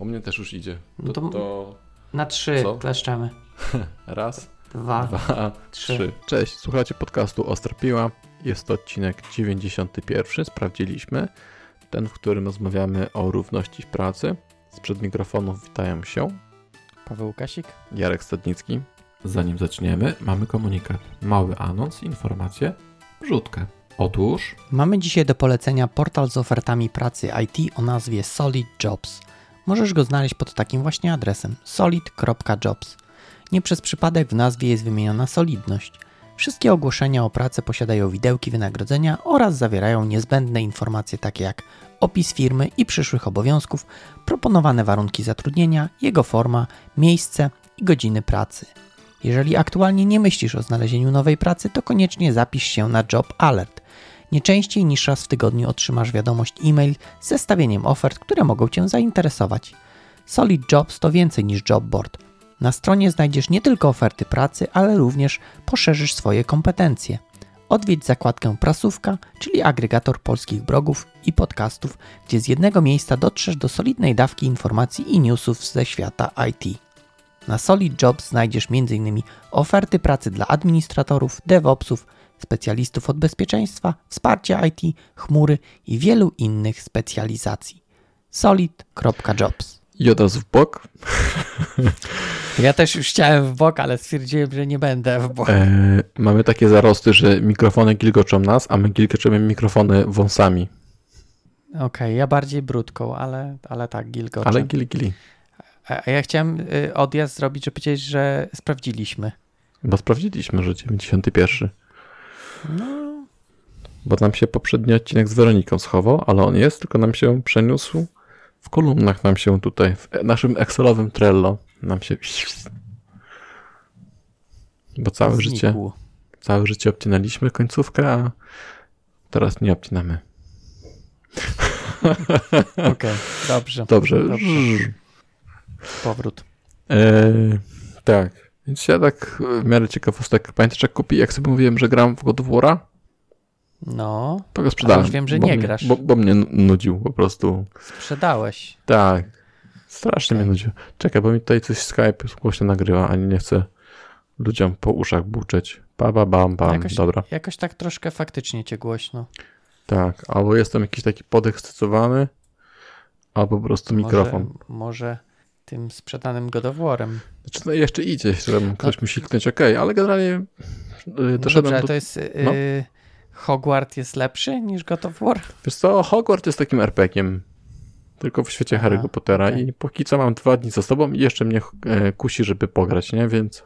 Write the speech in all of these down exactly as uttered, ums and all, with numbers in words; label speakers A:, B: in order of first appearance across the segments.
A: U mnie też już idzie. To,
B: No to
A: to...
B: Na trzy
A: Co?
B: kleszczemy.
A: Raz,
B: Dwa,
A: dwa,
B: trzy.
A: trzy. Cześć, słuchajcie podcastu Ostra Piła. Jest to odcinek dziewięćdziesiąty pierwszy. Sprawdziliśmy. Ten, w którym rozmawiamy o równości w pracy. Sprzed mikrofonów witają się
B: Paweł Łukasik.
A: Jarek Stadnicki. Zanim zaczniemy, mamy komunikat. Mały anons, informację, wrzutkę. Otóż
B: Mamy dzisiaj do polecenia portal z ofertami pracy I T o nazwie Solid Jobs. Możesz go znaleźć pod takim właśnie adresem solid kropka jobs. Nie przez przypadek w nazwie jest wymieniona solidność. Wszystkie ogłoszenia o pracę posiadają widełki wynagrodzenia oraz zawierają niezbędne informacje takie jak opis firmy i przyszłych obowiązków, proponowane warunki zatrudnienia, jego forma, miejsce i godziny pracy. Jeżeli aktualnie nie myślisz o znalezieniu nowej pracy, to koniecznie zapisz się na Job Alert. Nie częściej niż raz w tygodniu otrzymasz wiadomość e-mail z zestawieniem ofert, które mogą Cię zainteresować. Solid Jobs to więcej niż job board. Na stronie znajdziesz nie tylko oferty pracy, ale również poszerzysz swoje kompetencje. Odwiedź zakładkę Prasówka, czyli agregator polskich blogów i podcastów, gdzie z jednego miejsca dotrzesz do solidnej dawki informacji i newsów ze świata I T. Na Solid Jobs znajdziesz m.in. oferty pracy dla administratorów, DevOpsów, specjalistów od bezpieczeństwa, wsparcia I T, chmury i wielu innych specjalizacji. solid kropka jobs.
A: i od razu w bok.
B: Ja też już chciałem w bok, ale stwierdziłem, że nie będę w bok.
A: E, mamy takie zarosty, że mikrofony gilgoczą nas, a my gilgoczymy mikrofony wąsami.
B: Okej, okay, ja bardziej brudką, ale, ale tak, gilgoczem.
A: Ale gili gili.
B: A ja chciałem y, odjazd zrobić, żeby powiedzieć, że sprawdziliśmy.
A: Bo sprawdziliśmy, że dziewięćdziesiąty pierwszy.
B: No.
A: Bo nam się poprzedni odcinek z Weroniką schował, ale on jest, tylko nam się przeniósł w kolumnach, nam się tutaj, w naszym Excelowym Trello, nam się... Bo całe
B: Znikł.
A: życie, całe życie obcinaliśmy końcówkę, a teraz nie obcinamy.
B: Okej, okay, dobrze.
A: Dobrze.
B: dobrze. Powrót.
A: E, tak, więc ja tak w miarę ciekawostek, pamiętasz jak kupi, jak sobie mówiłem, że gram w God of War'a?
B: No,
A: to go sprzedałem.
B: już wiem, że
A: bo
B: nie
A: mnie,
B: grasz.
A: Bo, bo mnie nudził po prostu.
B: Sprzedałeś.
A: Tak, strasznie
B: okay.
A: mnie nudził. Czekaj, bo mi tutaj coś Skype głośno nagrywa, ani nie chcę ludziom po uszach buczeć. Pa, ba, bam, bam,
B: jakoś,
A: dobra.
B: Jakoś tak troszkę faktycznie cię głośno.
A: Tak, albo jestem jakiś taki podekscytowany, albo po prostu mikrofon.
B: Może, może tym sprzedanym God of War'em.
A: Znaczy, no jeszcze idzie, że ktoś no. musi kliknąć OK, ale generalnie
B: no
A: doszedłem
B: dobrze,
A: do...
B: to jest... No. Y- Hogwarts jest lepszy niż God of War?
A: Wiesz co, Hogwarts jest takim er pe gie-iem, tylko w świecie Aha, Harry'ego Pottera okay. i póki co mam dwa dni za sobą i jeszcze mnie e, kusi, żeby pograć, nie? Więc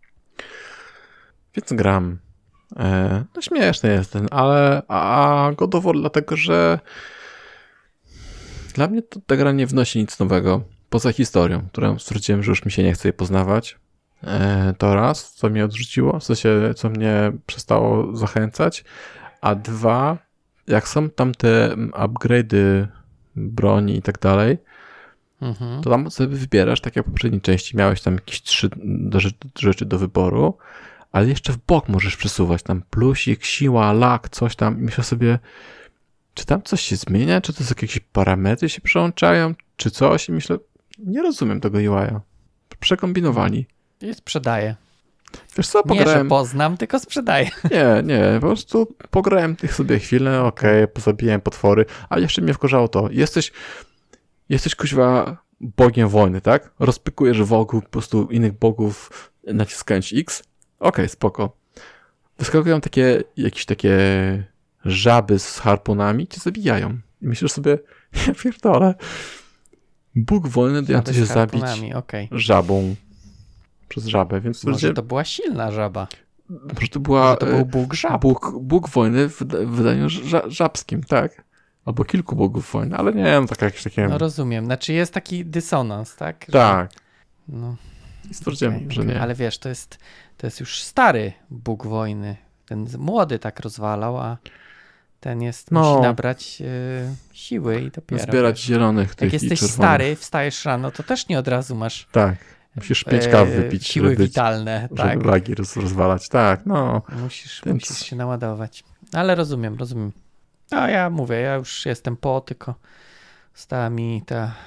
A: więc gram. E, no śmieszny jest ten, ale a God of War dlatego, że dla mnie to, ta gra nie wnosi nic nowego, poza historią, którą stwierdziłem, że już mi się nie chce jej poznawać. E, to raz, co mnie odrzuciło, w sensie, co mnie przestało zachęcać, a dwa, jak są tam te upgrade'y broni i tak dalej, mhm. to tam sobie wybierasz, tak jak w poprzedniej części, miałeś tam jakieś trzy do, rzeczy do wyboru, ale jeszcze w bok możesz przesuwać, tam plusik, siła, lak, coś tam i myślę sobie, czy tam coś się zmienia, czy to jest jakieś parametry się przełączają, czy coś i myślę, nie rozumiem tego U I-a. Przekombinowali.
B: I sprzedaję.
A: Wiesz co, pograłem...
B: Nie, że poznam, tylko sprzedaję.
A: Nie, nie, po prostu pograłem tych sobie chwilę, okej, okay, pozabijałem potwory, ale jeszcze mnie wkurzało to. Jesteś, jesteś kuźwa bogiem wojny, tak? Rozpykujesz wogów, po prostu innych bogów naciskając X. Okej, okay, spoko. Wyskakują takie, jakieś takie żaby z harpunami, cię zabijają. I myślisz sobie, ja pierdolę, Bóg wojny dający się zabić
B: okay.
A: żabą. Przez żabę, więc...
B: Może to była silna żaba.
A: Może to była...
B: Może to był Bóg żab.
A: Bóg, Bóg wojny w wydaniu ża- żabskim, tak? Albo kilku bogów wojny, ale nie, no tak jakieś takie...
B: No rozumiem, znaczy jest taki dysonans, tak? Że...
A: Tak.
B: No.
A: I stwierdziłem,
B: okay,
A: że
B: okay.
A: nie.
B: Ale wiesz, to jest, to jest już stary Bóg wojny. Ten młody tak rozwalał, a ten jest, no. musi nabrać y, siły i dopiero...
A: Zbierać wiesz, zielonych tych
B: jak jesteś stary, wstajesz rano, to też nie od razu masz...
A: Tak. Musisz pięć kaw wypić,
B: siły
A: żeby,
B: witalne,
A: żeby
B: tak.
A: wagi roz, rozwalać. Tak, no.
B: Musisz,
A: Więc...
B: musisz się naładować. Ale rozumiem, rozumiem. No ja mówię, ja już jestem po, tylko stała mi ta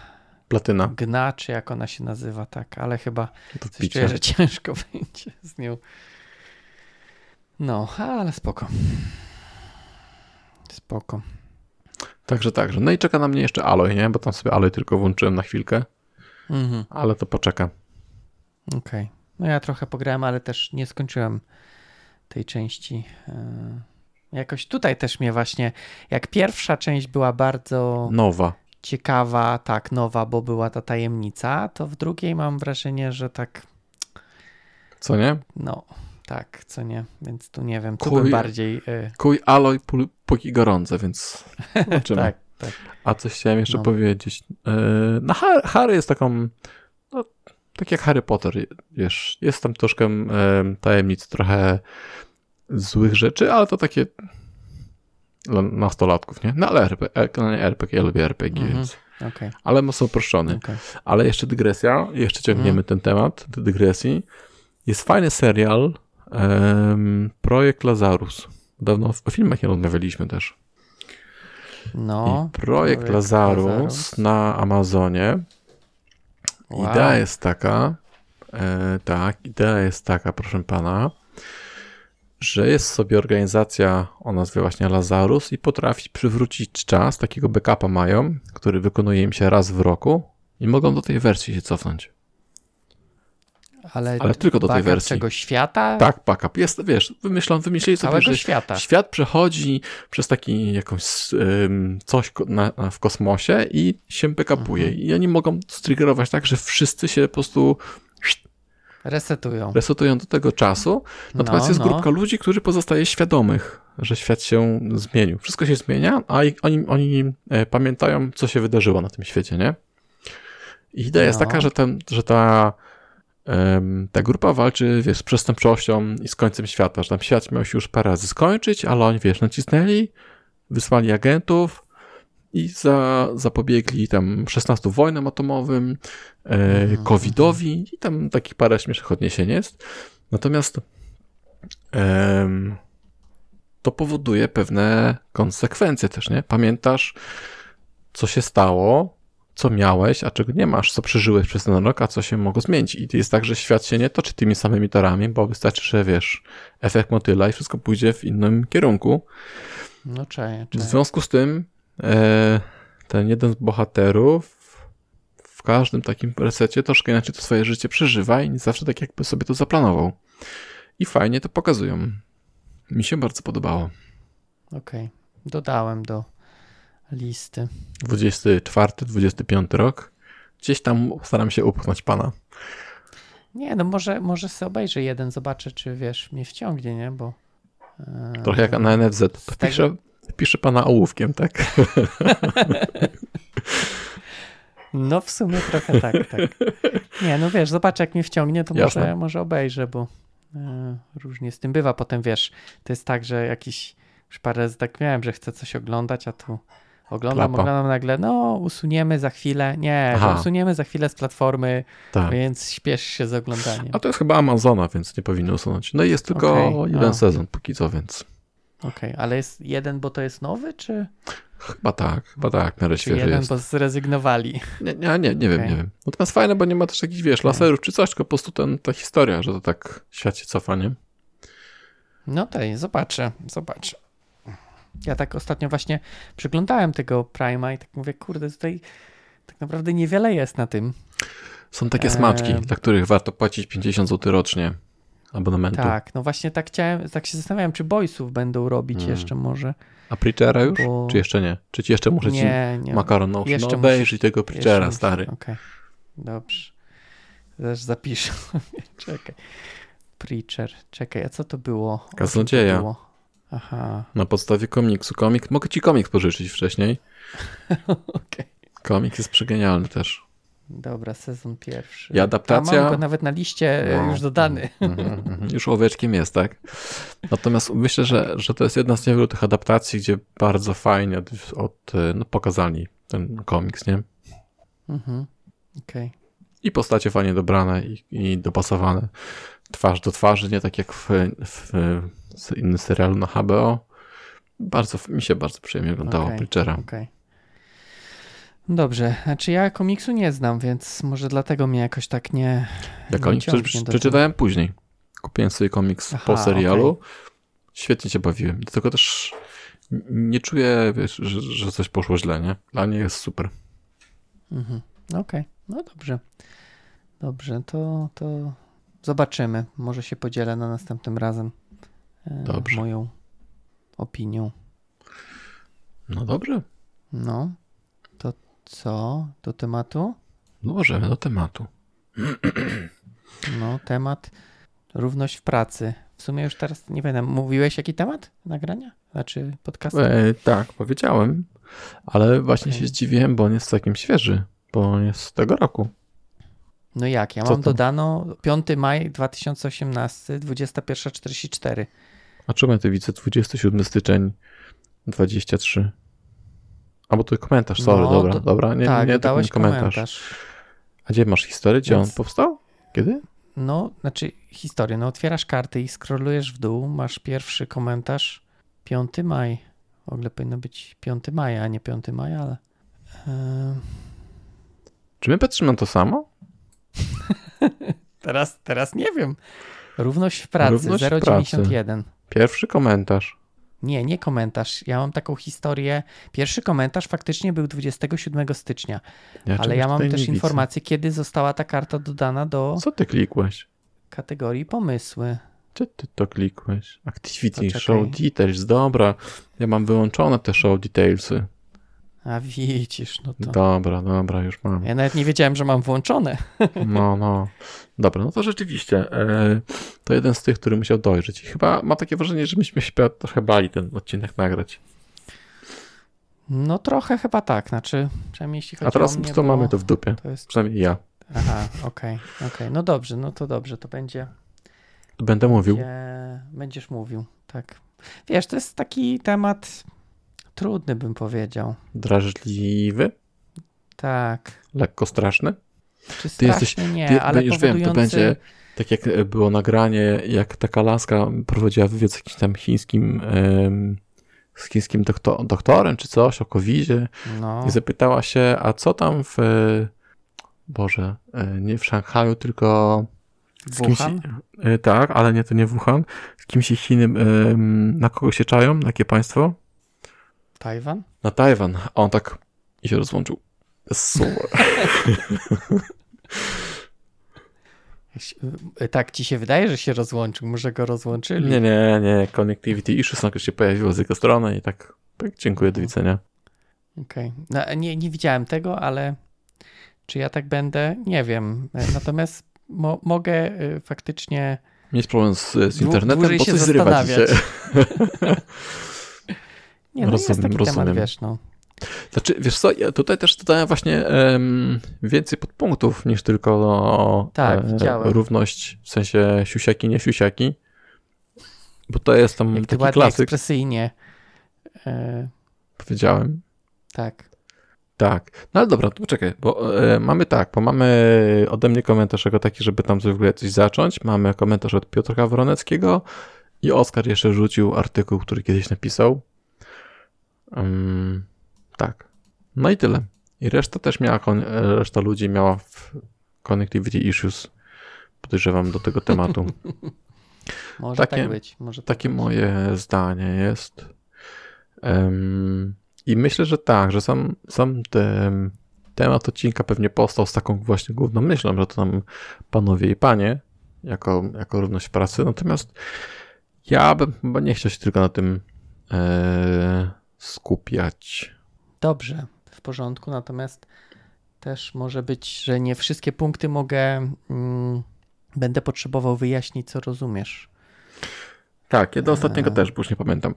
A: Platyna.
B: Gna, czy jak ona się nazywa, tak, ale chyba
A: Do
B: coś
A: picia.
B: czuję, że ciężko będzie z nią. No, ale spoko. Spoko.
A: Także, także. No i czeka na mnie jeszcze Aloy, nie? Bo tam sobie Aloy tylko włączyłem na chwilkę,
B: Mhm.
A: ale to poczeka.
B: Okej. Okay. No ja trochę pograłem, ale też nie skończyłem tej części. Jakoś tutaj też mnie właśnie, jak pierwsza część była bardzo
A: Nowa.
B: ciekawa, tak, nowa, bo była ta tajemnica, to w drugiej mam wrażenie, że tak...
A: Co nie?
B: No, tak, co nie, więc tu nie wiem, tu
A: Kuj,
B: bym bardziej... Y...
A: Kuj Aloy póki gorące, więc zobaczymy.
B: tak, tak.
A: A coś chciałem jeszcze
B: no.
A: powiedzieć. No Harry jest taką, no, tak jak Harry Potter, wiesz, jest tam troszkę e, tajemnic, trochę złych rzeczy, ale to takie dla nastolatków, nie? No ale R P G, nie R P G, ja lubię R P G,
B: Mhm.
A: więc...
B: Okay.
A: Ale mocno uproszczony.
B: Okay.
A: Ale jeszcze dygresja, jeszcze ciągniemy mm. ten temat do dygresji. Jest fajny serial, um, Projekt Lazarus. Dawno o filmach nie rozmawialiśmy też.
B: No.
A: I Projekt, projekt Lazarus, Lazarus na Amazonie. Wow. Idea jest taka, e, tak, idea jest taka, proszę pana, że jest sobie organizacja o nazwie właśnie Lazarus i potrafi przywrócić czas, takiego backupa mają, który wykonuje im się raz w roku i mogą do tej wersji się cofnąć.
B: Ale,
A: Ale tylko do tej wersji.
B: Czego świata?
A: Tak, backup. Jest, wiesz, wymyślą, wymyślili sobie,
B: całego
A: że
B: świata.
A: Świat przechodzi przez taki jakąś um, coś na, na, w kosmosie i się backupuje. Mhm. I oni mogą striggerować tak, że wszyscy się po prostu
B: resetują.
A: Resetują do tego czasu. Natomiast
B: no,
A: jest
B: no.
A: grupka ludzi, którzy pozostaje świadomych, że świat się zmienił. Wszystko się zmienia, a oni, oni e, pamiętają, co się wydarzyło na tym świecie, nie? I idea no. jest taka, że, ten, że ta ta grupa walczy, wiesz, z przestępczością i z końcem świata, że tam świat miał się już parę razy skończyć, ale oni, wiesz, nacisnęli, wysłali agentów i za, zapobiegli tam szesnastu wojnom atomowym, e, covidowi i tam takich parę śmiesznych odniesień jest. Natomiast e, to powoduje pewne konsekwencje też, nie? Pamiętasz, co się stało, co miałeś, a czego nie masz, co przeżyłeś przez ten rok, a co się mogło zmienić. I to jest tak, że świat się nie toczy tymi samymi torami, bo wystarczy, że wiesz, efekt motyla i wszystko pójdzie w innym kierunku.
B: No czaję, czaję.
A: W związku z tym e, ten jeden z bohaterów w każdym takim resecie troszkę inaczej to swoje życie przeżywa i nie zawsze tak jakby sobie to zaplanował. I fajnie to pokazują. Mi się bardzo podobało.
B: Okej. Okay. Dodałem do listy.
A: dwudziesty czwarty, dwudziesty piąty rok. Gdzieś tam staram się upchnąć pana.
B: Nie, no może, może sobie obejrzę jeden, zobaczę, czy wiesz, mnie wciągnie, nie? Bo
A: e, trochę jak na N F Z. To pisze, tego... pisze pana ołówkiem, tak?
B: No w sumie trochę tak, tak. Nie, no wiesz, zobaczę, jak mnie wciągnie, to może, może obejrzę, bo e, różnie z tym bywa. Potem wiesz, to jest tak, że jakiś już parę razy tak miałem, że chcę coś oglądać, a tu oglądam, Klapa. oglądam nagle, no usuniemy za chwilę, nie, że usuniemy za chwilę z platformy, tak. Więc śpiesz się z oglądaniem.
A: A to jest chyba Amazona, więc nie powinno usunąć. No i jest tylko okay. jeden a. sezon póki co, więc.
B: Okej, okay. Ale jest jeden, bo to jest nowy, czy?
A: Chyba tak, chyba tak, w miarę świeży
B: jeden,
A: jest.
B: bo zrezygnowali.
A: Nie, nie, nie, nie okay. wiem, nie wiem. Natomiast fajne, bo nie ma też jakichś, wiesz, okay. laserów czy coś, tylko po prostu ten, ta historia, że to tak świat się cofa, nie?
B: No to zobaczę, zobaczę. Ja tak ostatnio właśnie przyglądałem tego Prime'a i tak mówię, kurde, tutaj tak naprawdę niewiele jest na tym.
A: Są takie smaczki, e... dla których warto płacić pięćdziesiąt złotych rocznie abonamentu.
B: Tak, no właśnie tak chciałem, tak się zastanawiałem, czy Boysów będą robić hmm. jeszcze może.
A: A Preachera już? Bo... Czy jeszcze nie? Czy ci jeszcze muszę
B: nie,
A: ci
B: nie.
A: makaron no, no obejrzyj tego Preachera, stary.
B: Okej, okay. Dobrze. Zaraz zapiszę. Czekaj. Preacher. Czekaj, a co to było?
A: Kaznodzieja.
B: Aha.
A: Na podstawie komiksu. Komik, mogę ci komiks pożyczyć wcześniej.
B: Okay.
A: Komik jest przegenialny też.
B: Dobra, sezon pierwszy.
A: I adaptacja...
B: A mam go nawet na liście wow. już dodany.
A: Mm-hmm, mm-hmm. Już owieczkiem jest, tak? Natomiast myślę, że, że to jest jedna z niewielu tych adaptacji, gdzie bardzo fajnie od, od, no, pokazali ten komiks, nie?
B: Mhm. Okej. Okay.
A: I postacie fajnie dobrane i, i dopasowane. Twarz do twarzy, nie tak jak w, w, w innym serialu na H B O. Bardzo, mi się bardzo przyjemnie oglądało okay, Preachera.
B: Okay. Dobrze, znaczy ja komiksu nie znam, więc może dlatego mnie jakoś tak nie.
A: Ja
B: nie
A: komiks
B: ciągnie do
A: przeczytałem później. Kupiłem sobie komiks
B: Aha,
A: po serialu.
B: okej.
A: Świetnie się bawiłem. Dlatego też nie czuję, wiesz, że, że coś poszło źle, nie? Dla mnie jest super.
B: Mhm. Okej, no dobrze. Dobrze, to, to zobaczymy. Może się podzielę na następnym razem e,
A: Dobrze.
B: moją opinią.
A: No dobrze.
B: No, to co do tematu?
A: No możemy do tematu.
B: No, temat równość w pracy. W sumie już teraz nie wiem, mówiłeś jaki temat nagrania? Znaczy podcastu?
A: E, tak, powiedziałem, ale właśnie
B: Okej.
A: się zdziwiłem, bo on jest całkiem świeży, bo on jest z tego roku.
B: No jak? Ja
A: Co
B: mam
A: tam?
B: dodano piąty maj dwa tysiące osiemnasty, dwudziesta pierwsza czterdzieści cztery.
A: A czemu ja tu widzę dwudziestego siódmego styczeń dwudziesty trzeci? A bo to komentarz, sorry,
B: No,
A: dobra,
B: do-
A: dobra, nie,
B: tak,
A: nie, nie
B: dodałeś
A: taki komentarz.
B: komentarz.
A: A gdzie masz historię, gdzie
B: Więc-
A: on powstał? Kiedy?
B: No, znaczy historię. No otwierasz karty i scrollujesz w dół, masz pierwszy komentarz piąty maj. W ogóle powinno być piąty maja, a nie piąty maja, ale... Eee,
A: Czy my patrzymy na to samo?
B: teraz, teraz nie wiem. Równość w pracy,
A: Równość w
B: zero dziewięćdziesiąt jeden.
A: Pierwszy komentarz.
B: Nie, nie komentarz. Ja mam taką historię. Pierwszy komentarz faktycznie był dwudziestego siódmego stycznia,
A: Ja
B: ale
A: czegoś
B: ja mam
A: tutaj
B: też
A: nie widzę.
B: informację, kiedy została ta karta dodana do
A: Co ty klikłeś?
B: kategorii pomysły.
A: Gdzie ty to klikłeś? Activity,
B: Poczekaj.
A: show details, dobra. Ja mam wyłączone te show detailsy.
B: A widzisz, no to...
A: Dobra, dobra, już mam.
B: Ja nawet nie wiedziałem, że mam włączone.
A: No, no. Dobra, no to rzeczywiście. E, to jeden z tych, który musiał dojrzeć. I chyba mam takie wrażenie, że myśmy się trochę bali ten odcinek nagrać.
B: No trochę chyba tak, znaczy przynajmniej jeśli chodzi
A: A teraz
B: o mnie,
A: to
B: bo
A: mamy to w dupie.
B: to jest...
A: Przynajmniej ja.
B: Aha, okej, okej. No dobrze, no to dobrze, to będzie...
A: Będę mówił.
B: będzie... Będziesz mówił, tak. Wiesz, to jest taki temat trudny, bym powiedział.
A: Drażliwy,
B: Tak.
A: lekko straszny.
B: Czy
A: Ty jesteś,
B: straszny nie,
A: ty,
B: ale
A: już wiem, to
B: powodujący...
A: będzie tak jak było nagranie, jak taka laska prowadziła wywiad z jakimś tam chińskim, em, z chińskim doktor, doktorem czy coś o kowidzie
B: No,
A: i zapytała się, a co tam w, Boże, e, nie w Szanghaju, tylko z kimś,
B: Wuhan?
A: e, tak, ale nie, to nie Wuhan, z kimś innym, em, na kogo się czają, na jakie państwo?
B: Tajwan?
A: Na Tajwan, a on tak i się rozłączył. Super.
B: Tak ci się wydaje, że się rozłączył, może go rozłączyli?
A: Nie, nie, nie. Connectivity issues nagle się pojawiło z jego strony i tak, tak dziękuję, do widzenia.
B: Okej. No, nie, nie widziałem tego, ale czy ja tak będę? Nie wiem. Natomiast mo- mogę y, faktycznie...
A: Mieć problem z, z
B: Dłu-
A: internetem,
B: dłużej
A: bo
B: się
A: coś zrywa ci się.
B: zastanawiać. Nie, no
A: Rozumiem,
B: jest taki
A: rozumiem.
B: temat, wiesz, no.
A: Znaczy, wiesz co, ja tutaj też dodałem właśnie em, więcej podpunktów niż tylko o
B: Tak, widziałem.
A: równość, w sensie siusiaki, nie siusiaki, bo to jest tam
B: Jak ty
A: taki
B: ładnie
A: klasyk,
B: ekspresyjnie. E,
A: powiedziałem.
B: tak.
A: Tak, no ale dobra, to poczekaj, bo e, mamy tak, bo mamy ode mnie komentarz jako taki, żeby tam w ogóle coś zacząć, mamy komentarz od Piotra Wroneckiego i Oskar jeszcze rzucił artykuł, który kiedyś napisał. Um, tak, no i tyle. I reszta też miała, kon- reszta ludzi miała w connectivity issues, podejrzewam, do tego tematu.
B: Może
A: Takie-
B: tak być. Może tak
A: Takie
B: być.
A: moje zdanie jest. Um, I myślę, że tak, że sam, sam ten temat odcinka pewnie powstał z taką właśnie główną myślą, że to tam panowie i panie, jako, jako równość w pracy. Natomiast ja bym chyba nie chciał się tylko na tym e, skupiać.
B: Dobrze, w porządku, natomiast też może być, że nie wszystkie punkty mogę, mm, będę potrzebował wyjaśnić, co rozumiesz.
A: Tak, ja do
B: Eee.
A: ostatniego też, bo już nie pamiętam.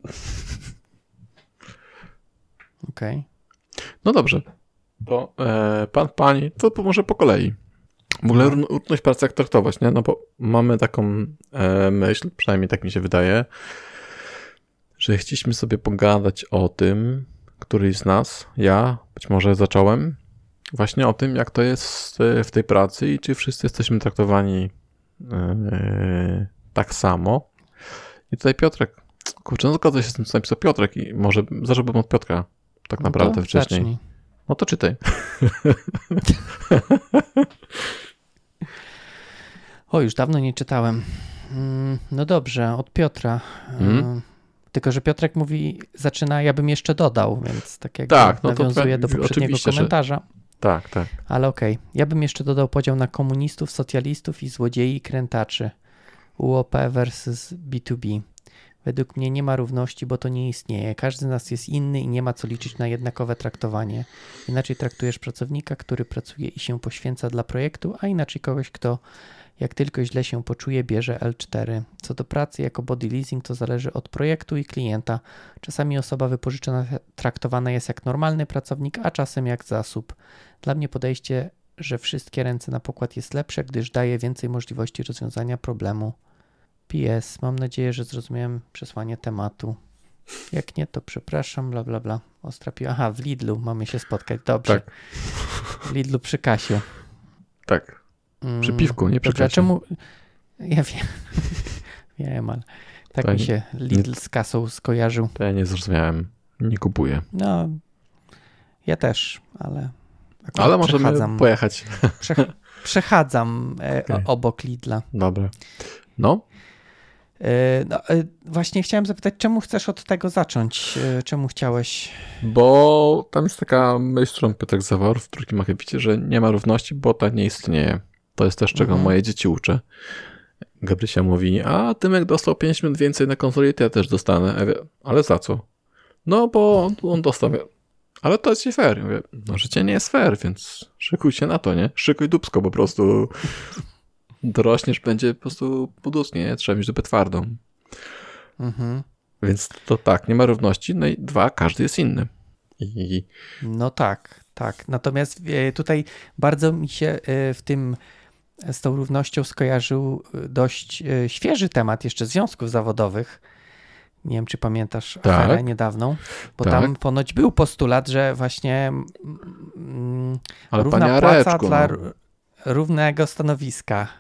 B: Okej.
A: No dobrze. To e, pan, pani, to po- może po kolei. W ogóle
B: No.
A: ró- równość pracy jak traktować, nie? No bo mamy taką e, myśl, przynajmniej tak mi się wydaje, że chcieliśmy sobie pogadać o tym, któryś z nas, ja być może zacząłem, właśnie o tym, jak to jest e, w tej pracy i czy wszyscy jesteśmy traktowani e, tak samo. I tutaj Piotrek, kurczę, no zgodzę się z tym, co napisał Piotrek i może zacząłbym od Piotrka tak
B: No
A: naprawdę
B: to
A: wcześniej.
B: zacznij.
A: No to czytaj.
B: O, już dawno nie czytałem. No dobrze, od Piotra. Hmm? Tylko, że Piotrek mówi, zaczyna, ja bym jeszcze dodał, więc tak jak
A: tak, no
B: nawiązuje do poprzedniego komentarza.
A: Że... Tak, tak.
B: Ale okej. Okay. Ja bym jeszcze dodał podział na komunistów, socjalistów i złodziei i krętaczy. U O P versus B dwa B. Według mnie nie ma równości, bo to nie istnieje. Każdy z nas jest inny i nie ma co liczyć na jednakowe traktowanie. Inaczej traktujesz pracownika, który pracuje i się poświęca dla projektu, a inaczej kogoś, kto jak tylko źle się poczuje, bierze L cztery. Co do pracy jako body leasing, to zależy od projektu i klienta. Czasami osoba wypożyczona traktowana jest jak normalny pracownik, a czasem jak zasób. Dla mnie podejście, że wszystkie ręce na pokład jest lepsze, gdyż daje więcej możliwości rozwiązania problemu. P S. Mam nadzieję, że zrozumiałem przesłanie tematu. Jak nie, to przepraszam, bla bla bla. Ostra piła. Aha, w Lidlu mamy się spotkać. Dobrze. Tak. W Lidlu przy Kasiu.
A: Tak. Przy piwku, nie przy
B: Dobrze,
A: Kasiu.
B: Czemu... Ja wiem. Wiem, ale tak to mi się Lidl nie... z kasą skojarzył.
A: To ja nie zrozumiałem. Nie kupuję.
B: No, ja też, ale...
A: Ale możemy pojechać.
B: Prze... Przechadzam okay. obok Lidla.
A: Dobra. No?
B: No, właśnie chciałem zapytać, czemu chcesz od tego zacząć? Czemu chciałeś?
A: Bo tam jest taka myśl, którą Piotrek zawarł w drugim akapicie, że nie ma równości, bo ta nie istnieje. To jest też, czego mhm. moje dzieci uczę. Gabrysia mówi, a Tymek dostał pięć minut więcej na konsoli, to ja też dostanę. Ja mówię, ale za co? No, bo on, on dostał. Ale to jest nie fair. Ja mówię, no życie nie jest fair, więc szykuj się na to, nie? Szykuj dupsko po prostu. Dorośniesz, będzie po prostu puduski, nie? Trzeba mieć dupę twardą.
B: Mhm.
A: Więc to tak, nie ma równości. No i dwa, każdy jest inny. I...
B: No tak, tak. Natomiast tutaj bardzo mi się w tym z tą równością skojarzył dość świeży temat jeszcze związków zawodowych. Nie wiem, czy pamiętasz tak. aferę niedawną, bo tak. tam ponoć był postulat, że właśnie mm, równa płaca Areczku, dla no. równego stanowiska.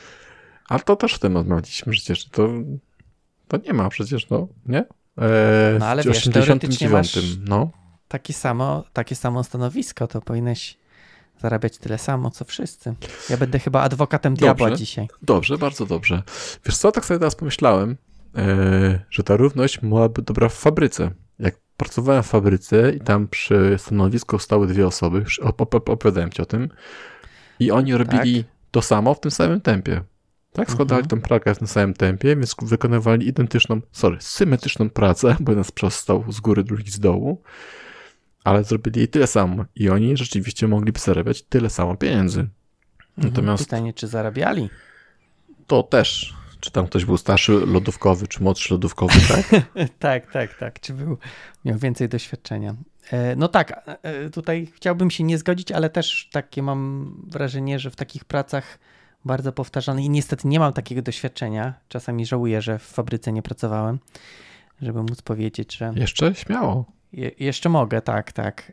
A: Ale to też w tym rozmawialiśmy przecież. To, to nie ma przecież, no, nie? Eee,
B: no ale wiesz, teoretycznie masz
A: no.
B: takie samo, takie samo stanowisko, to powinieneś zarabiać tyle samo, co wszyscy. Ja będę chyba adwokatem diabła
A: dobrze,
B: dzisiaj.
A: Dobrze, bardzo dobrze. Wiesz co, tak sobie teraz pomyślałem, e, że ta równość mogłaby dobra w fabryce. Jak pracowałem w fabryce i tam przy stanowisku stały dwie osoby, op- op- opowiadałem ci o tym, i oni robili tak. to samo w tym samym tempie. Tak, składali mhm. tę pracę w tym samym tempie, więc wykonywali identyczną, sorry, symetryczną pracę, bo jeden stał z góry, drugi z dołu, ale zrobili jej tyle samo i oni rzeczywiście mogliby zarabiać tyle samo pieniędzy. Natomiast
B: pytanie, czy zarabiali?
A: To też. Czy tam ktoś był starszy lodówkowy, czy młodszy lodówkowy, tak?
B: tak, tak, tak. Czy był, miał więcej doświadczenia. No tak, tutaj chciałbym się nie zgodzić, ale też takie mam wrażenie, że w takich pracach bardzo powtarzalnych i niestety nie mam takiego doświadczenia. Czasami żałuję, że w fabryce nie pracowałem, żeby móc powiedzieć, że...
A: Jeszcze? Śmiało.
B: Je, jeszcze mogę, tak, tak.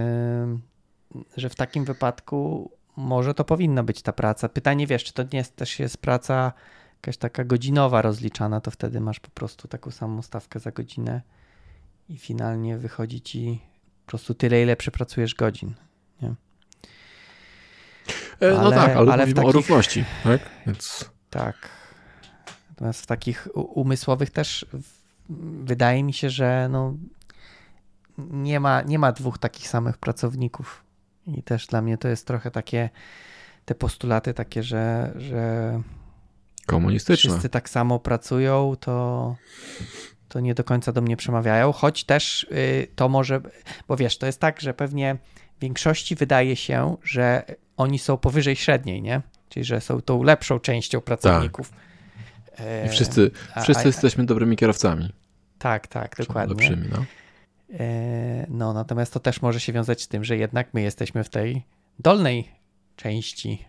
B: Yy, że w takim wypadku może to powinna być ta praca. Pytanie, wiesz, czy to nie jest, też jest praca jakaś taka godzinowa rozliczana, to wtedy masz po prostu taką samą stawkę za godzinę i finalnie wychodzi ci po prostu tyle, ile przepracujesz godzin. Nie?
A: E, no ale, tak, ale, ale w takich, o równości, tak? Więc...
B: Tak. Natomiast w takich umysłowych też wydaje mi się, że no nie ma, nie ma dwóch takich samych pracowników. I też dla mnie to jest trochę takie, te postulaty takie, że, że
A: komunistyczne.
B: Wszyscy tak samo pracują, to, to nie do końca do mnie przemawiają, choć też y, to może, bo wiesz, to jest tak, że pewnie większości wydaje się, że oni są powyżej średniej, nie? Czyli, że są tą lepszą częścią pracowników.
A: Tak. I wszyscy, wszyscy a, a, jesteśmy dobrymi kierowcami.
B: Tak, tak, dokładnie.
A: Lepszymi, no.
B: No, natomiast to też może się wiązać z tym, że jednak my jesteśmy w tej dolnej części.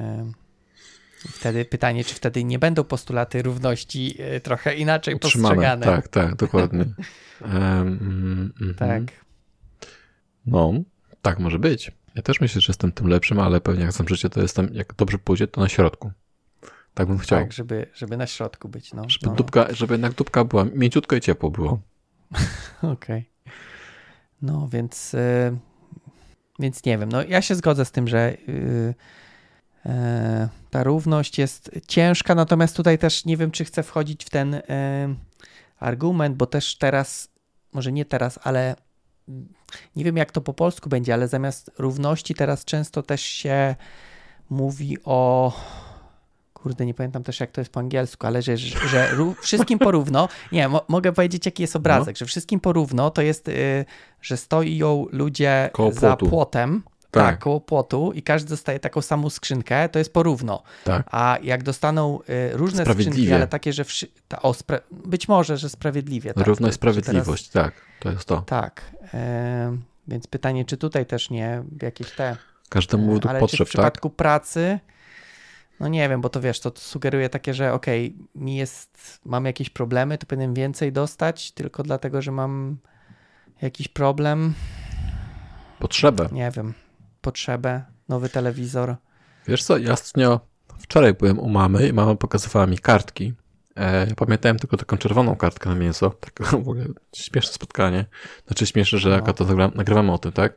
B: Wtedy pytanie, czy wtedy nie będą postulaty równości trochę inaczej
A: utrzymane.
B: Postrzegane.
A: Tak, tak, dokładnie. um, mm,
B: tak.
A: No, tak może być. Ja też myślę, że jestem tym lepszym, ale pewnie jak znam życie, to jestem, jak dobrze pójdzie, to na środku. Tak bym chciał.
B: Tak, żeby, żeby na środku być. No.
A: Żeby,
B: no.
A: Dupka, żeby jednak dupka była mięciutko i ciepło było.
B: Okej. Okay. No, więc y, Więc nie wiem, no ja się zgodzę z tym, że yy, yy, ta równość jest ciężka, natomiast tutaj też nie wiem, czy chcę wchodzić w ten yy, argument, bo też teraz, może nie teraz, ale nie wiem jak to po polsku będzie, ale zamiast równości teraz często też się mówi o... Kurde, nie pamiętam też jak to jest po angielsku, ale że, że, że ró- wszystkim porówno, nie, mo- mogę powiedzieć jaki jest obrazek, no. Że wszystkim porówno to jest, y, że stoją ludzie
A: koło
B: za
A: płotu.
B: płotem, tak. tak, koło płotu i każdy dostaje taką samą skrzynkę, to jest porówno.
A: Tak.
B: A jak dostaną y, różne skrzynki, ale takie, że wszy- ta, o, spra- być może, że sprawiedliwie. Tak,
A: Równość, sprawiedliwość, teraz, tak, to jest to.
B: Tak, y, więc pytanie, czy tutaj też nie jakieś te...
A: Każdemu według
B: ale
A: potrzeb,
B: czy w przypadku
A: tak?
B: pracy... No nie wiem, bo to wiesz, to, to sugeruje takie, że okej, okay, mi jest, mam jakieś problemy, to powinienem więcej dostać, tylko dlatego, że mam jakiś problem.
A: Potrzebę.
B: Nie wiem, potrzebę, nowy telewizor.
A: Wiesz co, ja ostatnio, wczoraj byłem u mamy i mama pokazywała mi kartki. E, pamiętałem tylko taką czerwoną kartkę na mięso. Tak w ogóle śmieszne spotkanie. Znaczy śmieszne, że no. to nagra- nagrywamy o tym, tak?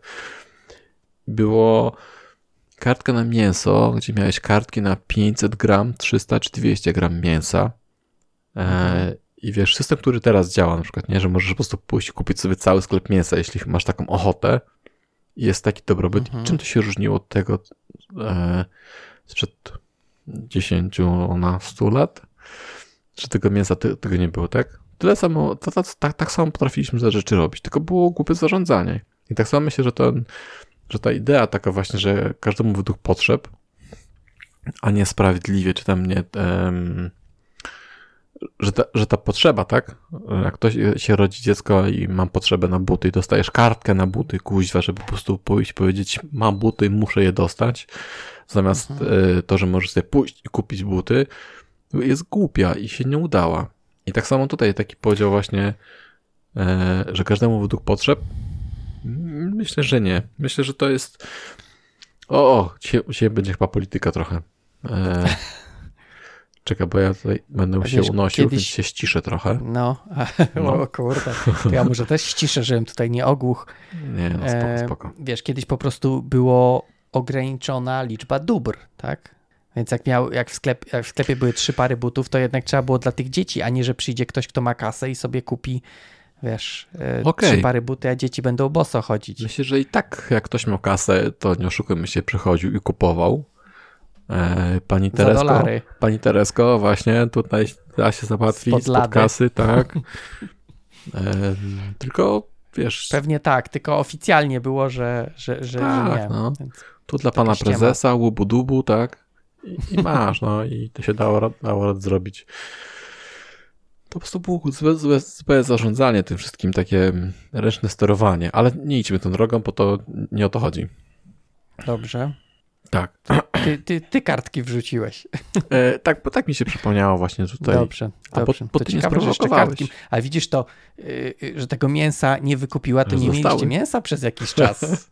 A: Było... Kartka na mięso, gdzie miałeś kartki na pięćset gram, trzysta czy dwieście gram mięsa. Mhm. E, I wiesz, system, który teraz działa, na przykład, nie, że możesz po prostu pójść i kupić sobie cały sklep mięsa, jeśli masz taką ochotę. I jest taki dobrobyt. Mhm. Czym to się różniło od tego e, sprzed dziesięciu na stu lat? Że tego mięsa ty, tego nie było, tak? Tyle samo, to, to, tak, tak samo potrafiliśmy te rzeczy robić, tylko było głupie zarządzanie. I tak samo myślę, że to że ta idea taka właśnie, że każdemu według potrzeb, a nie sprawiedliwie, czy tam nie, um, że, ta, że ta potrzeba, tak? Jak ktoś się rodzi dziecko i mam potrzebę na buty i dostajesz kartkę na buty, kuźwa, żeby po prostu pójść i powiedzieć, mam buty, muszę je dostać, zamiast mhm. to, że możesz sobie pójść i kupić buty, jest głupia i się nie udała. I tak samo tutaj taki podział właśnie, że każdemu według potrzeb. Myślę, że nie. Myślę, że to jest... O, o dzisiaj, dzisiaj będzie chyba polityka trochę. E... Czekaj, bo ja tutaj będę się wiesz, unosił, kiedyś... więc się ściszę trochę.
B: No, no. O kurde. To ja może też ściszę, żebym tutaj nie ogłuch.
A: Nie, no spoko, spoko.
B: E... Wiesz, kiedyś po prostu było ograniczona liczba dóbr, tak? Więc jak, miał, jak, w sklep, jak w sklepie były trzy pary butów, to jednak trzeba było dla tych dzieci, a nie, że przyjdzie ktoś, kto ma kasę i sobie kupi wiesz, okay. trzy pary buty, a dzieci będą boso chodzić.
A: Myślę, że i tak jak ktoś miał kasę, to nie oszukujmy się, przychodził i kupował. E, pani Teresko,
B: Za dolary.
A: Pani Teresko, właśnie tutaj da się załatwić spod kasy, tak. E, tylko wiesz...
B: Pewnie tak, tylko oficjalnie było, że, że, że, tak, że nie.
A: No. Tu dla pana prezesa, łubu dubu, tak. I, i masz, no i to się dało, dało rad zrobić. To po prostu było złe, złe, złe zarządzanie tym wszystkim, takie ręczne sterowanie, ale nie idźmy tą drogą, bo to nie o to chodzi.
B: Dobrze.
A: Tak.
B: Ty, ty, ty kartki wrzuciłeś.
A: E, tak, bo tak mi się przypomniało właśnie tutaj.
B: Dobrze,
A: a
B: dobrze.
A: Bo, bo
B: to
A: ty
B: ciekawe,
A: nie
B: że jeszcze kartki. A widzisz to, yy, że tego mięsa nie wykupiła, to że nie zostały. Mieliście mięsa przez jakiś czas.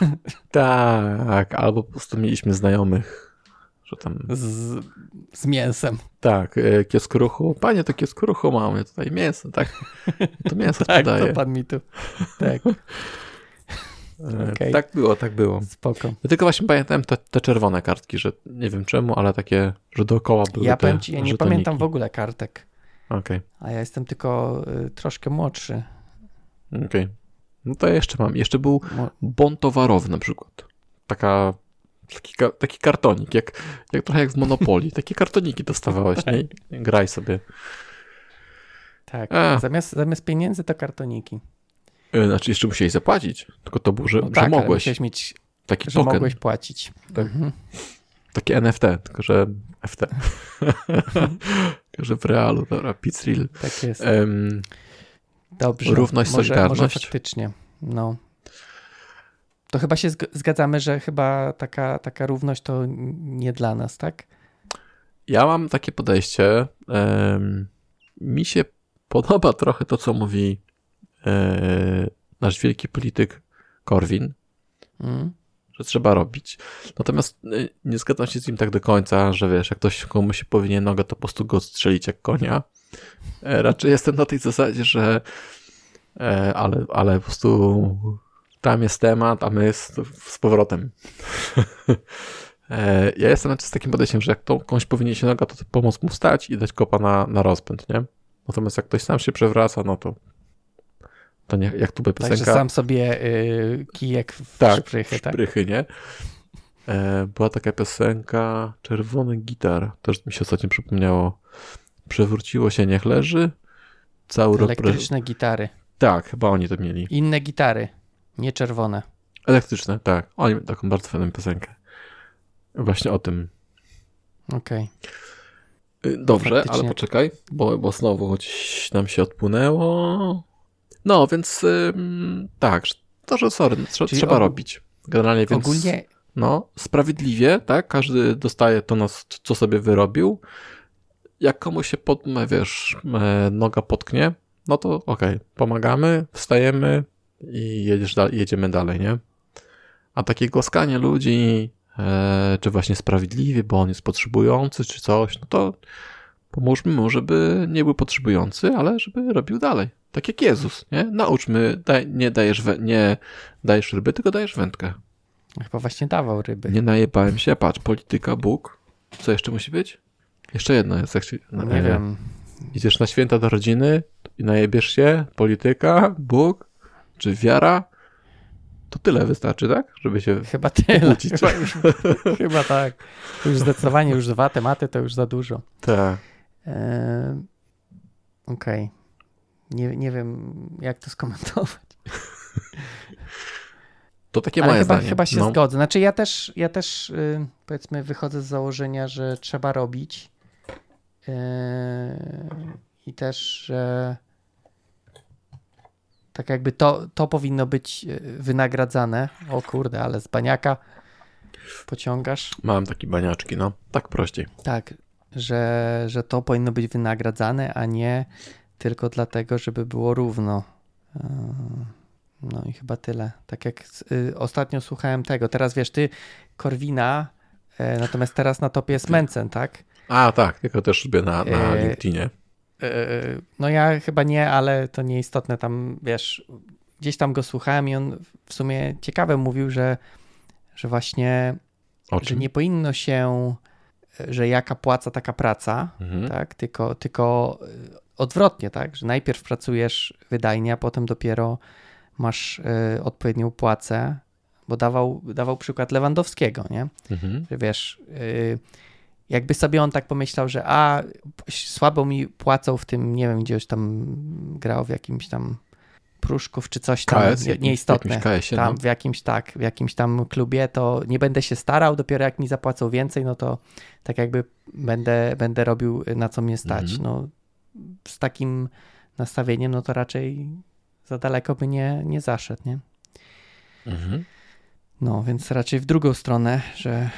A: Tak, albo po prostu mieliśmy znajomych, że tam...
B: Z, z mięsem.
A: Tak, kiosk ruchu. Panie, to kiosk ruchu mamy tutaj mięso, tak? To mięso
B: tak,
A: sprzedaje.
B: to pan mi tu. Tak.
A: Okay. Tak było, tak było.
B: Spoko.
A: Ja tylko właśnie pamiętałem te, te czerwone kartki, że nie wiem czemu, ale takie, że dookoła były
B: ja
A: te
B: powiem ci, ja nie
A: żetoniki.
B: pamiętam w ogóle kartek.
A: Okej. Okay.
B: A ja jestem tylko y, troszkę młodszy.
A: Okej. Okay. No to ja jeszcze mam. Jeszcze był bon towarowy na przykład. Taka, taki, taki kartonik, jak, jak trochę jak w Monopolii. Takie kartoniki dostawałeś, nie? Graj sobie.
B: Tak, zamiast, zamiast pieniędzy to kartoniki.
A: Znaczy jeszcze musiałeś zapłacić, tylko to było, że,
B: no
A: że
B: tak,
A: mogłeś.
B: musiałeś mieć,
A: taki
B: że
A: token.
B: mogłeś płacić.
A: Tak.
B: Mhm.
A: Takie N F T, tylko że F T. Tylko że w realu, dobra, Pizzreal.
B: Tak jest.
A: Um,
B: Dobrze.
A: Równość,
B: może,
A: solidarność.
B: Może faktycznie, no. To chyba się zgadzamy, że chyba taka, taka równość to nie dla nas, tak?
A: Ja mam takie podejście. Um, mi się podoba trochę to, co mówi e, nasz wielki polityk Korwin, mm. że trzeba robić. Natomiast e, nie zgadzam się z nim tak do końca, że wiesz, jak ktoś komuś się powinie nogę, to po prostu go strzelić jak konia. E, raczej jestem na tej zasadzie, że e, ale, ale po prostu Tam jest temat, a my z, z powrotem. Ja jestem z takim podejściem, że jak to komuś powinien się noga, to pomóc mu wstać i dać kopa na, na rozpęd, nie? Natomiast jak ktoś sam się przewraca, no to to nie, jak tu by piosenka...
B: Także sam sobie y, kijek w
A: tak,
B: szprychy,
A: w szprychy, tak? Nie? E, była taka piosenka Czerwony gitar, też mi się ostatnio przypomniało. Przewróciło się, niech leży. Cały
B: Elektryczne
A: rok...
B: gitary.
A: Tak, chyba oni to mieli.
B: Inne gitary, nie czerwone.
A: Elektryczne, tak. Oni mieli taką bardzo fajną piosenkę. Właśnie o tym.
B: Okej.
A: Okay. Dobrze, Faktycznie. Ale poczekaj, bo, bo znowu gdzieś nam się odpłynęło. No, więc ym, tak, to, że sorry, tr- trzeba og- robić. Generalnie więc
B: ogólnie...
A: no, sprawiedliwie, tak, każdy dostaje to, nas, co sobie wyrobił. Jak komuś się, pod, wiesz, noga potknie, no to okej, okay, pomagamy, wstajemy i jedziesz da- jedziemy dalej, nie? A takie głaskanie ludzi, e, czy właśnie sprawiedliwie, bo on jest potrzebujący, czy coś, no to pomóżmy mu, żeby nie był potrzebujący, ale żeby robił dalej. Tak jak Jezus, nie? Nauczmy, daj, nie, dajesz we, nie dajesz ryby, tylko dajesz wędkę.
B: Chyba właśnie dawał ryby.
A: Nie najebałem się, patrz, polityka, Bóg. Co jeszcze musi być? Jeszcze jedno jest. Jak się,
B: no, nie e, wiem.
A: Idziesz na święta do rodziny i najebiesz się, polityka, Bóg, czy wiara, to tyle wystarczy, tak? Żeby się
B: Chyba tyle. Chyba, już, chyba tak. Już zdecydowanie już dwa tematy to już za dużo.
A: Tak.
B: E, Okej. Okay. Nie, nie wiem, jak to skomentować.
A: To takie
B: Ale
A: moje
B: chyba,
A: zdanie.
B: chyba się
A: no.
B: zgodzę. Znaczy ja też, ja też yy, powiedzmy wychodzę z założenia, że trzeba robić yy, i też, że tak jakby to, to powinno być wynagradzane. O kurde, ale z baniaka pociągasz.
A: Mam takie baniaczki, no. Tak prościej.
B: Tak, że, że to powinno być wynagradzane, a nie tylko dlatego, żeby było równo. Yy. No i chyba tyle. Tak jak y, ostatnio słuchałem tego. Teraz wiesz, ty Korwina, y, natomiast teraz na topie jest Mencen, tak?
A: A tak, tylko też lubię na, na y, LinkedInie.
B: Y, y, no ja chyba nie, ale to nieistotne. Tam wiesz, gdzieś tam go słuchałem i on w sumie ciekawe mówił, że, że właśnie, że nie powinno się, że jaka płaca, taka praca, mhm. tak? Tylko, tylko odwrotnie, tak? Że najpierw pracujesz wydajnie, a potem dopiero masz y, odpowiednią płacę, bo dawał, dawał przykład Lewandowskiego, nie? Mhm. Że wiesz, y, jakby sobie on tak pomyślał, że a, słabo mi płacą w tym, nie wiem, gdzieś tam grał w jakimś tam Pruszków czy coś tam,
A: K S,
B: nie, nieistotne,
A: w K S-ie,
B: tam
A: no.
B: w jakimś tak, w jakimś tam klubie, to nie będę się starał, dopiero jak mi zapłacą więcej, no to tak jakby będę, będę robił na co mnie stać. Mhm. No, z takim nastawieniem, no to raczej za daleko by nie, nie zaszedł, nie? Mhm. No, więc raczej w drugą stronę, że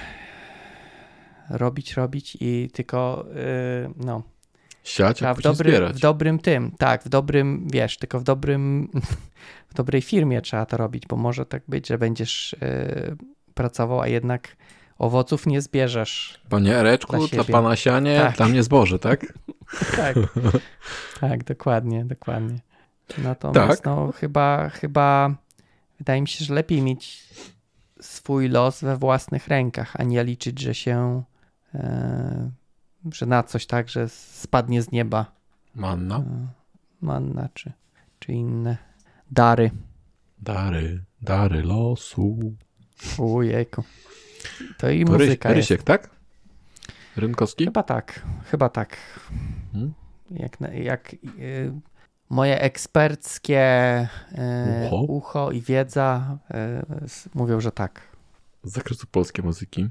B: robić, robić i tylko, yy, no.
A: Siać, a
B: w, dobry,
A: zbierać.
B: w dobrym tym, tak, w dobrym, wiesz, tylko w dobrym, w dobrej firmie trzeba to robić, bo może tak być, że będziesz yy, pracował, a jednak owoców nie zbierzesz.
A: Panie Ereczku, dla, dla pana sianie, tak. Dla mnie zboże, tak?
B: tak, tak, dokładnie, dokładnie. Natomiast tak. no chyba, chyba wydaje mi się, że lepiej mieć swój los we własnych rękach, a nie liczyć, że się e, że na coś tak, że spadnie z nieba.
A: Manna. E,
B: manna czy, czy inne dary.
A: Dary, dary losu.
B: Ujejku. To i
A: to
B: muzyka
A: Ryś, Rysiek,
B: jest.
A: tak? Rynkowski?
B: Chyba tak, chyba tak. Hmm? Jak, jak y, moje eksperckie y, ucho. ucho i wiedza y, mówią, że tak.
A: Z zakresu polskiej muzyki.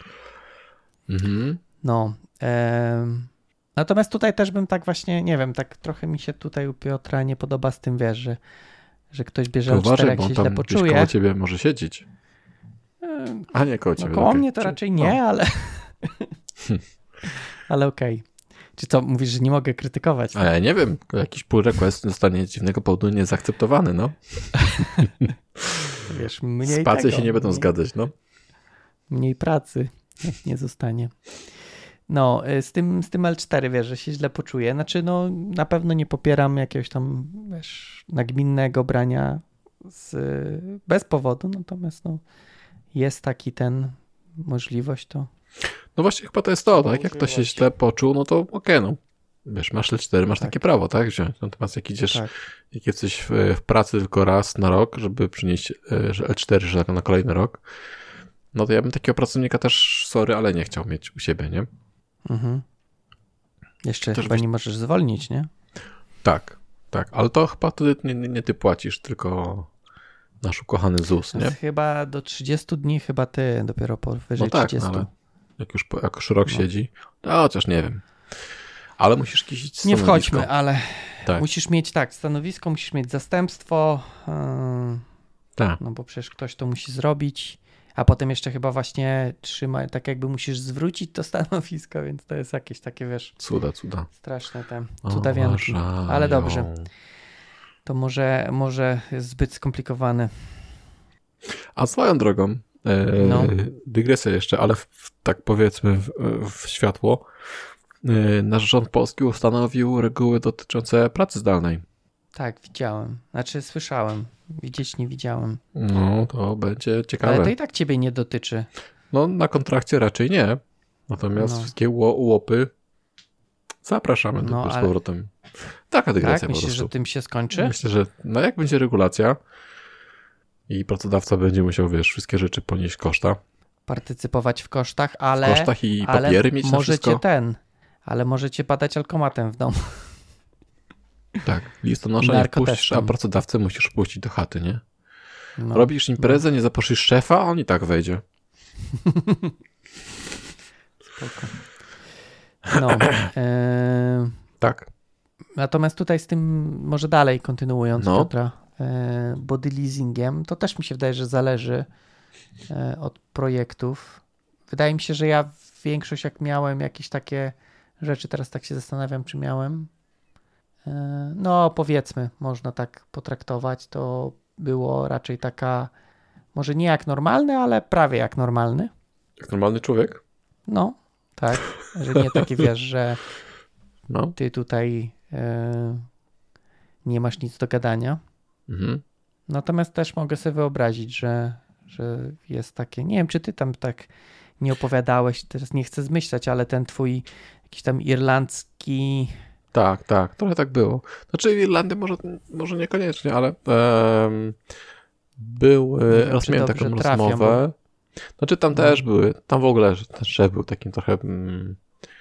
A: Mhm.
B: No. Y, natomiast tutaj też bym tak właśnie, nie wiem, tak trochę mi się tutaj u Piotra nie podoba z tym, wiesz, że, że ktoś bierze L cztery, jak się źle poczuje.
A: Koło ciebie może siedzieć. A nie koło ciebie.
B: No koło
A: okay.
B: mnie to raczej nie, no. ale ale okej. Okay. Czy co, mówisz, że nie mogę krytykować?
A: A ja nie wiem, jakiś pull request zostanie z dziwnego powodu niezaakceptowany, no.
B: Wiesz, mniej
A: Spacje
B: tego,
A: się nie będą
B: mniej,
A: zgadzać, no.
B: Mniej pracy nie zostanie. No, z tym, z tym L cztery, wiesz, że się źle poczuję. Znaczy, no, na pewno nie popieram jakiegoś tam, wiesz, nagminnego brania z, bez powodu, natomiast no, jest taki ten możliwość, to...
A: No właśnie chyba to jest to, tak? Jak ktoś się źle poczuł, no to okej, okay, no. Wiesz, masz L cztery, masz tak. takie prawo, tak? Wziąć. Natomiast jak idziesz, tak. jak jesteś w, w pracy tylko raz na rok, żeby przynieść L cztery, że na kolejny rok, no to ja bym takiego pracownika też, sorry, ale nie chciał mieć u siebie, nie?
B: Mhm. Jeszcze
A: też
B: chyba
A: byś...
B: nie możesz zwolnić, nie?
A: Tak, tak, ale to chyba ty, nie, nie ty płacisz, tylko nasz ukochany Z U S, nie?
B: Chyba do trzydziestu dni chyba ty, dopiero powyżej
A: no tak,
B: trzydziestu.
A: No ale jak już, jak już rok no. siedzi, to chociaż nie wiem. Ale musisz kisić stanowisko.
B: Nie wchodźmy, ale
A: tak.
B: musisz mieć tak, stanowisko, musisz mieć zastępstwo, yy,
A: tak.
B: no bo przecież ktoś to musi zrobić, a potem jeszcze chyba właśnie trzyma, tak jakby musisz zwrócić to stanowisko, więc to jest jakieś takie, wiesz...
A: Cuda, cuda.
B: Straszne te cudawianki. Ale dobrze. To może, może jest zbyt skomplikowane.
A: A swoją drogą, e, no. dygresja jeszcze, ale w, tak powiedzmy w, w światło, e, nasz rząd polski ustanowił reguły dotyczące pracy zdalnej.
B: Tak, widziałem. Znaczy słyszałem. Widzieć nie widziałem.
A: No, to będzie ciekawe.
B: Ale to i tak ciebie nie dotyczy.
A: No, na kontrakcie raczej nie. Natomiast no. wszystkie łopy zapraszamy no, do, z powrotem. Taka dygresja
B: tak?
A: po
B: Myślisz,
A: prostu.
B: że tym się skończy?
A: Myślę, że no jak będzie regulacja i pracodawca będzie musiał, wiesz, wszystkie rzeczy ponieść koszta.
B: Partycypować w kosztach, ale...
A: W kosztach i papiery
B: ale
A: mieć na
B: możecie
A: wszystko.
B: ten, ale możecie badać alkomatem w domu.
A: Tak, listonosza nie wpuścisz, a pracodawcę musisz wpuścić do chaty, nie? No, Robisz imprezę, no. nie zaprosisz szefa, a on i tak wejdzie.
B: Spoko. No. E...
A: Tak.
B: Natomiast tutaj z tym, może dalej kontynuując
A: no.
B: Piotra, e, body leasingiem, to też mi się wydaje, że zależy e, od projektów. Wydaje mi się, że ja większość jak miałem jakieś takie rzeczy, teraz tak się zastanawiam, czy miałem, e, no powiedzmy, można tak potraktować, to było raczej taka, może nie jak normalny, ale prawie jak normalny.
A: Jak normalny człowiek?
B: No, tak, że nie takie wiesz, że
A: no.
B: ty tutaj e, nie masz nic do gadania.
A: Mhm.
B: Natomiast też mogę sobie wyobrazić, że, że jest takie, nie wiem, czy ty tam tak nie opowiadałeś, teraz nie chcę zmyślać, ale ten twój jakiś tam irlandzki...
A: Tak, tak, trochę tak było. Znaczy w Irlandii może, może niekoniecznie, ale um, był, nie raz miałem taką trafiam, rozmowę. Bo... Znaczy tam no. też były, tam w ogóle ten szef był takim trochę mm,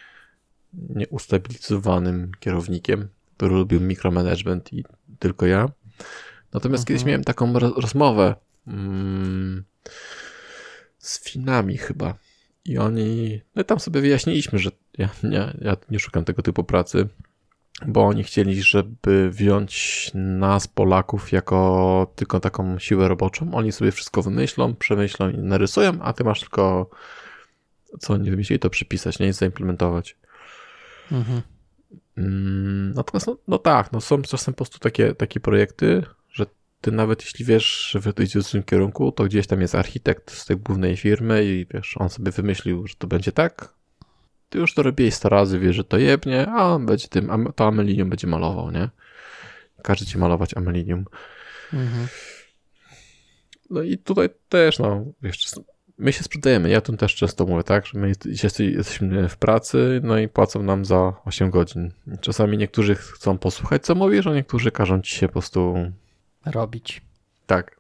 A: nieustabilizowanym kierownikiem, który lubił mikromanagement i tylko ja. Natomiast mhm. kiedyś miałem taką rozmowę mm, z Finami chyba i oni, no i tam sobie wyjaśniliśmy, że ja nie, ja nie szukam tego typu pracy, bo oni chcieli, żeby wziąć nas, Polaków, jako tylko taką siłę roboczą. Oni sobie wszystko wymyślą, przemyślą i narysują, a ty masz tylko, co oni wymyślili, to przypisać, nie zaimplementować.
B: Mhm.
A: Natomiast no, no tak, no są czasem po prostu takie, takie projekty, że ty nawet jeśli wiesz, że ty idziesz w tym kierunku, to gdzieś tam jest architekt z tej głównej firmy i wiesz, on sobie wymyślił, że to będzie tak. Ty już to robiłeś sto razy, wiesz, że to jebnie, a on będzie tym, to amelinium będzie malował, nie? Każe ci malować amelinium.
B: Mhm.
A: No i tutaj też, no, wiesz, my się sprzedajemy, ja tu też często mówię, tak, że my jesteśmy w pracy, no i płacą nam za osiem godzin. Czasami niektórzy chcą posłuchać, co mówisz, a niektórzy każą ci się po prostu...
B: robić.
A: Tak.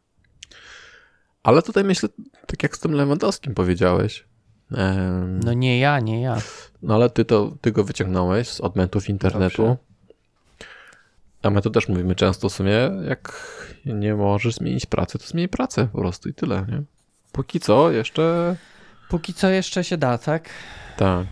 A: Ale tutaj myślę, tak jak z tym Lewandowskim powiedziałeś. Um,
B: no nie ja, nie ja.
A: No ale ty to, ty go wyciągnąłeś z odmętów internetu. Dobrze. A my to też mówimy często w sumie, jak nie możesz zmienić pracy, to zmień pracę po prostu i tyle, nie? Póki co jeszcze...
B: Póki co jeszcze się da, tak?
A: Tak.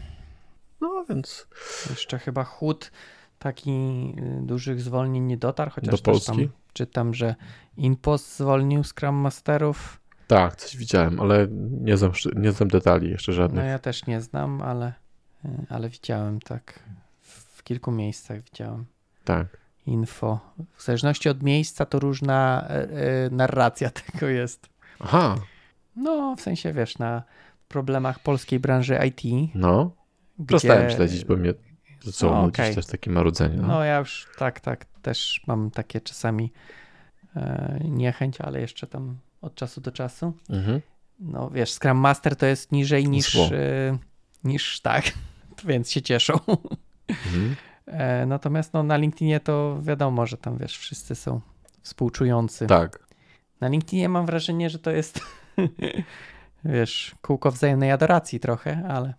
A: No więc...
B: Jeszcze chyba chód taki dużych zwolnień nie dotarł, chociaż
A: do Polski.
B: Tam czytam, że InPost zwolnił Scrum Masterów.
A: Tak, coś widziałem, ale nie znam, nie znam detali jeszcze żadnych.
B: No ja też nie znam, ale, ale widziałem tak. W kilku miejscach widziałem.
A: Tak.
B: Info. W zależności od miejsca to różna e, e, narracja tego jest.
A: Aha.
B: No, w sensie, wiesz, na problemach polskiej branży I T.
A: No, gdzie... przestałem śledzić, bo mnie zaczęło
B: no,
A: nudzić
B: okay.
A: też takie marudzenie. No.
B: no ja już tak, tak, też mam takie czasami e, niechęć, ale jeszcze tam od czasu do czasu.
A: Mhm.
B: No wiesz, Scrum Master to jest niżej niż, e, niż tak, więc się cieszą.
A: Mhm.
B: E, natomiast no, na LinkedInie to wiadomo, że tam wiesz, wszyscy są współczujący.
A: Tak.
B: Na LinkedInie mam wrażenie, że to jest wiesz, kółko wzajemnej adoracji trochę, ale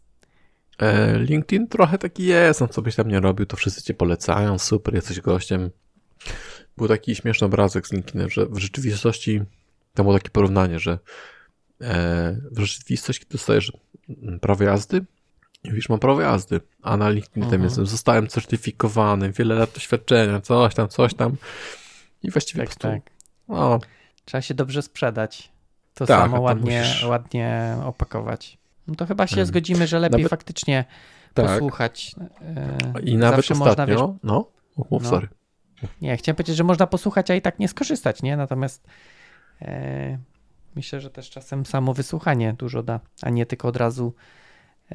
A: E, LinkedIn trochę taki jest, no co byś tam nie robił, to wszyscy cię polecają, super, jesteś gościem. Był taki śmieszny obrazek z LinkedInem, że w rzeczywistości, tam było takie porównanie, że e, w rzeczywistości dostajesz prawo jazdy i mówisz, mam prawo jazdy, a na LinkedInie
B: Mhm.
A: tam jestem, zostałem certyfikowany, wiele lat doświadczenia, coś tam, coś tam i właściwie
B: tak,
A: po prostu,
B: tak.
A: no,
B: Trzeba się dobrze sprzedać. To
A: Tak, a
B: samo
A: tam
B: ładnie,
A: musisz-
B: ładnie opakować. No to chyba się
A: Hmm.
B: zgodzimy, że lepiej
A: Nawet-
B: faktycznie
A: tak.
B: posłuchać. Yy,
A: I nawet
B: zawsze
A: ostatnio,
B: można, wiesz,
A: no, mów,
B: no.
A: sorry.
B: nie, chciałem powiedzieć, że można posłuchać, a i tak nie skorzystać, nie? Natomiast yy, myślę, że też czasem samo wysłuchanie dużo da, a nie tylko od razu yy,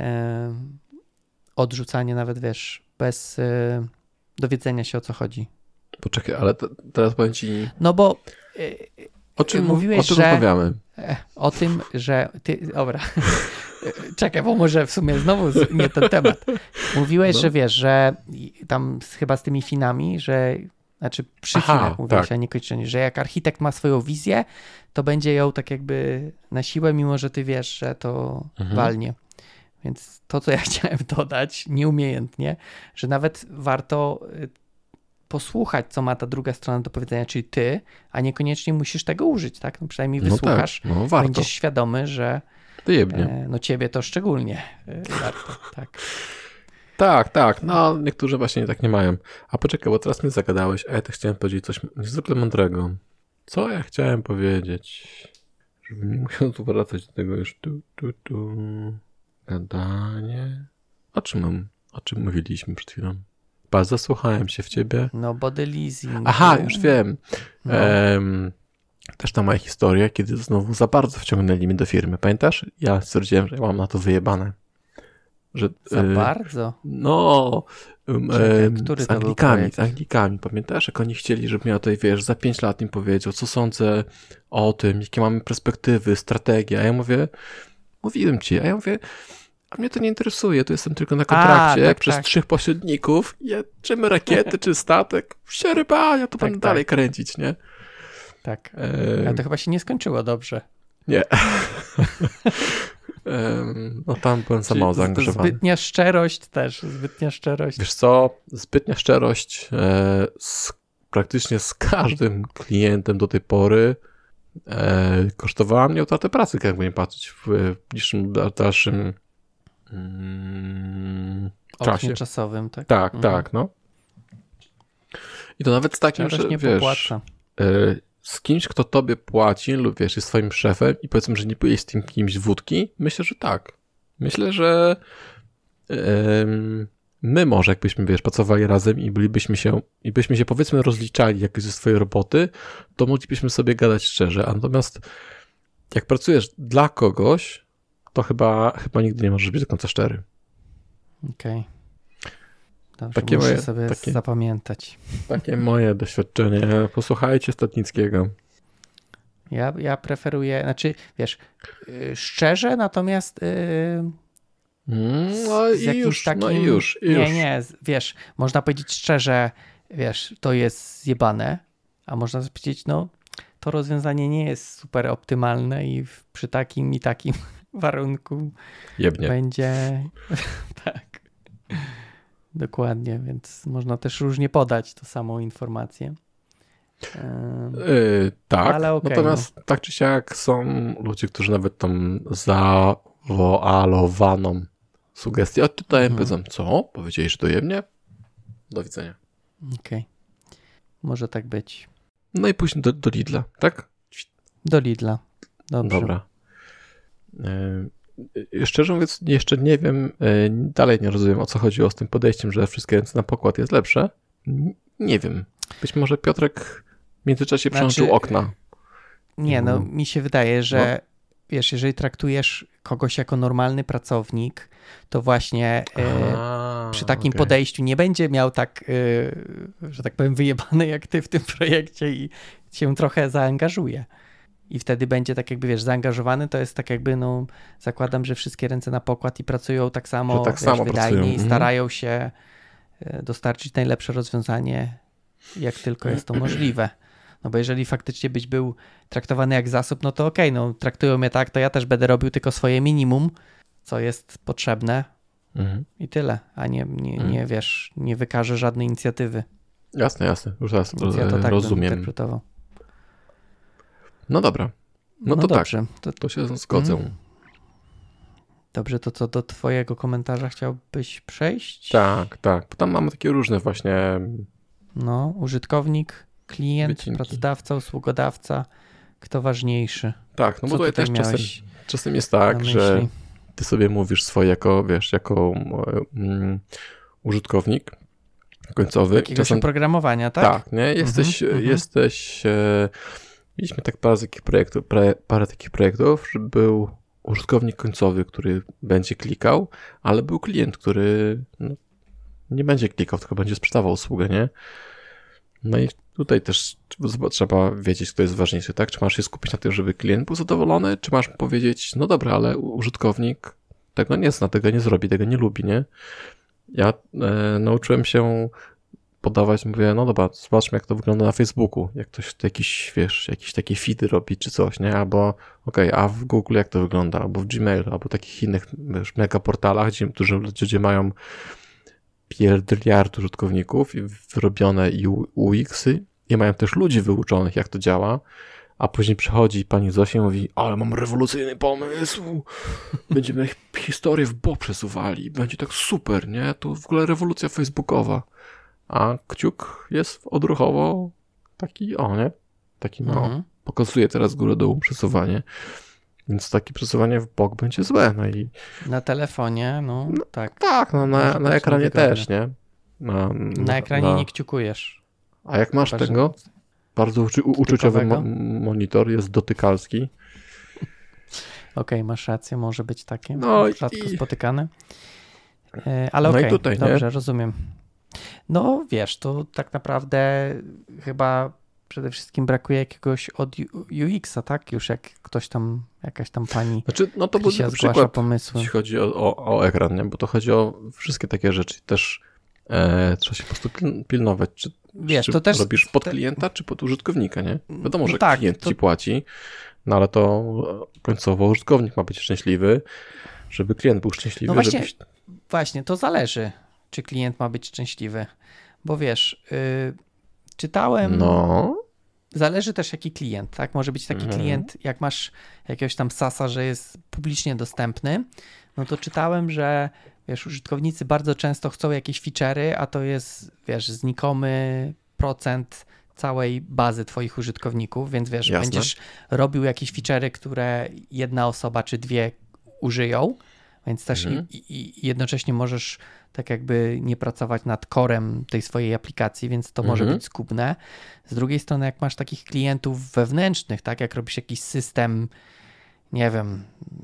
B: odrzucanie nawet, wiesz, bez yy, dowiedzenia się, o co chodzi.
A: Poczekaj, ale te, teraz powiem ci,
B: No bo yy,
A: o czym,
B: mówiłeś,
A: o czym
B: że-
A: rozmawiamy.
B: E, O tym, że ty, dobra, czekaj, bo może w sumie znowu z- nie ten temat. Mówiłeś,
A: No.
B: że wiesz, że i- tam z, chyba z tymi Finami, że, znaczy przy
A: Aha,
B: Finach mówiłeś,
A: tak.
B: a nie kończenie, że jak architekt ma swoją wizję, to będzie ją tak jakby na siłę, mimo że ty wiesz, że to
A: Mhm.
B: walnie. Więc to, co ja chciałem dodać nieumiejętnie, że nawet warto y, posłuchać, co ma ta druga strona do powiedzenia, czyli ty, a niekoniecznie musisz tego użyć, tak? No przynajmniej
A: No
B: wysłuchasz,
A: tak, no warto,
B: będziesz świadomy, że
A: wyjebnie.
B: e, no ciebie to szczególnie e, warto, tak.
A: Tak, tak, no niektórzy właśnie tak nie mają. A poczekaj, bo teraz mnie zagadałeś, a ja też chciałem powiedzieć coś niezwykle mądrego. Co ja chciałem powiedzieć? Żebym nie musiał tu wracać do tego już tu, tu, tu. Gadanie. O czym, mam- o czym mówiliśmy przed chwilą? Bardzo zasłuchałem się w ciebie.
B: No body leasing.
A: Aha, już wiem.
B: No.
A: Em, też ta moja historia, kiedy znowu za bardzo wciągnęli mnie do firmy. Pamiętasz? Ja stwierdziłem, że ja mam na to wyjebane. Że,
B: Za
A: e,
B: bardzo.
A: No, um,
B: Czekaj,
A: em,
B: który
A: z
B: to był
A: Anglikami,
B: projekt?
A: z Anglikami. Pamiętasz, jak oni chcieli, żebym ja tutaj, wiesz, za pięć lat im powiedział, co sądzę o tym, jakie mamy perspektywy, strategie. A ja mówię, mówiłem ci, a ja mówię, a mnie to nie interesuje, tu jestem tylko na kontrakcie
B: A, tak,
A: przez
B: tak.
A: trzech pośredników. Ja, czy my rakiety, czy statek, sieryba, ja to
B: Tak,
A: będę
B: tak.
A: dalej kręcić, nie?
B: Tak.
A: Em,
B: Ale to chyba się nie skończyło dobrze.
A: Nie. Em, no tam byłem za mało
B: Czyli
A: zaangażowany.
B: Zbytnia szczerość też, zbytnia szczerość.
A: Wiesz co, zbytnia szczerość e, z, praktycznie z każdym klientem do tej pory e, kosztowała mnie utratę pracy, jakby nie patrzeć w, w bliższym, dalszym mm, czasie.
B: Oknie czasowym, tak?
A: Tak,
B: Mhm.
A: tak, no. I to nawet z takim,
B: Szczerość
A: że
B: nie
A: wiesz,
B: popłaca.
A: e, z kimś, kto tobie płaci lub wiesz, jest twoim szefem i powiedzmy, że nie pijesz z tym kimś wódki, myślę, że tak. Myślę, że em, my może jakbyśmy, wiesz, pracowali razem i bylibyśmy się, i byśmy się powiedzmy rozliczali jakoś ze swojej roboty, to moglibyśmy sobie gadać szczerze. A natomiast jak pracujesz dla kogoś, to chyba, chyba nigdy nie możesz być do końca szczery.
B: Okej. Dobrze,
A: Takie
B: muszę
A: moje-
B: sobie
A: takie-
B: zapamiętać.
A: Takie moje doświadczenie. Posłuchajcie Statnickiego.
B: Ja, ja preferuję, znaczy wiesz, yy, szczerze, natomiast yy,
A: Mm, No
B: z
A: i
B: jakimś
A: już,
B: takim...
A: no i już, i
B: nie,
A: już.
B: nie, z- wiesz, można powiedzieć szczerze, wiesz, to jest zjebane, a można powiedzieć, no, to rozwiązanie nie jest super optymalne i w, przy takim i takim warunku
A: Jebnie.
B: będzie tak. Dokładnie, więc można też różnie podać tą samą informację. Ym,
A: Yy, tak,
B: Ale okej,
A: natomiast tak czy siak są ludzie, którzy nawet tą zawoalowaną sugestię odczytają,
B: Mhm.
A: powiedzą, co? Powiedzieli, że dojemnie? Do widzenia.
B: Okej. Może tak być.
A: No i później do, do Lidla, tak?
B: Do Lidla. Dobrze.
A: Dobra. Yy, szczerze mówiąc, jeszcze nie wiem, yy, dalej nie rozumiem, o co chodziło z tym podejściem, że wszystkie ręce na pokład jest lepsze. N- Nie wiem. Być może Piotrek w międzyczasie
B: Znaczy-
A: przełączył okna.
B: Nie, no
A: Mhm.
B: mi się wydaje, że wiesz, jeżeli traktujesz kogoś jako normalny pracownik, to właśnie e,
A: A,
B: przy takim
A: okej.
B: podejściu nie będzie miał tak, e, że tak powiem, wyjebane jak ty w tym projekcie i się trochę zaangażuje. I wtedy będzie tak jakby, wiesz, zaangażowany, to jest tak jakby, no, zakładam, że wszystkie ręce na pokład i pracują tak samo,
A: tak
B: wiesz,
A: samo
B: wydajnie
A: pracują.
B: i starają się dostarczyć najlepsze rozwiązanie, jak tylko jest to możliwe. No bo jeżeli faktycznie byś był traktowany jak zasób, no to okej, okay, no traktują mnie tak, to ja też będę robił tylko swoje minimum, co jest potrzebne mhm. i tyle, a nie, nie, nie mhm. wiesz, nie wykażę żadnej inicjatywy.
A: Jasne, jasne, już raz to
B: ja to tak
A: rozumiem.
B: Interpretował.
A: No dobra, no, no to
B: dobrze.
A: tak, to, to się zgodzę.
B: Mm. Dobrze, to co do twojego komentarza chciałbyś przejść?
A: Tak, tak, bo tam mamy takie różne właśnie...
B: No, użytkownik, klient,
A: wycinki.
B: Pracodawca, usługodawca, kto ważniejszy?
A: Tak, no bo
B: co
A: tutaj też czasem, czasem jest tak, że ty sobie mówisz swoje jako, wiesz, jako um, użytkownik końcowy.
B: Jakiegoś
A: czasem,
B: oprogramowania, tak?
A: Tak, nie? Jesteś, mm-hmm, jesteś e, mieliśmy tak parę takich projektów, parę, parę takich projektów, że był użytkownik końcowy, który będzie klikał, ale był klient, który no, nie będzie klikał, tylko będzie sprzedawał usługę, nie? No i tutaj też trzeba wiedzieć, kto jest ważniejszy, tak? Czy masz się skupić na tym, żeby klient był zadowolony, czy masz powiedzieć, no dobra, ale użytkownik tego nie zna, tego nie zrobi, tego nie lubi, nie? Ja e, nauczyłem się podawać, mówię, no dobra, zobaczmy, jak to wygląda na Facebooku, jak ktoś jakiś, wiesz, jakieś takie feedy robi, czy coś, nie? Albo, okej, okay, a w Google jak to wygląda, albo w Gmailu, albo takich innych, wiesz, mega portalach, gdzie, którzy ludzie mają pierdliard użytkowników i wyrobione U X-y i mają też ludzi wyuczonych, jak to działa, a później przychodzi pani Zosia i mówi, ale mam rewolucyjny pomysł, będziemy historię w bok przesuwali, będzie tak super, nie? To w ogóle rewolucja facebookowa. A kciuk jest odruchowo taki, o nie? Taki no, mhm. pokazuje teraz górę-dół przesuwanie. Więc takie przesuwanie w bok będzie złe. No i...
B: Na telefonie, no, no tak.
A: Tak, no, na, na ekranie też, nie? Na, na,
B: na ekranie na... nie kciukujesz.
A: A jak masz Chyba, tego? Że... Bardzo uczy, uczuciowy mo- monitor, jest dotykalski.
B: Okej, okay, masz rację, może być takie.
A: No
B: rzadko
A: i...
B: spotykane. Ale okej, okay, no dobrze, nie? Rozumiem. No wiesz, to tak naprawdę chyba przede wszystkim brakuje jakiegoś od U X-a, tak? Już jak ktoś tam, jakaś tam pani
A: znaczy, no to był przykład,
B: pomysły.
A: Jeśli chodzi o, o, o ekran, nie? Bo to chodzi o wszystkie takie rzeczy. Też e, trzeba się po prostu pilnować, czy,
B: wiesz,
A: czy
B: to też
A: robisz pod klienta, czy pod użytkownika, nie? Wiadomo, że
B: no tak,
A: klient
B: to...
A: ci płaci, no ale to końcowo użytkownik ma być szczęśliwy, żeby klient był szczęśliwy.
B: No właśnie,
A: żebyś...
B: właśnie, to zależy, czy klient ma być szczęśliwy. Bo wiesz, yy, czytałem...
A: No...
B: Zależy też jaki klient, tak? Może być taki mhm. klient, jak masz jakiegoś tam sasa, że jest publicznie dostępny, no to czytałem, że wiesz, użytkownicy bardzo często chcą jakieś feature'y, a to jest, wiesz, znikomy procent całej bazy twoich użytkowników, więc wiesz,
A: Jasne.
B: Będziesz robił jakieś feature'y, które jedna osoba czy dwie użyją, więc też mhm. i, i jednocześnie możesz tak jakby nie pracować nad corem tej swojej aplikacji, więc to mhm. może być zgubne. Z drugiej strony, jak masz takich klientów wewnętrznych, tak, jak robisz jakiś system, nie wiem,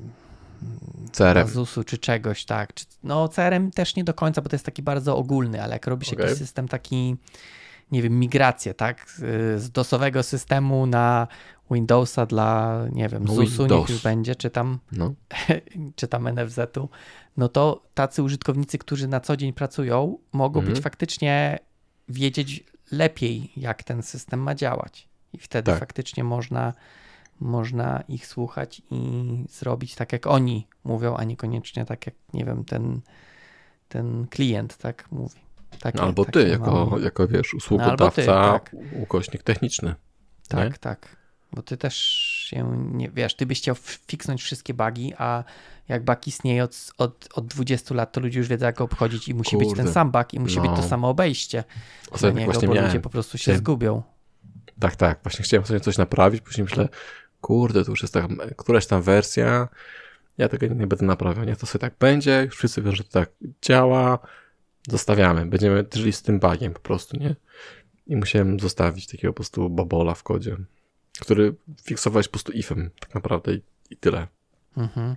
A: C R M
B: Azusu czy czegoś, tak, czy, no C R M też nie do końca, bo to jest taki bardzo ogólny, ale jak robisz okay. jakiś system taki, nie wiem, migrację, tak, z dosowego systemu na Windowsa dla, nie wiem, no zusu, niech już będzie, czy tam, no. czy tam N F Z-u, no to tacy użytkownicy, którzy na co dzień pracują, mogą mhm. być faktycznie wiedzieć lepiej, jak ten system ma działać. I wtedy tak. faktycznie można, można ich słuchać i zrobić tak, jak oni mówią, a niekoniecznie tak, jak, nie wiem, ten, ten klient tak mówi. Takie,
A: no albo ty, jako, mam... jako wiesz, usługodawca, no ty, tak. ukośnik techniczny.
B: Tak,
A: nie?
B: tak. Bo ty też się nie, wiesz, ty byś chciał fiksnąć wszystkie bugi, a jak bug istnieje od, od, od dwudziestu lat, to ludzie już wiedzą, jak go obchodzić i musi Kurde. być ten sam bug i musi no. być to samo obejście na niego, bo miałem. ludzie po prostu się chciałem... zgubią.
A: Tak, tak. Właśnie chciałem sobie coś naprawić, później myślę, kurde, to już jest tak, któraś tam wersja, ja tego nie będę naprawiał, nie, to sobie tak będzie, już wszyscy wiedzą, że to tak działa, zostawiamy, będziemy żyli z tym bugiem po prostu, nie? I musiałem zostawić takiego po prostu babola w kodzie, który fiksowałeś po prostu ifem tak naprawdę i, i tyle. Mhm.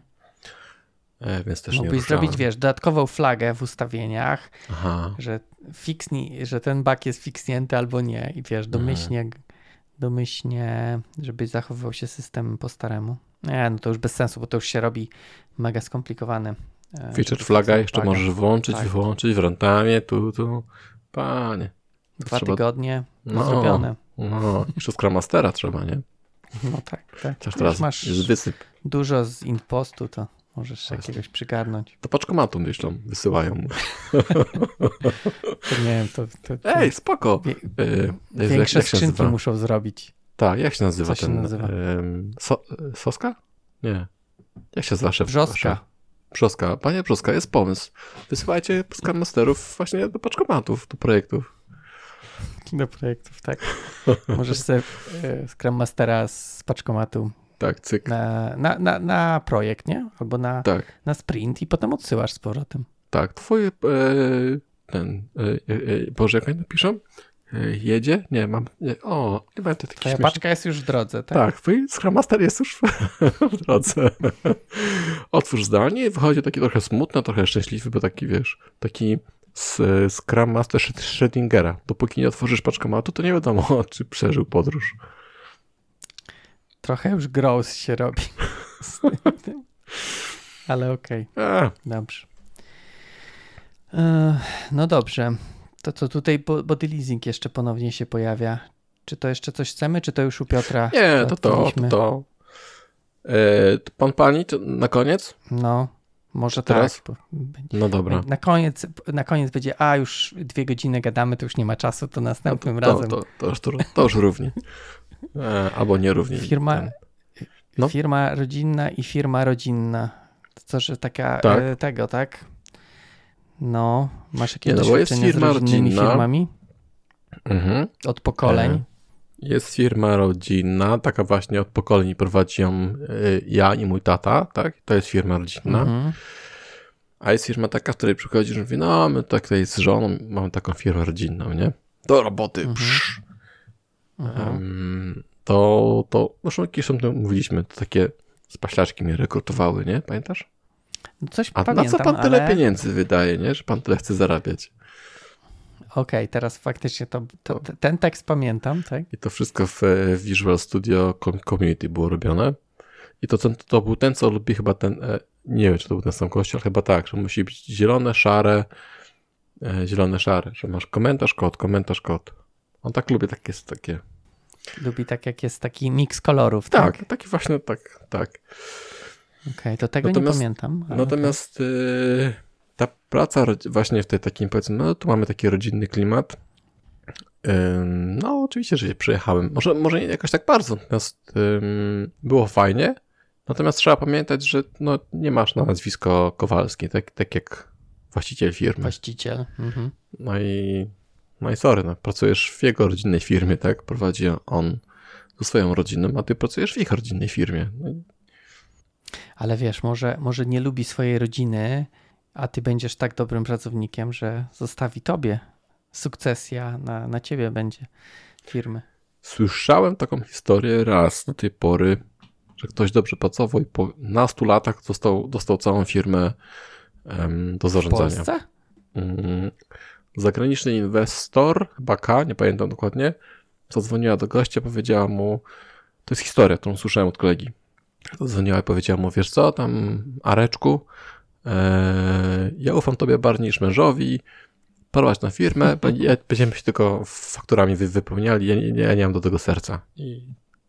A: E, więc też
B: Mógłbyś
A: nie ruszałem.
B: zrobić, wiesz, dodatkową flagę w ustawieniach,
A: Aha.
B: że fiksni, że ten bug jest fiksnięty albo nie i wiesz, domyślnie, domyślnie, żeby zachowywał się system po staremu. Nie, no to już bez sensu, bo to już się robi mega skomplikowane.
A: Feature flaga jeszcze
B: flaga.
A: możesz włączyć,
B: tak.
A: wyłączyć w runtimie, tu, tu. Panie.
B: Dwa
A: trzeba...
B: tygodnie
A: no,
B: zrobione.
A: No, jeszcze Scrum Mastera trzeba, nie?
B: No tak, tak.
A: Chociaż teraz
B: masz
A: jest wysyp.
B: dużo z impostu, to możesz jakiegoś przygarnąć.
A: To paczkomatu myślą, wysyłają.
B: To nie wiem, to... to, to...
A: Ej, spoko.
B: Wie...
A: Yy,
B: Większe
A: jak, jak
B: skrzynki muszą zrobić.
A: Tak, jak się nazywa
B: Co się
A: ten...
B: nazywa?
A: Yy, so, Soska? Nie. Jak się nazywa szef?
B: Brzoska.
A: Brzoska. Panie Brzoska, jest pomysł. Wysyłajcie Scrum Masterów właśnie do paczkomatów, do projektów.
B: Do projektów, tak. Możesz sobie e, Scrum Mastera z paczkomatu
A: tak, cyk.
B: Na, na, na, na projekt, nie? Albo na,
A: tak.
B: na sprint i potem odsyłasz z powrotem.
A: Tak, twój e, ten, e, e, Boże, jak oni napiszą? E, jedzie? Nie, mam, nie, o, nie będę taki
B: Twoja
A: śmieszny.
B: paczka jest już w drodze, tak?
A: Tak, twój Scrum Master jest już w drodze. Otwórz zdalnie i wychodzi taki trochę smutny, trochę szczęśliwy, bo taki, wiesz, taki z Scrum Master Schrödingera. Dopóki nie otworzysz paczkomatu, to nie wiadomo, czy przeżył podróż.
B: Trochę już gross się robi. Ale okej.
A: Okay.
B: Dobrze. No dobrze. To co tutaj body leasing jeszcze ponownie się pojawia. Czy to jeszcze coś chcemy, czy to już u Piotra?
A: Nie, to to, to, to. E, pan pani to na koniec?
B: No, może
A: teraz?
B: tak.
A: No dobra.
B: Na koniec, na koniec będzie, a już dwie godziny gadamy, to już nie ma czasu, to następnym
A: no to,
B: razem.
A: To, to, to, już, to już równi. E, albo nie równi.
B: Firma,
A: no.
B: firma rodzinna i firma rodzinna. To, że taka
A: tak.
B: e, tego, tak? No, masz jakieś
A: nie, no,
B: doświadczenia
A: jest firma
B: z rodzinnymi
A: rodzinna.
B: firmami?
A: Mhm.
B: Od pokoleń? E,
A: jest firma rodzinna, taka właśnie od pokoleń prowadzi ją ja i mój tata, tak? To jest firma rodzinna. Mhm. A jest firma taka, w której przychodzisz i mówi, no my tutaj z żoną mamy taką firmę rodzinną, nie? Do roboty, mhm. psz. Mhm. Um, to, to, zresztą jakieś o tym mówiliśmy, to takie spaślaczki mnie rekrutowały, nie? Pamiętasz?
B: No coś
A: A
B: pamiętam,
A: na co pan tyle
B: ale...
A: pieniędzy wydaje, nie? Że pan tyle chce zarabiać?
B: Okej, okay, teraz faktycznie to, to, ten tekst pamiętam, tak?
A: I to wszystko w, w Visual Studio Community było robione. I to, ten, to był ten, co lubi chyba ten, nie wiem, czy to był ten sam kościół, ale chyba tak, że musi być zielone, szare, zielone, szare, że masz komentarz, kod, komentarz, kod. On tak lubi, tak jest takie...
B: Lubi tak, jak jest taki miks kolorów,
A: tak?
B: Tak,
A: taki właśnie, tak, tak.
B: Okej, okay, to tego natomiast, nie pamiętam.
A: Natomiast okay. y, ta praca właśnie w tej takim, powiedzmy, no tu mamy taki rodzinny klimat. Y, no oczywiście, że się przyjechałem. Może, może nie jakoś tak bardzo, natomiast y, było fajnie. Natomiast trzeba pamiętać, że no, nie masz na nazwisko Kowalski, tak, tak jak właściciel firmy.
B: Właściciel. Mhm.
A: No i no i sorry, no, pracujesz w jego rodzinnej firmie, tak? Prowadzi on ze swoją rodziną, a ty pracujesz w ich rodzinnej firmie. No i...
B: Ale wiesz, może, może nie lubi swojej rodziny, a ty będziesz tak dobrym pracownikiem, że zostawi tobie sukcesja, na, na ciebie będzie firmy.
A: Słyszałem taką historię raz do tej pory, że ktoś dobrze pracował i po nastu latach dostał, dostał całą firmę um, do zarządzania.
B: W Polsce?
A: Um, zagraniczny inwestor, chyba K, nie pamiętam dokładnie, zadzwoniła do gościa, powiedziała mu, to jest historia, którą słyszałem od kolegi. Zadzwoniła i powiedziała mu, wiesz co, tam Areczku, e, ja ufam tobie bardziej niż mężowi, prowadź na firmę, będziemy się tylko fakturami wypełniali, ja nie, ja nie mam do tego serca. I...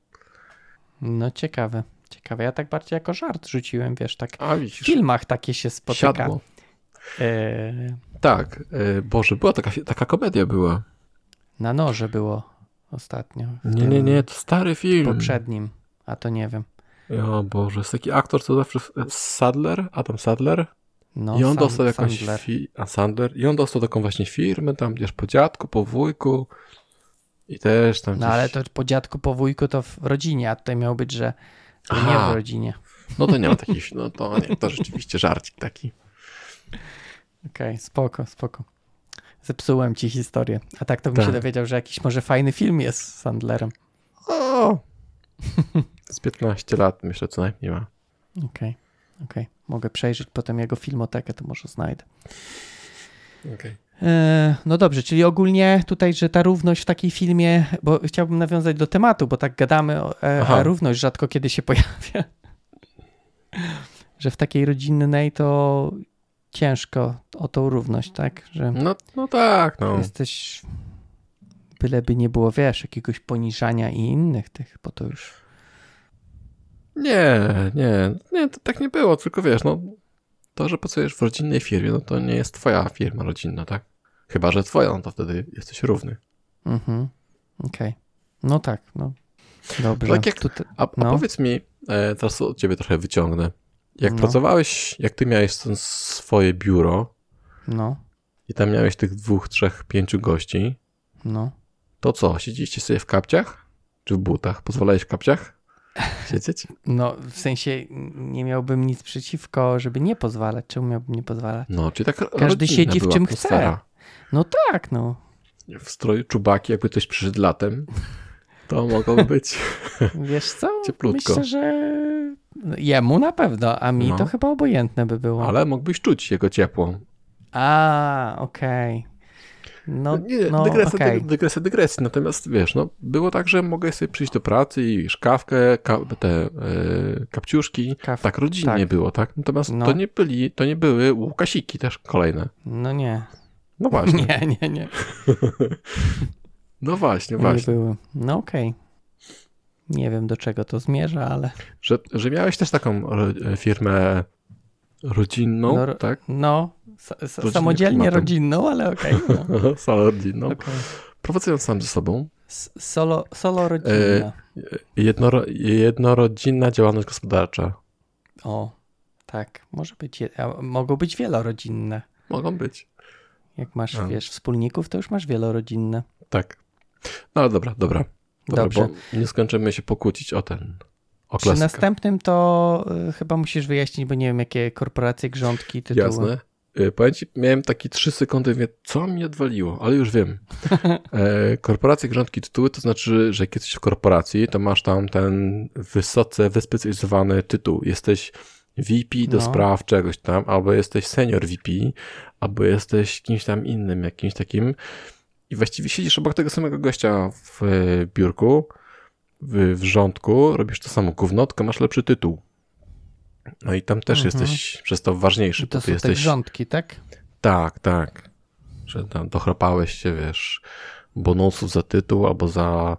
B: No ciekawe, ciekawe. Ja tak bardziej jako żart rzuciłem, wiesz, tak
A: A,
B: w filmach takie się spotyka.
A: Siadło. E... Tak, e, Boże, była taka, taka komedia była.
B: Na noże było ostatnio.
A: Nie, nie, nie, to stary film.
B: Poprzednim, a to nie wiem.
A: O Boże, jest taki aktor, co zawsze Sadler, Adam Sadler.
B: No,
A: I on
B: Sand-
A: dostał jakąś
B: Sandler.
A: Fi- a Sandler. I on dostał taką właśnie firmę, tam gdzieś po dziadku, po wujku. I też tam
B: No
A: gdzieś...
B: ale to po dziadku, po wujku to w rodzinie, a tutaj miał być, że
A: Aha.
B: nie w rodzinie.
A: No to nie ma takich, no to nie, to rzeczywiście żarcik taki.
B: Okej, okay, spoko, spoko. Zepsułem ci historię. A tak to bym
A: tak.
B: się dowiedział, że jakiś może fajny film jest z Sandlerem.
A: O! Z piętnaście lat myślę co najmniej ma.
B: Okej, okay, okej. Okay. Mogę przejrzeć potem jego filmotekę, to może znajdę.
A: Okay.
B: No dobrze, czyli ogólnie tutaj, że ta równość w takiej filmie, bo chciałbym nawiązać do tematu, bo tak gadamy, a równość rzadko kiedy się pojawia. Że w takiej rodzinnej to ciężko o tą równość, tak? Że
A: no, no tak, no.
B: Jesteś, byleby nie było, wiesz, jakiegoś poniżania i innych tych, bo to już...
A: Nie, nie, nie, to tak nie było, tylko wiesz, no to, że pracujesz w rodzinnej firmie, no to nie jest twoja firma rodzinna, tak? Chyba że twoja, no to wtedy jesteś równy.
B: Mhm, okej. Okay. No tak, no. Dobrze.
A: Tak jak,
B: Tutaj,
A: a,
B: no.
A: a powiedz mi, e, teraz od ciebie trochę wyciągnę. Jak
B: no.
A: pracowałeś, jak ty miałeś swoje biuro
B: no.
A: i tam miałeś tych dwóch, trzech, pięciu gości,
B: no.
A: to co, siedzieliście sobie w kapciach? Czy w butach? Pozwalałeś w kapciach siedzieć?
B: No, w sensie nie miałbym nic przeciwko, żeby nie pozwalać. Czemu miałbym nie pozwalać?
A: No, czyli tak
B: każdy siedzi w czym
A: atmosfera.
B: chce. No tak, no.
A: W stroju czubaki, jakby ktoś przyszedł latem, to mogą być
B: wiesz co?
A: cieplutko.
B: Myślę, że jemu na pewno, a mi
A: no.
B: to chyba obojętne by było.
A: Ale mógłbyś czuć jego ciepło.
B: A, okej. Okay. No,
A: nie,
B: no
A: dygresja,
B: okay.
A: dygresja, dygresja. Natomiast wiesz, no było tak, że mogę sobie przyjść do pracy i szkawkę, ka, te e, kapciuszki,
B: Kaf,
A: tak rodzinnie
B: tak.
A: było, tak? Natomiast
B: no.
A: to nie byli, to nie były łukasiki też kolejne.
B: No nie.
A: No właśnie.
B: Nie, nie, nie.
A: no właśnie, właśnie.
B: Nie były. No okej. Okay. Nie wiem, do czego to zmierza, ale...
A: Że, że miałeś też taką firmę rodzinną,
B: no,
A: tak?
B: No, s- samodzielnie klimatem. rodzinną, ale okej. Okay, no.
A: Solo rodzinną.
B: Okay.
A: Pracując sam ze sobą.
B: S- solo, solo rodzinna.
A: E, jednoro, jednorodzinna działalność gospodarcza.
B: O, tak. Może być, a mogą być wielorodzinne.
A: Mogą być.
B: Jak masz, a. wiesz, wspólników, to już masz wielorodzinne.
A: Tak. No ale dobra, dobra. dobra
B: Dobrze.
A: Bo nie skończymy się pokłócić o ten, o
B: Przy następnym to y, chyba musisz wyjaśnić, bo nie wiem, jakie korporacje, grządki, tytuły.
A: Jasne. Y, powiem ci, miałem takie trzy sekundy, mówię, co mnie odwaliło, ale już wiem. e, korporacje, grządki, tytuły, to znaczy, że jak jesteś w korporacji, to masz tam ten wysoce wyspecjalizowany tytuł. Jesteś V P do no. spraw czegoś tam, albo jesteś senior V P, albo jesteś kimś tam innym, jakimś takim. I właściwie siedzisz obok tego samego gościa w biurku, w, w rządku, robisz to samo gówno, tylko masz lepszy tytuł. No i tam też mhm. jesteś przez to ważniejszy.
B: I to
A: ty
B: są
A: jesteś...
B: te rządki, tak?
A: Tak, tak. Że tam dochrapałeś się, wiesz, bonusów za tytuł albo za,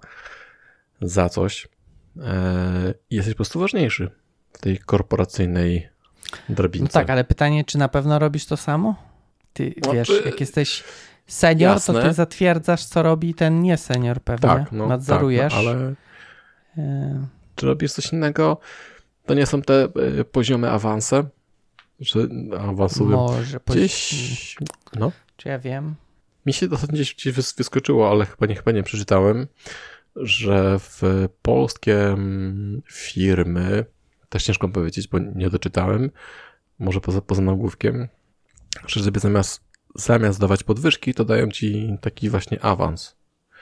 A: za coś. Eee, I jesteś po prostu ważniejszy w tej korporacyjnej drabince.
B: No tak, ale pytanie, czy na pewno robisz to samo? Ty no, wiesz, ty... jak jesteś senior, Jasne. to ty zatwierdzasz, co robi ten nie senior pewnie. Tak, no, nadzorujesz.
A: Tak, no, ale e... czy robisz coś innego? To nie są te y, poziomy awanse, że awansują.
B: Może
A: gdzieś, no.
B: Czy ja wiem?
A: Mi się to gdzieś, gdzieś wyskoczyło, ale chyba nie, chyba nie przeczytałem, że w polskie firmy, też ciężko powiedzieć, bo nie doczytałem, może poza, poza nagłówkiem, że żeby zamiast, zamiast dawać podwyżki, to dają ci taki właśnie awans.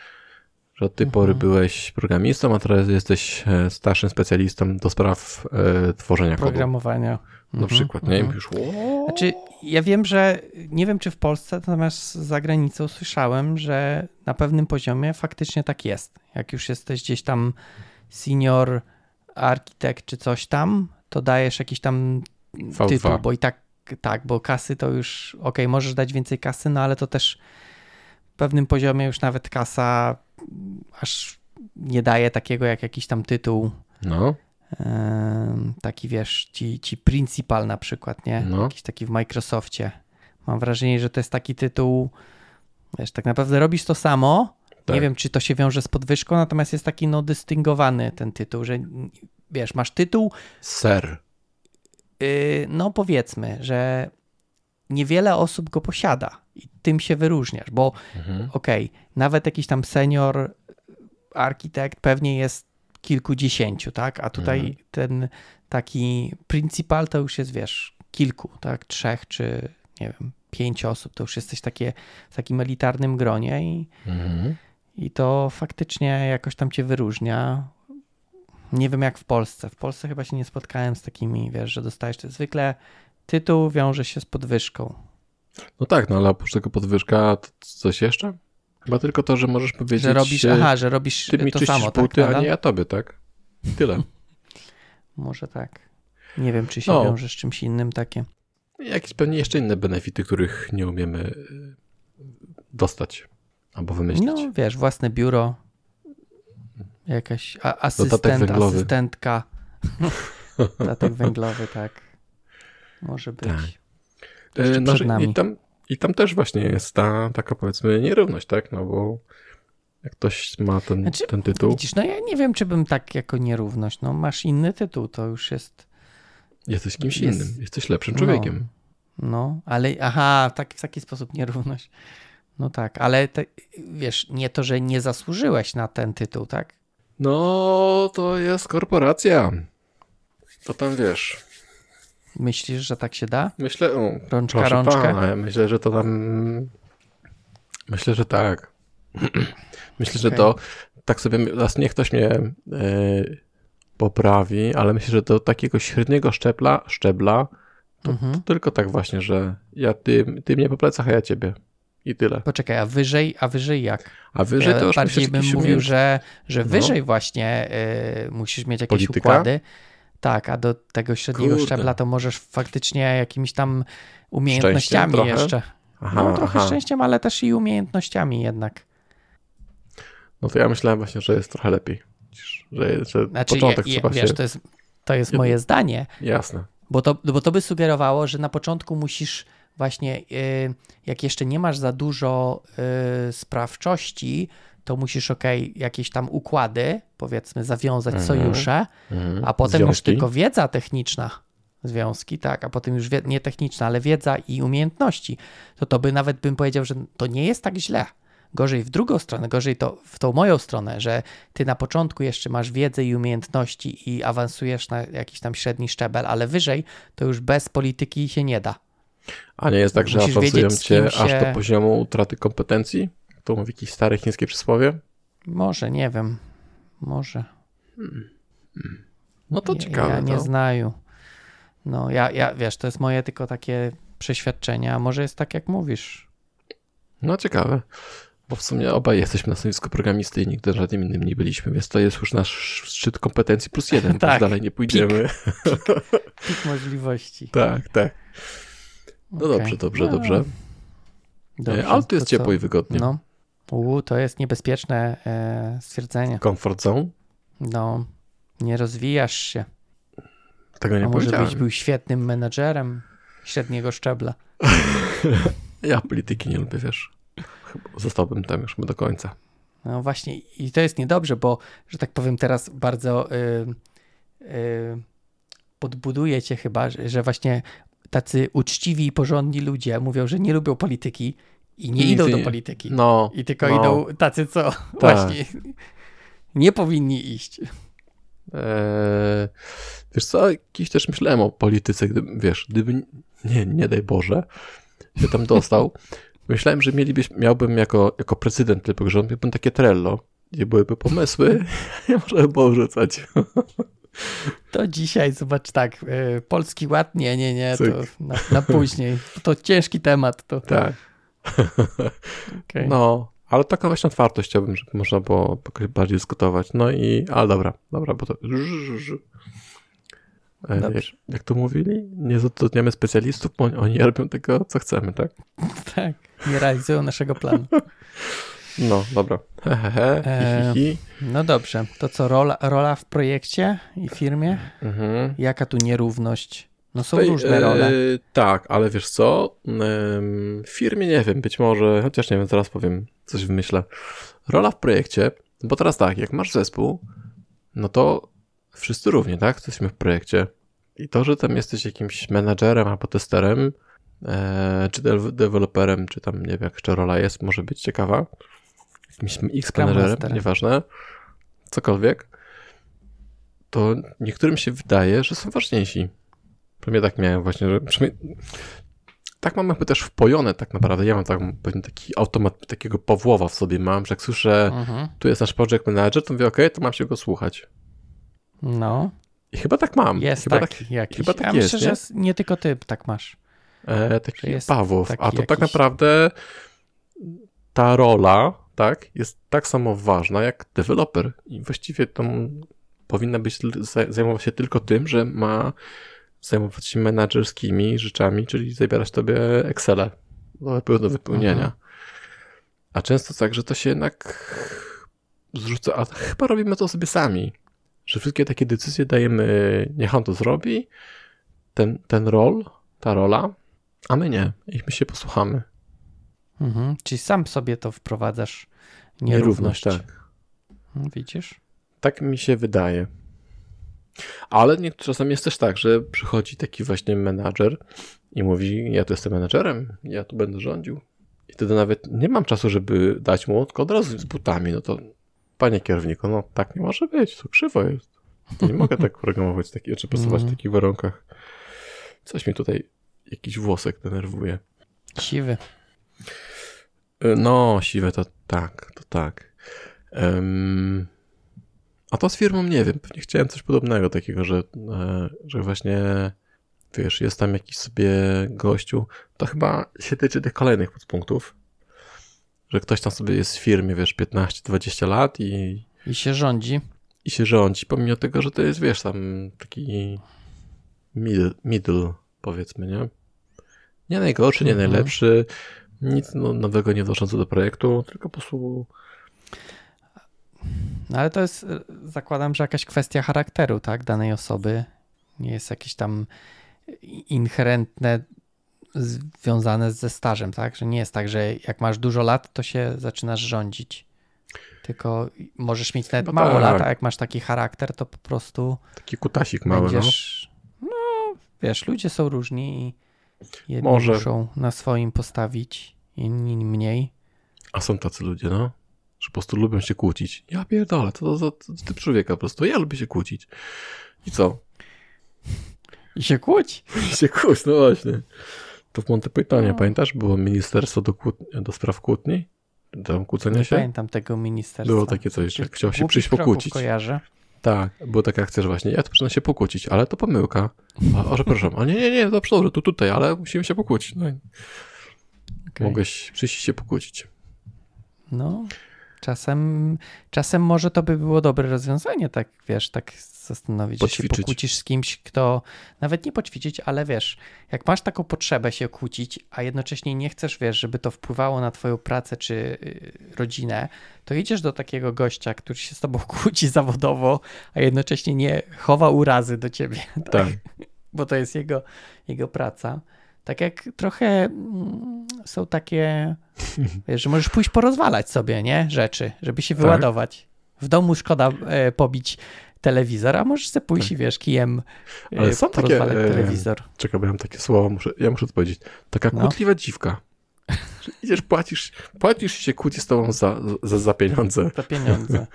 A: Że od tej mhm. pory byłeś programistą, a teraz jesteś starszym specjalistą do spraw e, tworzenia kodu.
B: Programowania.
A: Na
B: mhm.
A: przykład, nie?
B: Mhm.
A: Już,
B: znaczy, ja wiem, że nie wiem, czy w Polsce, natomiast za granicą słyszałem, że na pewnym poziomie faktycznie tak jest. Jak już jesteś gdzieś tam senior architekt czy coś tam, to dajesz jakiś tam
A: V dwa.
B: Tytuł, bo i tak, tak, bo kasy to już, okej, okay, możesz dać więcej kasy, no ale to też w pewnym poziomie już nawet kasa aż nie daje takiego jak jakiś tam tytuł.
A: No.
B: Yy, taki wiesz, ci, ci principal na przykład, nie?
A: No.
B: Jakiś taki w Microsoftie. Mam wrażenie, że to jest taki tytuł, wiesz, tak naprawdę robisz to samo. Tak. Nie wiem, czy to się wiąże z podwyżką, natomiast jest taki no dystyngowany ten tytuł, że wiesz, masz tytuł.
A: Ser.
B: Yy, no powiedzmy, że niewiele osób go posiada i tym się wyróżniasz, bo mhm. okej, okay, nawet jakiś tam senior architekt pewnie jest kilkudziesięciu, tak? A tutaj mhm. ten taki principal to już jest, wiesz, kilku, tak? Trzech czy, nie wiem, pięć osób, to już jesteś takie, w takim elitarnym gronie i, mhm. i to faktycznie jakoś tam cię wyróżnia. Nie wiem jak w Polsce. W Polsce chyba się nie spotkałem z takimi, wiesz, że dostajesz to zwykle tytuł wiąże się z podwyżką.
A: No tak, no ale oprócz tego podwyżka, to coś jeszcze? Chyba tylko to, że możesz powiedzieć...
B: Że robisz, aha, że robisz
A: ty mi
B: to
A: czyścisz
B: samo,
A: buty,
B: tak?
A: a nie ja tobie, tak? Tyle.
B: Może tak. Nie wiem, czy się
A: no.
B: wiąże z czymś innym takie.
A: Jakieś pewnie jeszcze inne benefity, których nie umiemy dostać albo wymyślić.
B: No wiesz, własne biuro, jakaś a- asystent,
A: Dodatek węglowy.
B: asystentka. Dodatek węglowy, tak. Może być.
A: Tak.
B: Jeszcze
A: No,
B: przed nami.
A: I tam, I tam też właśnie jest ta taka powiedzmy nierówność, tak? No bo jak ktoś ma ten,
B: Znaczy,
A: ten tytuł...
B: Widzisz, no ja nie wiem, czy bym tak jako nierówność. No masz inny tytuł, to już jest...
A: Jesteś kimś
B: jest,
A: innym, jesteś lepszym człowiekiem.
B: No, no ale aha, tak, w taki sposób nierówność. No tak, ale te, wiesz, nie to, że nie zasłużyłeś na ten tytuł, tak?
A: No, to jest korporacja. To tam wiesz.
B: Myślisz, że tak się da?
A: Myślę, o,
B: Rączka,
A: proszę
B: rączkę?
A: pana, ja myślę, że to tam... Myślę, że tak. Myślę, że
B: Okay.
A: to... Tak sobie... Niech ktoś mnie e, poprawi, ale myślę, że do takiego średniego szczebla, szczebla to,
B: Mhm.
A: to tylko tak właśnie, że ja ty, ty mnie po plecach, a ja ciebie. I tyle.
B: Poczekaj, a wyżej, a wyżej jak?
A: A wyżej
B: ja
A: to już
B: bardziej
A: myślę,
B: bym
A: jakiś
B: mówił,
A: umiejęt-
B: że, że
A: No.
B: wyżej właśnie y, musisz mieć jakieś
A: Polityka?
B: układy. Tak, a do tego średniego
A: Kurde.
B: szczebla to możesz faktycznie jakimiś tam umiejętnościami
A: trochę?
B: jeszcze.
A: Aha,
B: No trochę
A: aha.
B: szczęściem, ale też i umiejętnościami jednak.
A: No to ja myślałem właśnie, że jest trochę lepiej. Że, że
B: Znaczy,
A: początek
B: je,
A: trzeba
B: je, wiesz,
A: się...
B: to jest, to jest
A: Jedno-
B: moje zdanie,
A: Jasne.
B: bo to, bo to by sugerowało, że na początku musisz właśnie, y, jak jeszcze nie masz za dużo y, sprawczości, to musisz, okej, jakieś tam układy, powiedzmy, zawiązać
A: Mhm.
B: sojusze,
A: Mhm.
B: a potem już
A: Związki?
B: tylko wiedza techniczna, związki, tak, a potem już wie, nie techniczna, ale wiedza i umiejętności, to to by nawet bym powiedział, że to nie jest tak źle. Gorzej w drugą stronę, gorzej to w tą moją stronę, że ty na początku jeszcze masz wiedzę i umiejętności i awansujesz na jakiś tam średni szczebel, ale wyżej to już bez polityki się nie da.
A: A nie jest tak, że
B: Musisz
A: awansują
B: wiedzieć, z
A: cię
B: kim
A: aż
B: się-
A: do poziomu utraty kompetencji? To mówi jakieś stare chińskie przysłowie?
B: Może, nie wiem, może.
A: No to
B: Ja-
A: ciekawe.
B: Ja nie
A: to.
B: znaju. No, ja, ja, wiesz, to jest moje tylko takie przeświadczenie, a może jest tak, jak mówisz.
A: No ciekawe. Bo w sumie obaj jesteśmy na stanowisku programisty i nigdy żadnym innym nie byliśmy, więc to jest już nasz szczyt kompetencji plus jeden,
B: Tak.
A: tak. Dalej nie pójdziemy.
B: Pik możliwości.
A: tak, tak. No
B: Okej.
A: dobrze, dobrze,
B: No,
A: dobrze.
B: dobrze.
A: Ale tu jest
B: To
A: ciepło
B: co?
A: i wygodnie.
B: No. U, to jest niebezpieczne e, stwierdzenie.
A: Comfort zone?
B: No, nie rozwijasz się.
A: Tego nie
B: A może
A: powiedziałem.
B: byś był świetnym menadżerem średniego szczebla.
A: Ja polityki nie lubię, wiesz. Chyba zostałbym tam już do końca.
B: No właśnie i to jest niedobrze, bo, że tak powiem teraz bardzo y, y, podbuduje cię chyba, że, że właśnie tacy uczciwi i porządni ludzie mówią, że nie lubią polityki i nie
A: I
B: idą
A: ty
B: do
A: nie-
B: polityki.
A: No.
B: I tylko
A: no.
B: idą tacy, co właśnie nie powinni iść.
A: Eee, wiesz co, jakiś też myślałem o polityce, gdyby, wiesz, gdyby, nie, nie daj Boże, się tam dostał, myślałem, że mielibyś, miałbym jako, jako prezydent tylko rząd, miałbym takie Trello, gdzie byłyby pomysły, ja można było wrzucać.
B: To dzisiaj, zobacz tak, y, Polski Ład, nie, nie, nie, to
A: Cyk.
B: na, na później. To ciężki temat. To,
A: Tak.
B: okay.
A: No, ale taką właśnie otwartość chciałbym, żeby można było jakoś bardziej dyskutować. No i, ale dobra, dobra, bo to... E,
B: Dobrze.
A: Jak, jak to mówili? Nie zatrudniamy specjalistów, bo oni robią tego, co chcemy, tak?
B: Tak, nie realizują naszego planu.
A: No, dobra. He, he, he, hi, hi, hi.
B: No dobrze, to co, rola, rola w projekcie i firmie?
A: Mhm.
B: Jaka tu nierówność? No są
A: Tutaj,
B: różne
A: e,
B: role.
A: Tak, ale wiesz co? Em, W firmie nie wiem, być może, chociaż nie wiem, zaraz powiem, coś wymyślę. Rola w projekcie, bo teraz tak, jak masz zespół, no to wszyscy równie, tak? Jesteśmy w projekcie. I to, że tam jesteś jakimś menadżerem albo testerem, e, czy de- deweloperem, czy tam nie wiem, jak jeszcze rola jest, może być ciekawa. Jakimś X
B: Scrum
A: menadżerem,
B: Masterem.
A: nieważne, cokolwiek, to niektórym się wydaje, że są ważniejsi. Przynajmniej tak miałem właśnie, że przynajmniej tak mam jakby też wpojone tak naprawdę. Ja mam tak, pewien taki automat, takiego Pawłowa w sobie mam, że jak słyszę,
B: Mhm.
A: tu jest nasz project manager, to mówię, okej, to mam się go słuchać.
B: No,
A: I chyba tak mam.
B: jest
A: chyba
B: taki jakiś.
A: chyba tak
B: ja
A: jest,
B: myślę,
A: nie?
B: że s- nie tylko ty tak masz.
A: e, taki Pawłow. A to jakiś... tak naprawdę ta rola, tak, jest tak samo ważna jak deweloper. I właściwie to powinna być zajmować się tylko tym, że ma zajmować się menadżerskimi rzeczami, czyli zabierać tobie Excele do wypełnienia. Mhm. A często tak, że to się jednak zrzuca, a chyba robimy to sobie sami, że wszystkie takie decyzje dajemy, niech on to zrobi, ten, ten rol, ta rola, a my nie, i my się posłuchamy.
B: Mhm. Czyli sam sobie to wprowadzasz
A: nierówność. Nierówność, tak.
B: Widzisz?
A: Tak mi się wydaje. Ale nie, czasem jest też tak, że przychodzi taki właśnie menadżer i mówi, ja tu jestem menadżerem, ja tu będę rządził. I wtedy nawet nie mam czasu, żeby dać mu, tylko od razu z butami. No to panie kierowniku, no tak nie może być, to krzywo jest. Nie mogę tak programować, taki, czy pasować w takich warunkach. Coś mi tutaj, jakiś włosek denerwuje.
B: Siwy.
A: No, siwe to tak, to tak. Um, a to z firmą nie wiem, pewnie chciałem coś podobnego takiego, że, że właśnie wiesz, jest tam jakiś sobie gościu, to chyba się tyczy tych kolejnych podpunktów, że ktoś tam sobie jest w firmie, wiesz, piętnaście dwadzieścia lat i...
B: I się rządzi.
A: I się rządzi, pomimo tego, że to jest, wiesz, tam taki middle, middle powiedzmy, nie? Nie najgorszy, nie mhm. najlepszy, nic no, nowego nie wnoszące do projektu, tylko po prostu...
B: No ale to jest, zakładam, że jakaś kwestia charakteru, tak, danej osoby. Nie jest jakieś tam inherentne związane ze stażem, tak? Że nie jest tak, że jak masz dużo lat, to się zaczynasz rządzić. Tylko możesz mieć nawet mało tak. lat, a jak masz taki charakter, to po prostu
A: taki kutasik mały,
B: będziesz, no. no wiesz, ludzie są różni i jedni Może. muszą na swoim postawić, inni mniej.
A: A są tacy ludzie, no, że po prostu lubią się kłócić. Ja pierdolę, to za typ człowieka po prostu. Ja lubię się kłócić. I co?
B: I się kłóć?
A: I się kłóć, no właśnie. To w Monty Pythonie, no. Pamiętasz? Było ministerstwo do, kłótni, do spraw kłótni? Do kłócenia
B: Nie
A: się?
B: pamiętam tego ministerstwa.
A: Było takie coś, że chciał się przyjść pokłócić.
B: Kojarzę.
A: Tak, była taka akcja, że właśnie ja tu przyjdę się pokłócić, ale to pomyłka. A, a przepraszam, a nie, nie, nie, dobrze, dobrze, tu tutaj, ale musimy się pokłócić. No. Okay. Mogłeś przyjść się pokłócić.
B: No, czasem, czasem może to by było dobre rozwiązanie, tak wiesz, tak zastanowić, że się pokłócisz z kimś, kto nawet nie poćwiczyć, ale wiesz, jak masz taką potrzebę się kłócić, a jednocześnie nie chcesz, wiesz, żeby to wpływało na twoją pracę czy rodzinę, to idziesz do takiego gościa, który się z tobą kłóci zawodowo, a jednocześnie nie chowa urazy do ciebie, tak? tak. Bo to jest jego, jego praca. Tak jak trochę mm, są takie, wiesz, że możesz pójść porozwalać sobie, nie? Rzeczy, żeby się wyładować. Tak. W domu szkoda e, pobić telewizor, a możesz sobie pójść tak. i wiesz, kijem e, Ale są porozwalać takie, telewizor.
A: E, czekaj, bo ja mam takie słowa, muszę, ja muszę to powiedzieć. Taka no. kłótliwa dziwka. Że idziesz, płacisz, płacisz i się kłóci z tobą za, za, za pieniądze.
B: Za pieniądze.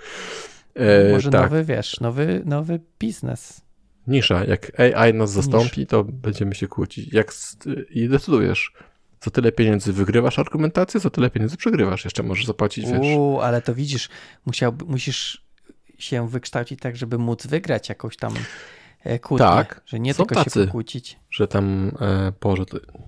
B: e, Może tak. nowy, wiesz, nowy, nowy biznes.
A: Nisza. Jak A I nas zastąpi, Nisz. to będziemy się kłócić. Jak i decydujesz, za tyle pieniędzy wygrywasz argumentację, za tyle pieniędzy przegrywasz. Jeszcze możesz zapłacić, wiesz.
B: Uuu, ale to widzisz, musiał, musisz się wykształcić tak, żeby móc wygrać jakąś tam kłótnię. Tak. Że nie
A: są
B: tylko
A: tacy,
B: się pokłócić.
A: Że tam, e, Boże,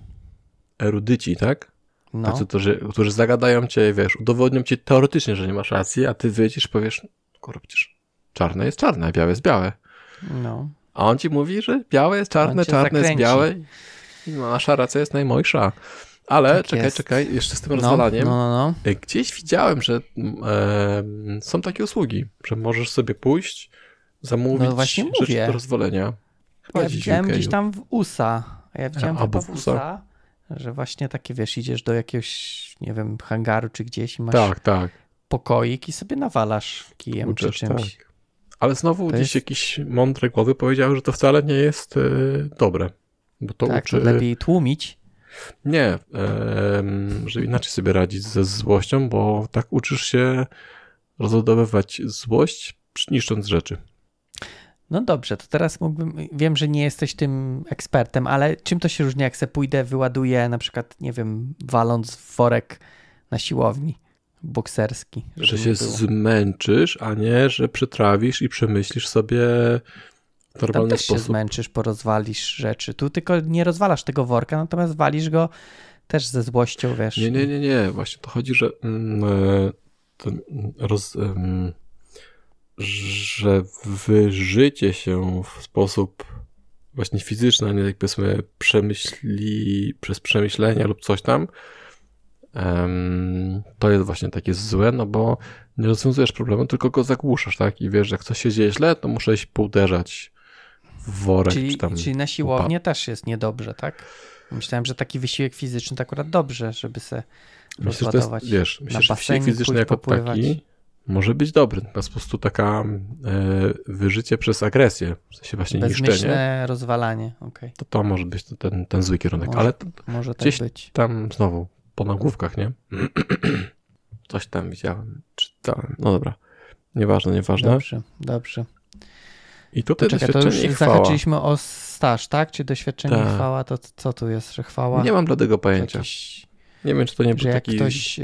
A: erudyci, tak? No. Tacy, którzy, którzy zagadają cię, wiesz, udowodnią ci teoretycznie, że nie masz racji, a ty wyjdziesz i powiesz, kurwa, przecież czarne jest czarne, a białe jest białe.
B: No.
A: A on ci mówi, że białe jest czarne, czarne zakręci. jest białe i nasza racja jest najmojsza. Ale tak czekaj, jest. czekaj, jeszcze z tym no, rozwalaniem. No, no, no. Gdzieś widziałem, że e, są takie usługi, że możesz sobie pójść, zamówić no rzeczy mówię. do rozwalenia.
B: Ja widziałem gdzieś tam w U S A. Ja widziałem chyba w U S A, że właśnie takie, wiesz, idziesz do jakiegoś, nie wiem, hangaru czy gdzieś i masz
A: tak, tak.
B: pokoik i sobie nawalasz kijem Uczesz, czy czymś. Tak.
A: Ale znowu to dziś jest... jakiś mądre głowy powiedział, że to wcale nie jest y, dobre. Bo to
B: tak,
A: uczy...
B: to lepiej tłumić.
A: Nie, y, żeby inaczej sobie radzić ze złością, bo tak uczysz się rozładowywać złość, niszcząc rzeczy.
B: No dobrze, to teraz mógłbym, wiem, że nie jesteś tym ekspertem, ale czym to się różni, jak se pójdę, wyładuję na przykład, nie wiem, waląc w worek na siłowni? Bokserski.
A: Że się było. zmęczysz, a nie, że przetrawisz i przemyślisz sobie
B: Tam
A: normalny
B: też się
A: sposób.
B: zmęczysz, porozwalisz rzeczy. Tu tylko nie rozwalasz tego worka, natomiast walisz go też ze złością, wiesz.
A: Nie, nie, nie, nie. Właśnie to chodzi, że mm, e, to roz, em, że wyżycie się w sposób właśnie fizyczny, a nie tak powiedzmy przemyśli, przez przemyślenia lub coś tam, em, to jest właśnie takie złe, no bo nie rozwiązujesz problemu, tylko go zagłuszasz, tak? I wiesz, że jak coś się dzieje źle, to muszę iść pouderzać w worek,
B: Czyli,
A: czy tam...
B: czyli na siłownię też jest niedobrze, tak? Myślałem, że taki wysiłek fizyczny to akurat dobrze, żeby se
A: Myślę, że to jest,
B: rozładować.
A: wiesz,
B: na
A: myślę, że
B: basenie
A: wysiłek fizyczny
B: pójść
A: jako
B: popływać.
A: taki może być dobry, natomiast po prostu taka e, wyżycie przez agresję, w sensie właśnie niszczenie,
B: Bezmyślne rozwalanie, okej.
A: to to może być to ten, ten zły kierunek,
B: Może,
A: ale to,
B: może tak
A: gdzieś
B: być.
A: tam znowu po nagłówkach, nie? Coś tam widziałem, czytałem, no dobra, nieważne, nieważne.
B: Dobrze, dobrze.
A: I tutaj
B: Czekaj, to
A: doświadczenie
B: już
A: i chwała.
B: zahaczyliśmy o staż, tak? Czy doświadczenie
A: Tak.
B: i chwała, to co tu jest, że chwała?
A: Nie mam bladego pojęcia.
B: Jakiś,
A: Nie wiem, czy to nie był
B: że jak
A: taki...
B: ktoś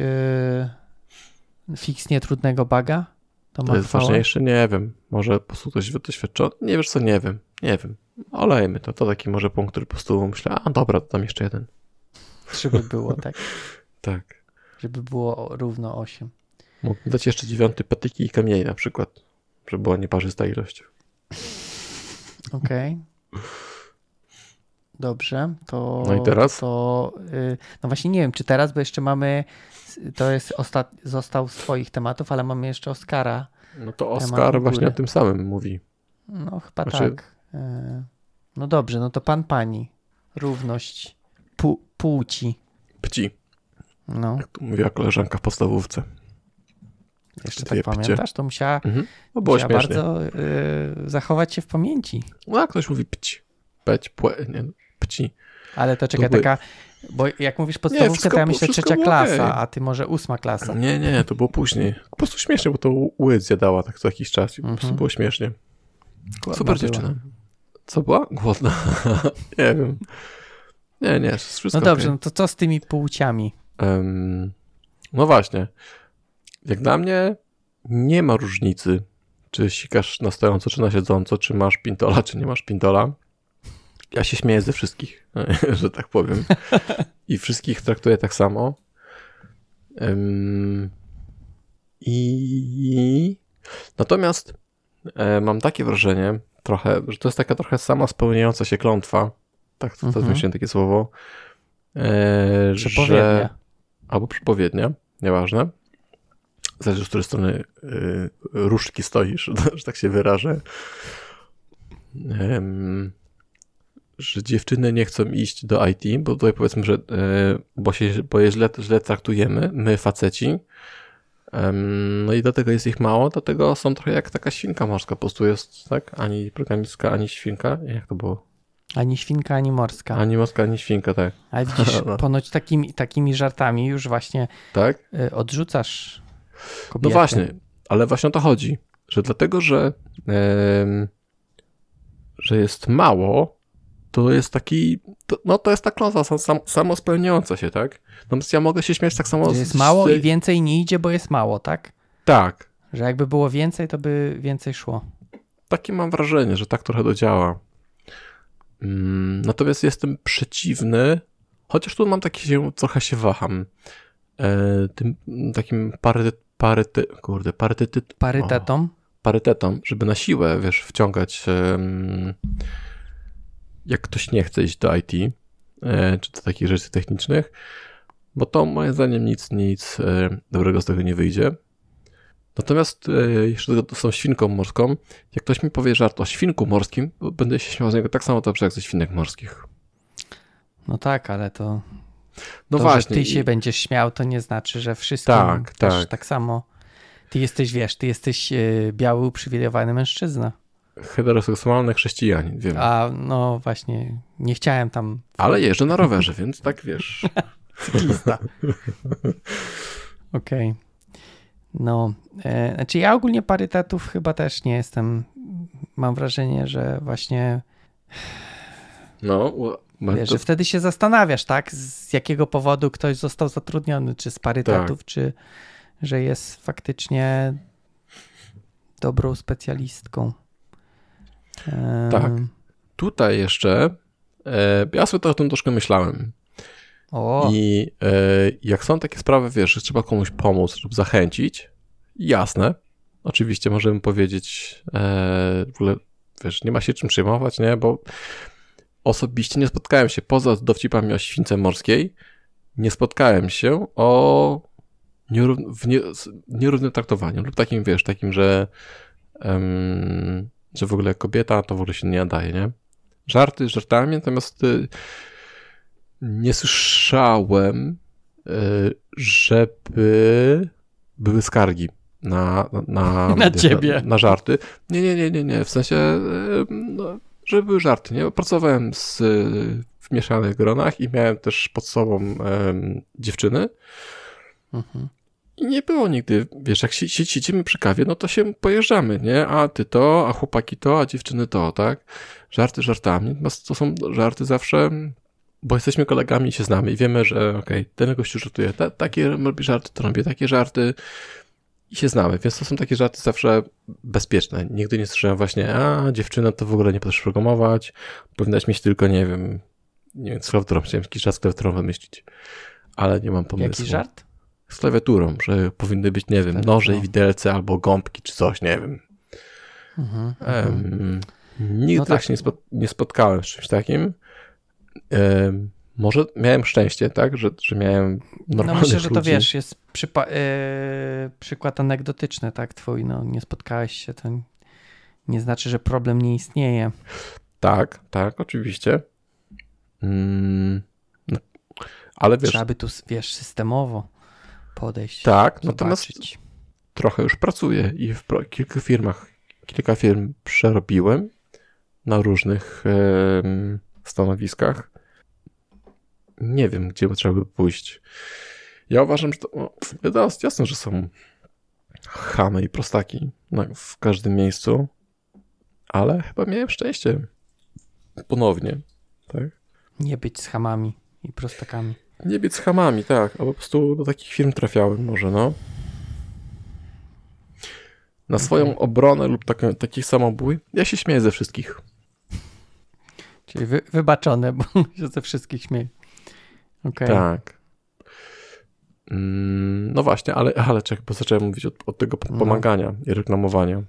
B: yy, fiksnie trudnego baga, to ma
A: To jest
B: chwałę?
A: ważniejsze? Nie wiem. Może po prostu ktoś doświadczony? Nie wiesz co, nie wiem. Nie wiem. Olejmy to. To taki może punkt, który po prostu myślę, a dobra, to tam jeszcze jeden.
B: Żeby było, tak?
A: Tak.
B: Żeby było równo osiem.
A: Mógł dać jeszcze dziewiąty patyki i kamieni na przykład, żeby była nieparzysta ilość.
B: Okej. Okay. Dobrze, to...
A: No i teraz?
B: To, yy, no właśnie nie wiem, czy teraz, bo jeszcze mamy, to jest ostat, został z twoich tematów, ale mamy jeszcze Oscara.
A: No to
B: Temat
A: Oskar
B: u
A: właśnie
B: góry.
A: o tym samym mówi.
B: No chyba
A: Znaczy-
B: tak. Yy, no dobrze, no to pan, pani. Równość pu- płci.
A: Pci,
B: No,
A: jak to mówiła koleżanka w podstawówce.
B: jeszcze
A: Dwie
B: tak
A: pcie.
B: pamiętasz? To musiała,
A: Mhm. No było
B: musiała
A: śmiesznie.
B: bardzo yy, zachować się w pamięci.
A: No jak ktoś mówi pci, peć, płe, nie, pci.
B: Ale to czekaj,
A: To by-
B: taka, bo jak mówisz podstawówkę,
A: wszystko
B: to ja
A: było-
B: myślę
A: wszystko
B: trzecia
A: było
B: klasa,
A: okej.
B: a ty może ósma klasa.
A: Nie, nie, to było później. Po prostu śmiesznie, bo to łyc zjadała tak co jakiś czas i po prostu
B: Mhm.
A: było śmiesznie.
B: Głodna
A: Super
B: była.
A: dziewczyna. Co była? Głodna. Nie wiem. Nie, nie, wszystko
B: No dobrze,
A: okej.
B: no to co z tymi płciami?
A: Em, no właśnie. Jak dla mnie nie ma różnicy, czy sikasz na stojąco, czy na siedząco, czy masz pintola, czy nie masz pintola. Ja się śmieję ze wszystkich, że tak powiem. I wszystkich traktuję tak samo. Em, I natomiast e, mam takie wrażenie, trochę, że to jest taka trochę sama spełniająca się klątwa. Tak, to, to
B: Mhm.
A: wymyśliłem takie słowo. E,
B: Przepowiednia.
A: Że, albo przepowiednia, nieważne. Zależy, z której strony y, różdżki stoisz, że tak się wyrażę. Em, że dziewczyny nie chcą iść do I T, bo tutaj powiedzmy, że y, bo, się, bo je źle, źle traktujemy, my faceci. Em, no i dlatego jest ich mało, dlatego są trochę jak taka świnka morska, po prostu jest, tak? Ani programistka, ani świnka. Jak to było?
B: Ani świnka, ani morska.
A: Ani morska, ani świnka, tak.
B: Ale widzisz,
A: No.
B: ponoć takimi, takimi żartami już właśnie
A: Tak?
B: y, odrzucasz kobiety.
A: No właśnie, ale właśnie o to chodzi, że dlatego, że, em, że jest mało, to jest taki, to, no to jest ta klątwa sam, sam, samospełniająca się, tak? Natomiast ja mogę się śmiać tak samo...
B: Że jest
A: z-
B: mało
A: z-
B: i więcej nie idzie, bo jest mało, tak?
A: Tak,
B: Że jakby było więcej, to by więcej szło.
A: takie mam wrażenie, że tak trochę to działa. Mm, natomiast jestem przeciwny, chociaż tu mam taki się, trochę się waham, e, tym takim parytet, parytet, kurde, parytet,
B: Parytetom.
A: parytetom, żeby na siłę, wiesz, wciągać em, jak ktoś nie chce iść do I T, e, czy do takich rzeczy technicznych, bo to moim zdaniem nic, nic e, dobrego z tego nie wyjdzie. Natomiast e, jeszcze z tą świnką morską, jak ktoś mi powie żart o świnku morskim, to będę się śmiał z niego tak samo dobrze jak ze świnek morskich.
B: No tak, ale to,
A: No
B: to
A: właśnie.
B: że ty się
A: i-
B: będziesz śmiał, to nie znaczy, że wszystkim
A: Tak,
B: też
A: tak.
B: tak samo. Ty jesteś, wiesz, ty jesteś y, biały, uprzywilejowany mężczyzna.
A: Heteroseksualny chrześcijanin, wiem.
B: A no właśnie, nie chciałem tam...
A: Ale jeżdżę na rowerze, więc tak wiesz.
B: Cyklista. Okej. No, e, znaczy ja ogólnie parytetów chyba też nie jestem. Mam wrażenie, że właśnie,
A: No, u-
B: wiesz,
A: to,
B: że wtedy się zastanawiasz, tak? Z jakiego powodu ktoś został zatrudniony, czy z parytetów,
A: Tak.
B: czy że jest faktycznie dobrą specjalistką. Ehm,
A: Tak. Tutaj jeszcze e, ja sobie to o tym troszkę myślałem.
B: O,
A: I e, jak są takie sprawy, wiesz, że trzeba komuś pomóc lub zachęcić, jasne, oczywiście możemy powiedzieć e, w ogóle, wiesz, nie ma się czym przejmować, nie, bo osobiście nie spotkałem się, poza dowcipami o śwince morskiej, nie spotkałem się o nierów- w nie, z nierównym traktowaniu lub takim, wiesz, takim, że em, że w ogóle kobieta to w ogóle się nie nadaje, nie? Żarty żartami, natomiast y, nie słyszałem, y, żeby były skargi na, na, na,
B: Na
A: wiesz,
B: ciebie.
A: Na, na żarty. Nie, nie, nie, nie, nie, w sensie, y, no, żeby były żarty, nie? Pracowałem z, y, w mieszanych gronach i miałem też pod sobą em, dziewczyny.
B: mhm.
A: I nie było nigdy, wiesz, jak si- si- siedzimy przy kawie, no to się pojeżdżamy, nie? A ty to, a chłopaki to, a dziewczyny to, tak? Żarty żartami, natomiast to są żarty zawsze, bo jesteśmy kolegami i się znamy i wiemy, że okej, okay, ten gościu żartuje, ta, takie robi żarty, to robię takie żarty i się znamy, więc to są takie żarty zawsze bezpieczne. Nigdy nie słyszałem właśnie, a dziewczyna to w ogóle nie potrafisz programować, powinnaś mieć tylko, nie wiem, nie wiem, z klawiaturą, chciałem jakiś czas z klawiaturą wymyślić, ale nie mam pomysłu.
B: Jaki żart?
A: Z klawiaturą, że powinny być, nie wiem, noże i widelce albo gąbki czy coś, nie wiem.
B: Mhm,
A: Um, nigdy
B: No
A: tak
B: tak.
A: się nie, spo, nie spotkałem z czymś takim. Um, może miałem szczęście, tak, że, że miałem
B: No
A: normalnych
B: myślę, że to
A: ludzi.
B: wiesz, jest przypa- yy, przykład anegdotyczny, tak, twój, no nie spotkałeś się, to nie znaczy, że problem nie istnieje.
A: Tak, tak, oczywiście. Mm, no, ale wiesz,
B: Trzeba by tu, wiesz, systemowo podejść,
A: tak, natomiast
B: zobaczyć.
A: trochę już pracuję i w pro- kilku firmach, kilka firm przerobiłem na różnych em, stanowiskach. Nie wiem, gdzie trzeba by pójść. Ja uważam, że to no, wiadomo, jasne, że są chamy i prostaki na, w każdym miejscu, ale chyba miałem szczęście. Ponownie, tak?
B: Nie być z chamami i prostakami.
A: Nie być z chamami, tak, a po prostu do takich firm trafiałem może, no. Na swoją obronę lub taki, taki samobój, ja się śmieję ze wszystkich.
B: Czyli wy, wybaczone, bo się ze wszystkich śmieję. Okay.
A: Tak. Mm, no właśnie, ale, ale czekaj, bo zacząłem mówić od, od tego pomagania no. i reklamowania.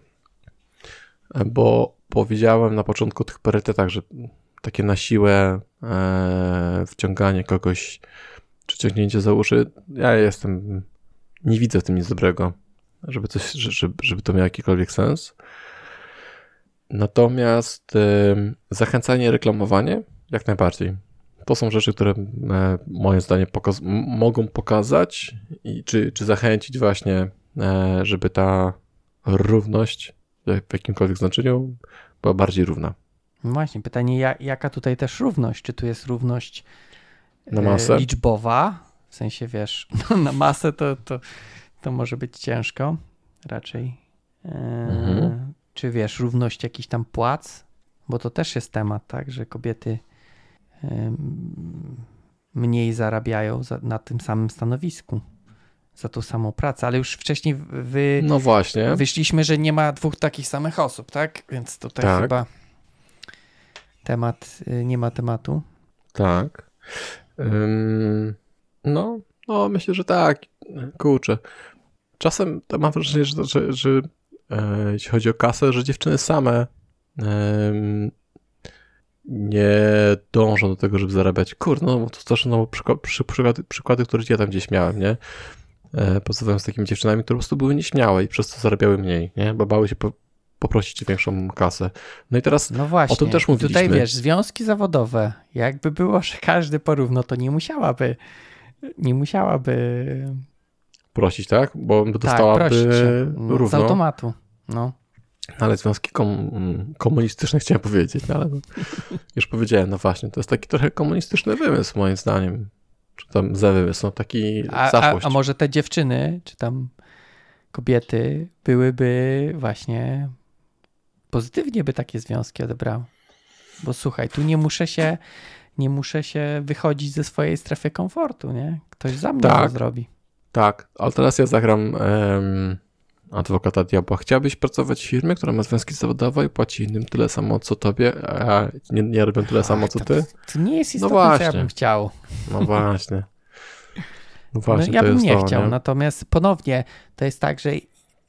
A: Bo powiedziałem na początku o tych priorytetach, że takie na siłę e, wciąganie kogoś, czy ciągnięcie za uszy, ja jestem, nie widzę w tym nic dobrego, żeby, coś, żeby, żeby to miało jakikolwiek sens. Natomiast e, zachęcanie i reklamowanie jak najbardziej. To są rzeczy, które e, moim zdaniem pokaz- m- mogą pokazać i czy, czy zachęcić właśnie, e, żeby ta równość w jakimkolwiek znaczeniu była bardziej równa.
B: No właśnie, pytanie, jak, jaka tutaj też równość? Czy tu jest równość
A: na masę?
B: E, liczbowa? W sensie, wiesz, no, na masę to, to, to może być ciężko raczej. E, mhm. Czy wiesz, równość jakichś tam płac? Bo to też jest temat, tak, że kobiety e, mniej zarabiają za, na tym samym stanowisku za tą samą pracę, ale już wcześniej wy,
A: no właśnie.
B: wyszliśmy, że nie ma dwóch takich samych osób, tak? Więc tutaj
A: tak.
B: chyba temat, nie ma tematu.
A: Tak. Ym, no, no, myślę, że tak. Kurczę. Czasem mam wrażenie, że, że, że e, jeśli chodzi o kasę, że dziewczyny same e, nie dążą do tego, żeby zarabiać. Kurde, no to też no, przykłady, przykłady, przykłady, które ja tam gdzieś miałem, nie? E, Pracowałem z takimi dziewczynami, które po prostu były nieśmiałe i przez to zarabiały mniej, nie? Bo bały się po, poprosić o większą kasę. No i teraz
B: no właśnie,
A: o tym też mówiliśmy.
B: Tutaj wiesz, związki zawodowe, jakby było, że każdy porówno, to nie musiałaby nie musiałaby
A: prosić, tak? Bo by dostałaby
B: tak, no,
A: równo.
B: Z automatu, no.
A: Ale związki kom- komunistyczne chciałem powiedzieć, no ale no, już powiedziałem, no właśnie, to jest taki trochę komunistyczny wymysł moim zdaniem. Czy tam za wymysł, no taki
B: a,
A: zachłość.
B: A, a może te dziewczyny, czy tam kobiety byłyby właśnie pozytywnie by takie związki odebrały. Bo słuchaj, tu nie muszę się nie muszę się wychodzić ze swojej strefy komfortu, nie? Ktoś za mnie
A: tak,
B: to zrobi.
A: Tak, ale teraz ja zagram um, adwokata diabła. Chciałbyś pracować w firmie, która ma związki zawodowe i płaci innym tyle samo, co tobie, a nie, nie robią tyle samo, co ty?
B: To, to nie jest istotne,
A: no
B: co ja bym chciał.
A: No właśnie. No właśnie,
B: no, ja
A: to
B: bym
A: jest
B: nie
A: to,
B: chciał,
A: nie?
B: Natomiast ponownie to jest tak, że,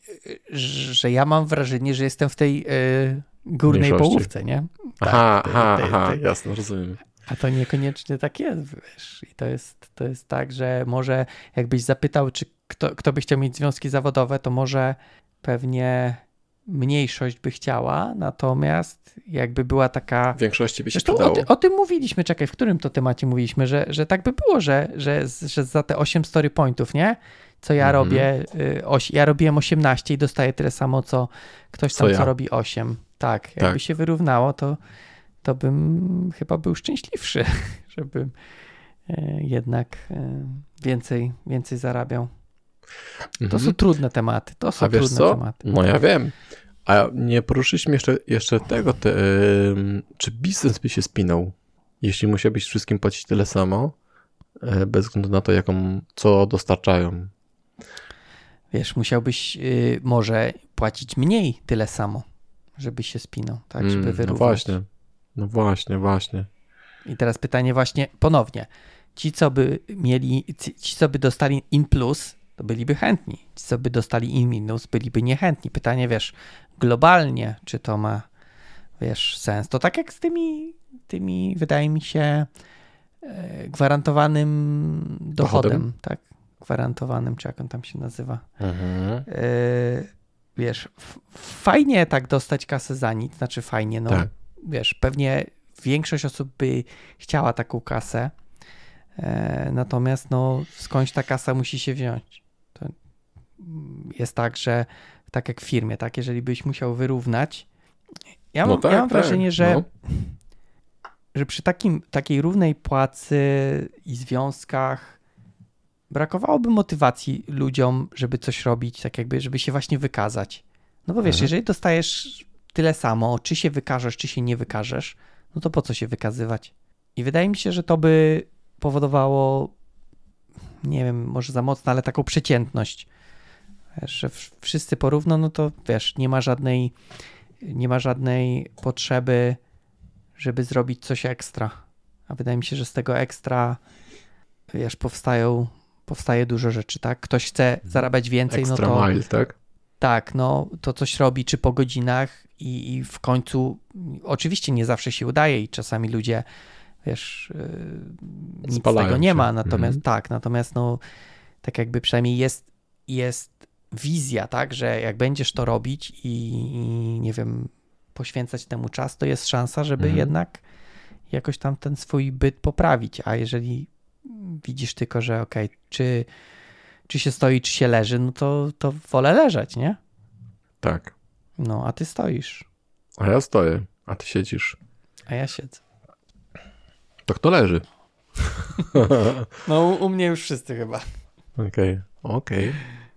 B: że ja mam wrażenie, że jestem w tej y, górnej
A: Mniejszości.
B: połówce, nie?
A: Aha,
B: tak,
A: aha,
B: tej, tej,
A: aha,
B: tej.
A: jasno, rozumiem.
B: A to niekoniecznie tak jest, wiesz. I to jest, to jest tak, że może jakbyś zapytał, czy kto, kto by chciał mieć związki zawodowe, to może pewnie mniejszość by chciała, natomiast jakby była taka...
A: W większości by się
B: Zresztą
A: przydało.
B: o, ty, o tym mówiliśmy, czekaj, w którym to temacie mówiliśmy, że, że tak by było, że, że, że za te osiem story pointów, nie? Co ja
A: Mhm.
B: robię, y, oś, ja robiłem osiemnaście i dostaję tyle samo, co ktoś tam,
A: Co ja.
B: co robi osiem. Tak, jakby
A: Tak.
B: się wyrównało, to, to bym chyba był szczęśliwszy, żebym y, jednak y, więcej, więcej zarabiał. To
A: Mhm.
B: są trudne tematy, to są
A: A wiesz
B: trudne
A: co?
B: tematy.
A: No ja wiem. A nie poruszyliśmy jeszcze, jeszcze tego, te, ym, czy biznes by się spinał, jeśli musiałbyś wszystkim płacić tyle samo, y, bez względu na to, jaką, co dostarczają.
B: Wiesz, musiałbyś y, może płacić mniej tyle samo, żeby się spinał, tak, żeby
A: Mm,
B: wyrównać.
A: no właśnie, no właśnie, właśnie.
B: I teraz pytanie właśnie ponownie. Ci, co by mieli, ci, ci, co by dostali in plus, to byliby chętni. Ci, co by dostali in minus, byliby niechętni. Pytanie, wiesz, globalnie, czy to ma, wiesz, sens. To tak jak z tymi, tymi wydaje mi się, e, gwarantowanym dochodem,
A: Dochodem?
B: tak? Gwarantowanym, czy jak on tam się nazywa.
A: Mhm.
B: E, wiesz, f- fajnie tak dostać kasę za nic, znaczy fajnie, no
A: Tak.
B: wiesz, pewnie większość osób by chciała taką kasę, e, natomiast no skądś ta kasa musi się wziąć. To jest tak, że tak jak w firmie, tak, jeżeli byś musiał wyrównać, ja mam,
A: No tak,
B: ja mam
A: tak,
B: wrażenie, że,
A: no.
B: że przy takim, takiej równej płacy i związkach brakowałoby motywacji ludziom, żeby coś robić, tak jakby, żeby się właśnie wykazać. No bo wiesz,
A: Mhm.
B: jeżeli dostajesz tyle samo, czy się wykażesz, czy się nie wykażesz, no to po co się wykazywać? I wydaje mi się, że to by powodowało, nie wiem, może za mocno, ale taką przeciętność. Wiesz, że w- wszyscy porówno, no to wiesz, nie ma żadnej, nie ma żadnej potrzeby, żeby zrobić coś ekstra. A wydaje mi się, że z tego ekstra, wiesz, powstają, powstaje dużo rzeczy, tak? Ktoś chce zarabiać więcej,
A: Extra
B: no to
A: mile, tak?
B: tak, no to coś robi, czy po godzinach i, i w końcu oczywiście nie zawsze się udaje i czasami ludzie, wiesz, yy, nic z
A: Spalają
B: tego nie
A: się.
B: ma, natomiast
A: Mhm.
B: tak, natomiast no tak jakby przynajmniej jest, jest wizja, tak, że jak będziesz to robić i, i nie wiem, poświęcać temu czas, to jest szansa, żeby
A: Mhm.
B: jednak jakoś tam ten swój byt poprawić, a jeżeli widzisz tylko, że okej, czy czy się stoi, czy się leży, no to, to wolę leżeć, nie?
A: Tak.
B: No, a ty stoisz,
A: A ja stoję, a ty siedzisz.
B: a ja siedzę.
A: To kto leży?
B: No, u, u mnie już wszyscy chyba.
A: Okej, okej.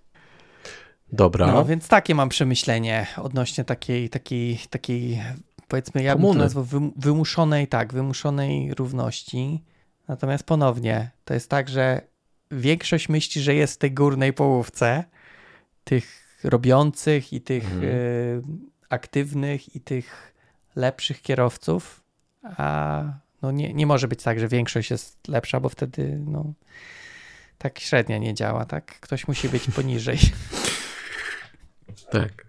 A: Dobra.
B: No, więc takie mam przemyślenie odnośnie takiej, takiej, takiej powiedzmy, ja bym to
A: Komuny.
B: nazwał wym- wymuszonej, tak, wymuszonej równości. Natomiast ponownie, to jest tak, że większość myśli, że jest w tej górnej połówce tych robiących i tych
A: Mhm.
B: y, aktywnych i tych lepszych kierowców, a no nie, nie może być tak, że większość jest lepsza, bo wtedy no tak średnia nie działa, tak? Ktoś musi być poniżej.
A: Tak.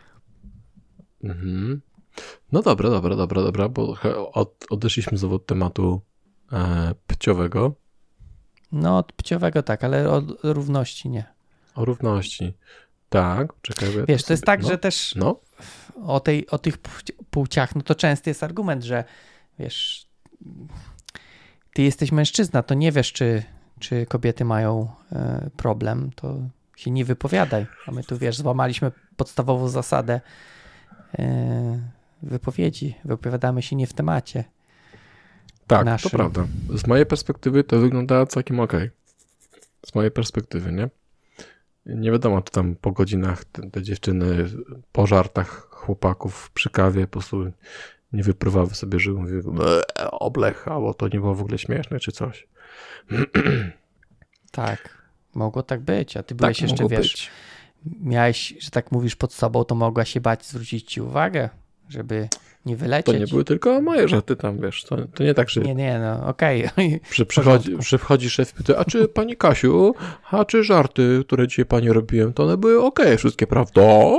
A: Mhm. No dobra, dobra, dobra, dobra, bo he- od, odeszliśmy znowu od tematu e, płciowego.
B: No od płciowego tak, ale od równości nie.
A: O równości. Tak, czekaj. bo ja
B: Wiesz,
A: tu
B: to jest
A: sobie-
B: tak,
A: no,
B: że też
A: No,
B: o, tej, o tych płci- płciach, no to częsty jest argument, że wiesz, ty jesteś mężczyzna, to nie wiesz, czy, czy kobiety mają e, problem, to się nie wypowiadaj. A my tu, wiesz, złamaliśmy podstawową zasadę e, wypowiedzi. Wypowiadamy się nie w temacie.
A: tak,
B: naszym.
A: to prawda. Z mojej perspektywy to wygląda całkiem okej. Z mojej perspektywy, nie? Nie wiadomo, czy tam po godzinach te, te dziewczyny po żartach chłopaków przy kawie po prostu nie wypływały sobie, że mówię, "Eee, oblech, albo to nie było w ogóle śmieszne, czy coś.
B: Tak, mogło tak być, a ty byłeś
A: Tak
B: jeszcze,
A: mogło
B: wiesz,
A: być.
B: miałeś, że tak mówisz, pod sobą, to mogła się bać zwrócić ci uwagę, żeby nie wylecieć.
A: To nie były tylko moje żarty tam, wiesz, to, to nie tak, że...
B: Nie, nie, no okej. Okay.
A: Że przychodzi, że wchodzi szef i pyta, a czy pani Kasiu, a czy żarty, które dzisiaj pani robiłem, to one były okej, okay, wszystkie, prawda?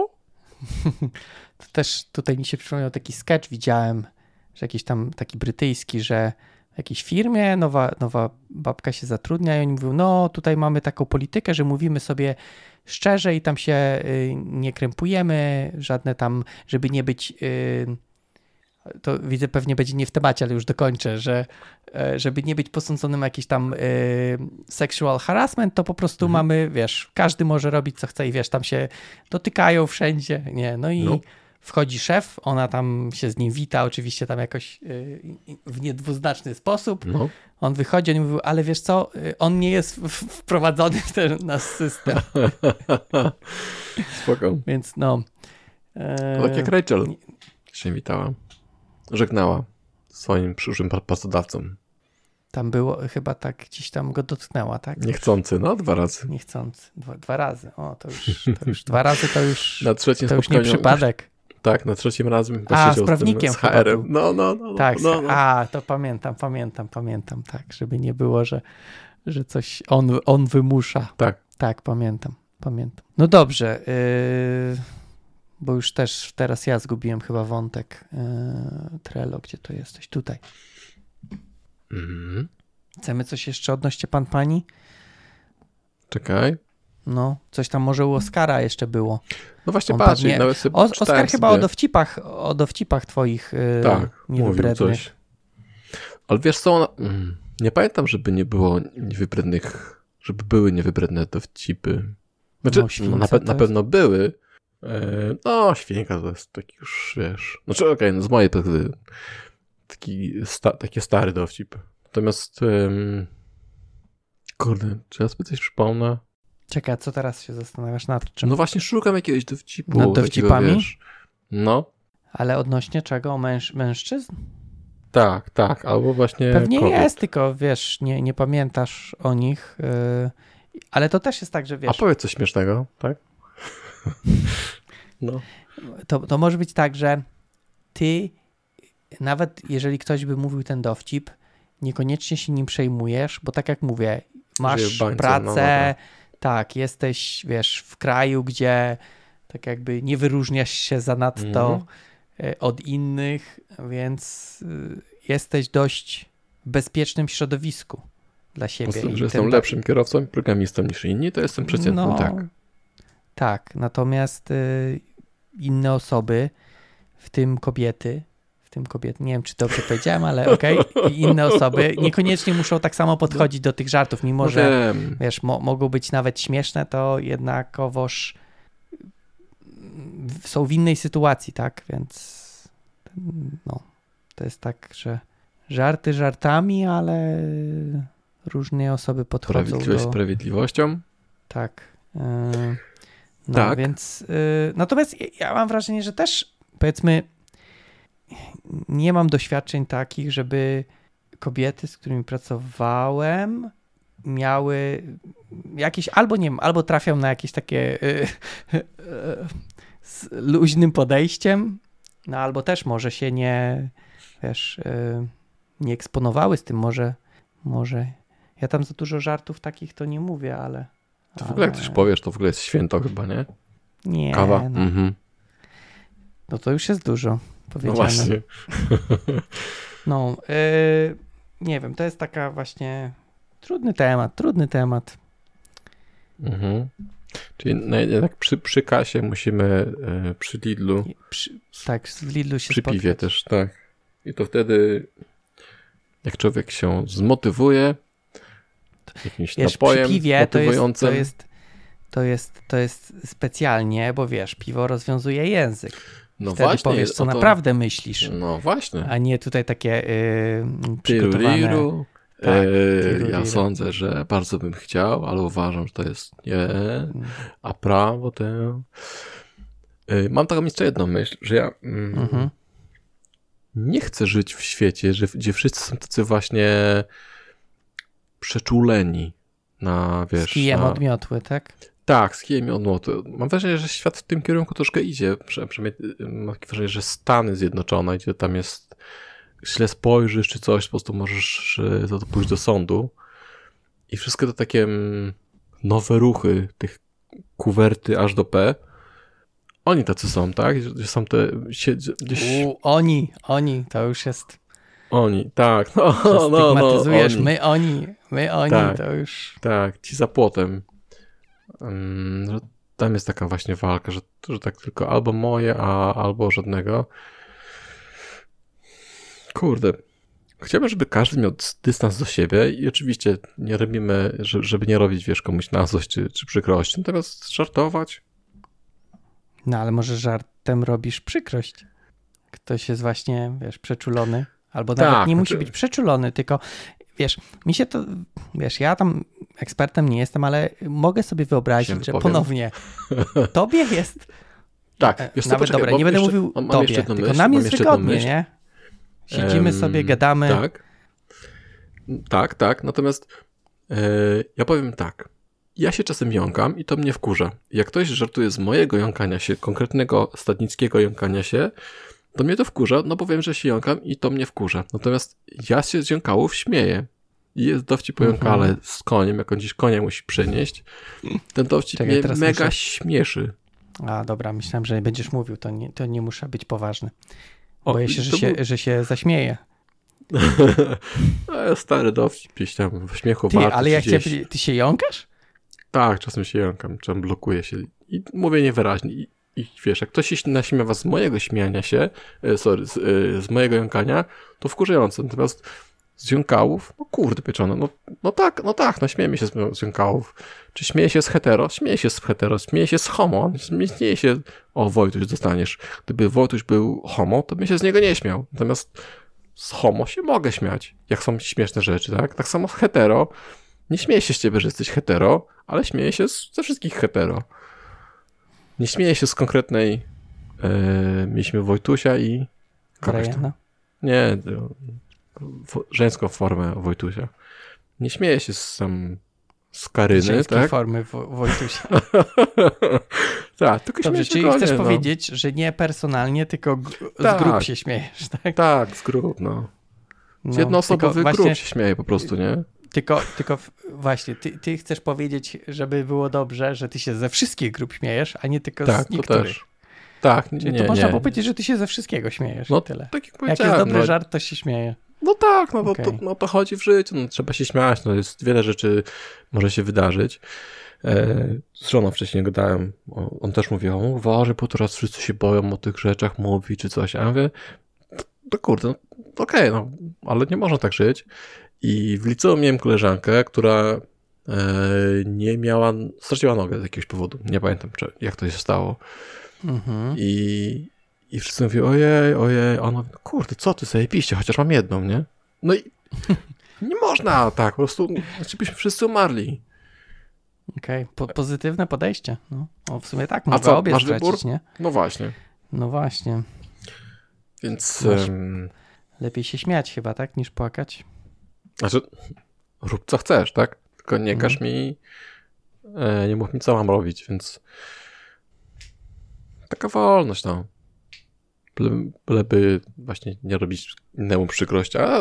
B: To też tutaj mi się przypomniał taki sketch, widziałem, że jakiś tam taki brytyjski, że w jakiejś firmie nowa, nowa babka się zatrudnia i oni mówią, no tutaj mamy taką politykę, że mówimy sobie szczerze i tam się y, nie krępujemy, żadne tam, żeby nie być, y, to widzę pewnie będzie nie w temacie, ale już dokończę, że y, żeby nie być posądzonym jakiś tam y, sexual harassment, to po prostu mhm. mamy, wiesz, każdy może robić co chce i wiesz, tam się dotykają wszędzie, nie, no i no. Wchodzi szef, ona tam się z nim wita, oczywiście tam jakoś y, w niedwuznaczny sposób. No. On wychodzi, on mówił, ale wiesz co, on nie jest w, wprowadzony w ten nasz system.
A: Spoko.
B: Więc no. E...
A: Tak jak Rachel się witała. Żegnała swoim przyszłym pracodawcom.
B: Tam było, chyba tak gdzieś tam go dotknęła, tak?
A: Niechcący, no dwa razy.
B: Niechcący, dwa, dwa razy. O, to już, to już dwa razy to już,
A: na trzecim
B: to już nie przypadek.
A: Tak, na trzecim razem
B: A, z prawnikiem
A: z H R-em. No, no, no.
B: Tak,
A: no, no.
B: A, to pamiętam, pamiętam, pamiętam, tak, żeby nie było, że, że coś on, on wymusza.
A: Tak.
B: Tak, pamiętam, pamiętam. No dobrze, yy, bo już też teraz ja zgubiłem chyba wątek yy, Trello, gdzie to jesteś? Tutaj.
A: Mhm.
B: Chcemy coś jeszcze odnośnie pan pani?
A: Czekaj.
B: No, coś tam może u Oskara jeszcze było.
A: No właśnie patrz, pewnie... nawet sobie
B: o, Oskar
A: sobie.
B: chyba o dowcipach, o dowcipach twoich yy,
A: tak,
B: niewybrednych.
A: Mówił coś. Ale wiesz co, ona... nie pamiętam, żeby nie było niewybrednych, żeby były niewybredne dowcipy. Znaczy, no, śwince, na, pe- na pewno jest... były. No, świnka to jest taki już, wiesz... Znaczy, okej, okay, no z mojej perspektywy taki sta- taki stary dowcip. Natomiast um... kurde, czy ja sobie coś przypomnę?
B: Czekaj, co teraz się zastanawiasz nad czym?
A: No właśnie szukam jakiegoś dowcipu.
B: Nad dowcipami?
A: Takiego, wiesz, no.
B: Ale odnośnie czego? O męż- mężczyzn?
A: Tak, tak, albo właśnie
B: Pewnie
A: kobiet.
B: jest, tylko wiesz, nie, nie pamiętasz o nich, yy, ale to też jest tak, że wiesz...
A: A powiedz coś śmiesznego, tak? No.
B: To, to może być tak, że ty, nawet jeżeli ktoś by mówił ten dowcip, niekoniecznie się nim przejmujesz, bo tak jak mówię, masz bańce, pracę, no, no, no. tak, jesteś, wiesz, w kraju, gdzie tak jakby nie wyróżniasz się zanadto mm. od innych, więc jesteś dość w bezpiecznym środowisku dla siebie.
A: Po prostu,
B: I
A: że jestem lepszym kierowcą i programistą niż inni, to jestem przeciętny,
B: no,
A: tak.
B: Tak, natomiast y, inne osoby, w tym kobiety, w tym kobiety, nie wiem, czy dobrze powiedziałem, ale okej, okay, inne osoby niekoniecznie muszą tak samo podchodzić do tych żartów, mimo no że, wiem. wiesz, mo- mogą być nawet śmieszne, to jednakowoż są w innej sytuacji, tak, więc no, to jest tak, że żarty żartami, ale różne osoby podchodzą
A: Sprawiedliwość
B: do...
A: sprawiedliwością.
B: Tak. Yy, no,
A: tak.
B: Więc, yy, natomiast ja mam wrażenie, że też, powiedzmy, nie mam doświadczeń takich, żeby kobiety, z którymi pracowałem, miały jakieś, albo nie wiem, albo trafią na jakieś takie yy, yy, z luźnym podejściem, no albo też może się nie, wiesz, yy, nie eksponowały z tym, może, może ja tam za dużo żartów takich to nie mówię, ale...
A: To w ogóle jak coś powiesz, to w ogóle jest święto chyba, nie?
B: Nie.
A: Kawa?
B: No,
A: mhm.
B: no to już jest dużo powiedziane.
A: No właśnie.
B: No, yy, nie wiem, to jest taka właśnie trudny temat, trudny temat.
A: Mhm. Czyli jednak przy, przy kasie musimy yy, przy Lidlu.
B: Przy, tak, w Lidlu się
A: Przy
B: spotkać.
A: piwie też, tak. I to wtedy jak człowiek się zmotywuje jakimś
B: wiesz,
A: napojem
B: przy piwie to jest,
A: motywującym.
B: to, jest, to, jest, to jest specjalnie, bo wiesz, piwo rozwiązuje język.
A: No
B: Wtedy
A: właśnie,
B: powiesz, co
A: to...
B: naprawdę myślisz.
A: No właśnie.
B: A nie tutaj takie yy, przygotowane...
A: Tiru,
B: tak,
A: e,
B: tiru,
A: ja
B: tiru.
A: sądzę, że bardzo bym chciał, ale uważam, że to jest nie, a prawo to... E, mam taką jeszcze jedną myśl, że ja mm, mhm. nie chcę żyć w świecie, że, gdzie wszyscy są tacy właśnie przeczuleni na, wiesz...
B: Z kijem
A: na...
B: od miotły, tak?
A: Tak, z kijem i odmłotu. Mam wrażenie, że świat w tym kierunku troszkę idzie. Przynajmniej mam takie wrażenie, że Stany Zjednoczone, gdzie tam jest, źle spojrzysz czy coś, po prostu możesz za to pójść do sądu. I wszystko to takie mm, nowe ruchy, tych kuwerty aż do P. Oni tacy są, tak? Że są te... Gdzieś...
B: U, oni, oni, to już jest...
A: Oni, tak. No, no, no,
B: stygmatyzujesz,
A: oni.
B: my, oni, my, oni,
A: Tak.
B: to już...
A: Tak, ci za płotem. Um, że tam jest taka właśnie walka, że, że tak tylko albo moje, a albo żadnego. Kurde. Chciałbym, żeby każdy miał dystans do siebie i oczywiście nie robimy, żeby nie robić, wiesz, komuś na złość czy, czy przykrość, natomiast żartować.
B: No ale może żartem robisz przykrość. Ktoś jest właśnie, wiesz, przeczulony. Albo
A: Tak,
B: nawet nie
A: znaczy...
B: musi być przeczulony, tylko wiesz, mi się to, wiesz, ja tam ekspertem nie jestem, ale mogę sobie wyobrazić, że ponownie tobie jest...
A: Tak, wiesz co,
B: nawet
A: poczekaj,
B: dobra, nie będę
A: jeszcze,
B: mówił
A: mam
B: tobie,
A: jeszcze
B: tylko
A: myśl,
B: nam
A: mam
B: jest wygodnie, nie? Siedzimy um, sobie, gadamy.
A: Tak, tak, tak, natomiast yy, ja powiem tak. Ja się czasem jąkam i to mnie wkurza. Jak ktoś żartuje z mojego jąkania się, konkretnego stadnickiego jąkania się, to mnie to wkurza, no bo wiem, że się jąkam i to mnie wkurza. Natomiast ja się z jąkałów śmieję. I jest dowcip po jąkale mm-hmm. z koniem, jak on gdzieś konia musi przenieść. Ten dowcip Czekaj, mnie mega muszę... śmieszy.
B: A dobra, myślałem, że będziesz mówił, to nie, to nie muszę być poważny. Boję
A: o,
B: się, że, się,
A: był...
B: że się zaśmieję.
A: Stary dowcip gdzieś tam w śmiechu
B: Ty, ale jak cię, ty się jąkasz?
A: Tak, czasem się jąkam, czasem blokuję się i mówię niewyraźnie. I, i wiesz, jak ktoś się naśmiewa z mojego śmiania się, sorry, z, z mojego jąkania, to wkurzające. Natomiast z jąkałów, no kurde pieczone, no, no tak, no tak, no śmiejemy się z, z jąkałów. Czy śmieje się z hetero? Śmieje się z hetero, śmieje się z homo, śmieje się, o Wojtuś dostaniesz. Gdyby Wojtuś był homo, to bym się z niego nie śmiał. Natomiast z homo się mogę śmiać, jak są śmieszne rzeczy, tak? Tak samo z hetero. Nie śmieję się z ciebie, że jesteś hetero, ale śmieję się z, ze wszystkich hetero. Nie śmieję się z konkretnej, yy, mieliśmy Wojtusia i...
B: Briana?
A: Nie, w, żeńską formę Wojtusia. Nie śmieję się z sam z Karyny,
B: Żeńskiej
A: tak?
B: formy Wo- Wojtusia.
A: Tak, tylko
B: Dobrze, czyli
A: gonie,
B: chcesz
A: no.
B: powiedzieć, że nie personalnie, tylko g-
A: tak.
B: z grup się śmiejesz, tak?
A: Tak, z grup, no. Z
B: no,
A: jednoosobowych
B: właśnie...
A: grup się śmieje po prostu, nie?
B: Tylko, tylko właśnie, ty, ty chcesz powiedzieć, żeby było dobrze, że ty się ze wszystkich grup śmiejesz, a nie tylko
A: tak,
B: z niektórych.
A: To też. Tak,
B: Czyli
A: nie,
B: to można
A: nie.
B: powiedzieć, że ty się ze wszystkiego śmiejesz
A: no,
B: i tyle.
A: Tak jak,
B: jak jest dobry
A: no,
B: żart, to się śmieje.
A: No tak, no,
B: okay.
A: to, no to chodzi w życiu, no, trzeba się śmiać, no jest wiele rzeczy może się wydarzyć. E, z żoną wcześniej gadałem, on też mówi, o uważaj, bo teraz wszyscy się boją o tych rzeczach mówi, czy coś, a ja mówię, to, to kurde, no, okej, okay, no, ale nie można tak żyć. I w liceum miałem koleżankę, która e, nie miała, straciła nogę z jakiegoś powodu, nie pamiętam czy, jak to się stało.
B: Mhm.
A: I, i wszyscy mówią, ojej, ojej, a ona mówi, kurde, co ty, zajebiście, chociaż mam jedną, nie? No i nie można tak, po prostu, znaczy byśmy wszyscy umarli.
B: Okej, okay. po, pozytywne podejście. No. O, w sumie tak,
A: a
B: mogę
A: co,
B: obie
A: masz
B: stracić,
A: wybór?
B: Nie?
A: No właśnie.
B: No właśnie.
A: Więc...
B: Masz,
A: um,
B: lepiej się śmiać chyba, tak, niż płakać.
A: Znaczy, rób co chcesz, tak? Tylko nie każ mhm. mi, e, nie mów mi, co mam robić, więc taka wolność, no. Byle, byleby właśnie nie robić innemu przykrości, a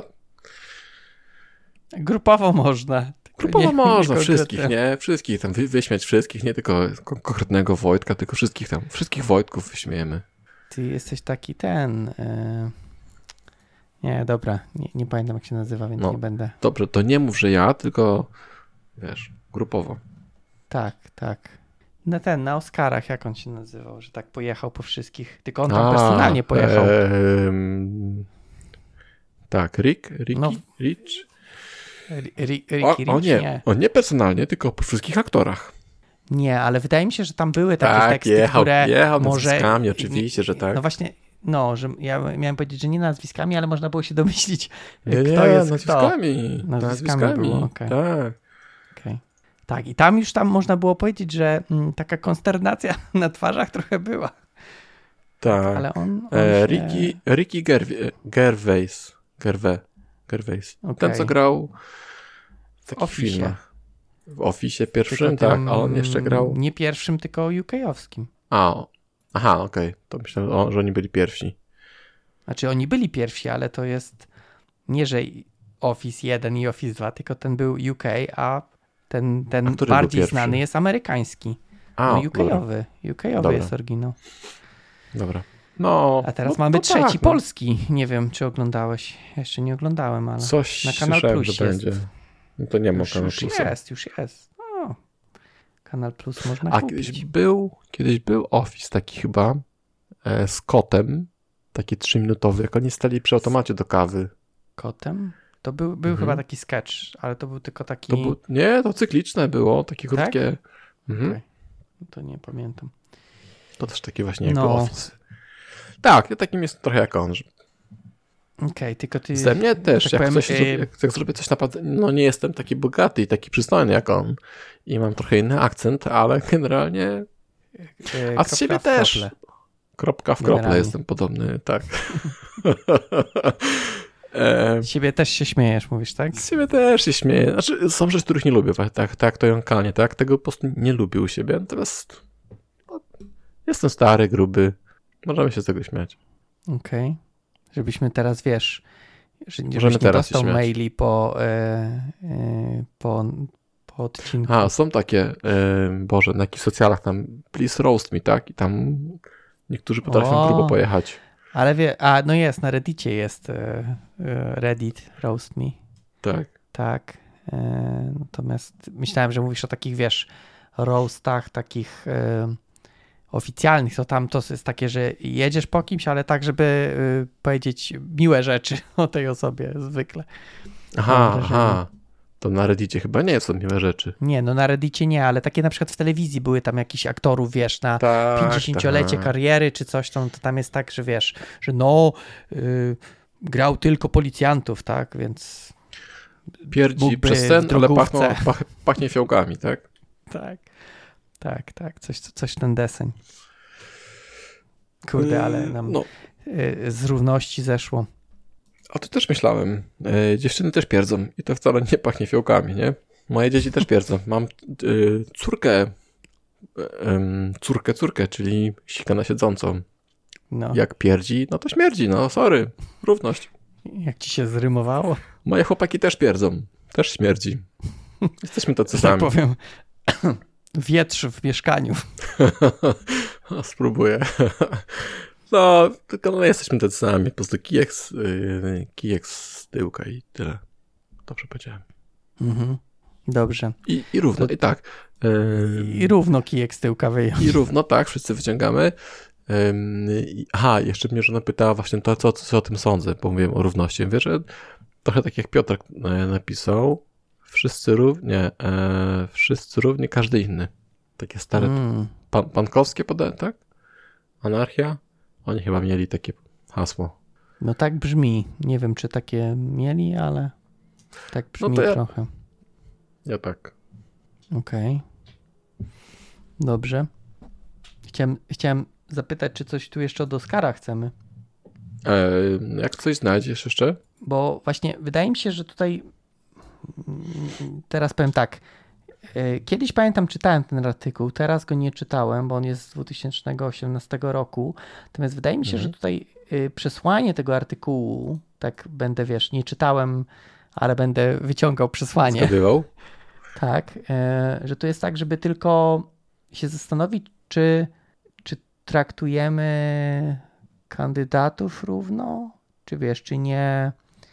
B: grupowo można.
A: Grupowo
B: nie,
A: można,
B: nie
A: wszystkich, nie? Wszystkich tam, wy, wyśmiać wszystkich, nie tylko konkretnego Wojtka, tylko wszystkich tam, wszystkich Wojtków wyśmiejemy.
B: Ty jesteś taki ten... Yy... Nie, dobra, nie, nie pamiętam jak się nazywa, więc
A: no,
B: nie będę.
A: Dobrze, to nie mów, że ja, tylko wiesz, grupowo.
B: Tak, tak. Na ten, na Oscarach, jak on się nazywał, że tak pojechał po wszystkich, tylko on tam
A: A,
B: personalnie pojechał.
A: Em, tak, Rick, Ricky,
B: no,
A: Rich.
B: Ricky
A: o,
B: Rich,
A: o nie,
B: nie.
A: On nie personalnie, tylko po wszystkich aktorach.
B: Nie, ale wydaje mi się, że tam były takie
A: tak,
B: teksty,
A: jechał,
B: które
A: jechał
B: może...
A: nazwiskami, oczywiście, że tak.
B: No właśnie, no, że ja miałem powiedzieć, że nie nazwiskami, ale można było się domyślić,
A: nie,
B: kto
A: nie,
B: jest
A: nazwiskami.
B: kto. Nazwiskami. Nazwiskami było, okay.
A: Tak.
B: Okay. Tak, i tam już tam można było powiedzieć, że m, taka konsternacja na twarzach trochę była.
A: Tak.
B: Ale on, on
A: e,
B: się...
A: Ricky, Ricky Gerv- Gervais. Gervais. Gervais.
B: Okay.
A: Ten, co grał w takich
B: Office.
A: filmach. W Office pierwszym,
B: Tylko
A: tak,
B: tym,
A: a on jeszcze grał...
B: Nie pierwszym, tylko U K-owskim.
A: A, aha, okej, okay. To myślałem, o, że oni byli pierwsi.
B: Znaczy oni byli pierwsi, ale to jest nie, że Office jeden i Office dwa, tylko ten był U K, a ten, ten
A: a
B: bardziej znany jest amerykański.
A: A,
B: no U K-owy. U K-owy jest oryginał.
A: Dobra. No,
B: a teraz
A: no,
B: mamy
A: no
B: trzeci
A: tak,
B: polski. No. Nie wiem, czy oglądałeś. Jeszcze nie oglądałem, ale
A: coś
B: na Kanal
A: słyszałem,
B: Plus
A: że
B: jest.
A: będzie. No to nie ma
B: już,
A: Kanal
B: już
A: Plusa.
B: jest, już jest. O, Kanal Plus można
A: A
B: kupić.
A: kiedyś był, kiedyś był Office taki chyba e, z kotem, taki trzyminutowy, jak oni stali przy automacie do kawy.
B: Kotem? To był, był
A: mhm.
B: chyba taki sketch, ale to był tylko taki...
A: To był, nie, to cykliczne było, takie krótkie.
B: Tak?
A: Mhm.
B: Okay. To nie pamiętam.
A: To też taki właśnie jakby
B: no.
A: Office. Tak, ja takim jest trochę jak on. Że...
B: Okej, okay, tylko ty...
A: Ze mnie też,
B: tak
A: jak,
B: powiem,
A: coś,
B: y...
A: jak, jak zrobię coś naprawdę, no nie jestem taki bogaty i taki przystojny jak on i mam trochę inny akcent, ale generalnie
B: y,
A: a z siebie też
B: krople.
A: Kropka w krople generalnie. Jestem podobny, tak.
B: Z siebie też się śmiejesz, mówisz, tak?
A: Z siebie też się śmieję. Znaczy, są rzeczy, których nie lubię, tak, tak to jąkanie, tak? Tego po prostu nie lubię u siebie. Natomiast no, jestem stary, gruby. Możemy się z tego śmiać.
B: Okej. Okay. Żebyśmy teraz, wiesz, że nie,
A: Możemy
B: nie
A: teraz
B: dostał maili po, e, e, po, po odcinku.
A: A, są takie, e, Boże, na jakich socjalach tam, please roast me, tak? I tam niektórzy potrafią o, grubo pojechać.
B: Ale wie, a no jest, na Reddicie jest e, e, Reddit roast me.
A: Tak.
B: Tak. E, natomiast myślałem, że mówisz o takich, wiesz, roastach, takich e, oficjalnych, to tam to jest takie, że jedziesz po kimś, ale tak, żeby y, powiedzieć miłe rzeczy o tej osobie zwykle.
A: Aha, aha. To na Reddicie chyba nie są miłe rzeczy.
B: Nie, no na Reddicie nie, ale takie na przykład w telewizji były tam jakichś aktorów, wiesz, na
A: tak,
B: pięćdziesięciolecie
A: tak.
B: kariery czy coś, to, to tam jest tak, że wiesz, że no y, grał tylko policjantów, tak, więc
A: pierdzi przez sen, ale pachną, pach, pachnie fiołkami, tak?
B: Tak, tak, tak, coś, coś ten deseń. Kurde, ale nam no. y, z równości zeszło.
A: A to też myślałem. E, dziewczyny też pierdzą i to wcale nie pachnie fiołkami, nie? Moje dzieci też pierdzą. Mam y, córkę, y, córkę, córkę, czyli sika na siedzącą. No. Jak pierdzi, no to śmierdzi, no sorry, równość.
B: Jak ci się zrymowało?
A: Moje chłopaki też pierdzą, też śmierdzi. Jesteśmy tacy sami.
B: Tak powiem, wietrz w mieszkaniu.
A: Spróbuję. No, tylko no, jesteśmy tacy sami. Po prostu kijek z, yy, kijek z tyłka i tyle. Dobrze powiedziałem.
B: Mhm. Dobrze.
A: I, i równo, to... i tak.
B: Yy... I równo kijek z tyłka wyjąć.
A: I równo, tak, wszyscy wyciągamy. Yy, aha, jeszcze mnie żona pytała właśnie to, co, co o tym sądzę, bo mówiłem o równości. Wiesz, że trochę tak jak Piotr napisał, wszyscy równi, nie, e, wszyscy równi, każdy inny. Takie stare, mm. pan, pankowskie podane, tak? Anarchia? Oni chyba mieli takie hasło.
B: No tak brzmi. Nie wiem, czy takie mieli, ale tak brzmi no to ja, trochę.
A: Ja tak.
B: Okej. Okay. Dobrze. Chciałem, chciałem zapytać, czy coś tu jeszcze od Oscara chcemy?
A: E, jak coś znajdziesz jeszcze?
B: Bo właśnie wydaje mi się, że tutaj teraz powiem tak. Kiedyś pamiętam, czytałem ten artykuł, teraz go nie czytałem, bo on jest z dwa tysiące osiemnastego roku. Natomiast wydaje mi się, mhm. że tutaj przesłanie tego artykułu, tak będę, wiesz, nie czytałem, ale będę wyciągał przesłanie.
A: Zgadywał?
B: Tak, że to jest tak, żeby tylko się zastanowić, czy, czy traktujemy kandydatów równo, czy wiesz, czy nie,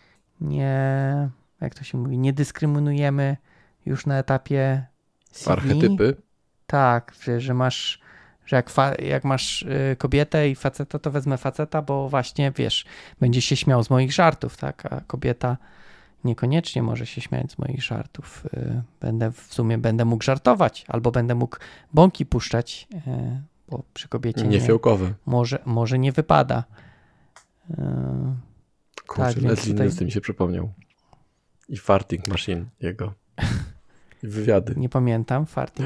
B: nie, jak to się mówi, nie dyskryminujemy już na etapie C V.
A: Archetypy.
B: Tak, że, że masz, że jak, fa, jak masz y, kobietę i faceta, to wezmę faceta, bo właśnie, wiesz, będzie się śmiał z moich żartów, tak, a kobieta niekoniecznie może się śmiać z moich żartów. Y, będę, w sumie będę mógł żartować, albo będę mógł bąki puszczać, y, bo przy kobiecie
A: nie, fiołkowe.
B: Może, może nie wypada. Y,
A: Kurczę, tak, Leslie tutaj... Nielsen mi się przypomniał. I farting machine jego. Wywiady.
B: Nie pamiętam, farting.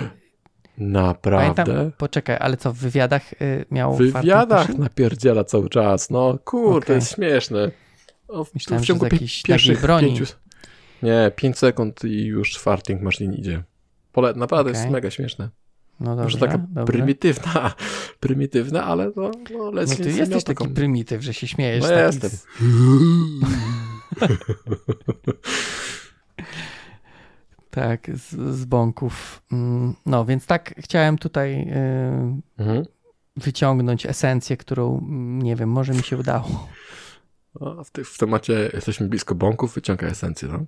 A: Naprawdę?
B: Pamiętam, poczekaj, ale co, w wywiadach y, miał
A: W wywiadach napierdziela cały czas. No kurde, okay. To jest śmieszne.
B: O, Myślałem, w ciągu że z jakiejś pierwszych
A: broni. Pięciu... Nie, pięć sekund i już farting maszyn idzie. Pole, naprawdę
B: Okay.
A: jest mega śmieszne.
B: No dobrze,
A: Może taka
B: dobrze.
A: prymitywna, prymitywna, ale no, no
B: No
A: Leslie
B: ty
A: miał
B: jesteś
A: taką...
B: taki prymityw, że się śmiejesz.
A: No
B: taki
A: jestem.
B: Z... tak, z, z bąków. No, więc tak chciałem tutaj yy,
A: Mhm.
B: wyciągnąć esencję, którą, nie wiem, może mi się udało.
A: No, w, ty, w temacie jesteśmy blisko bąków, wyciąga esencję, no.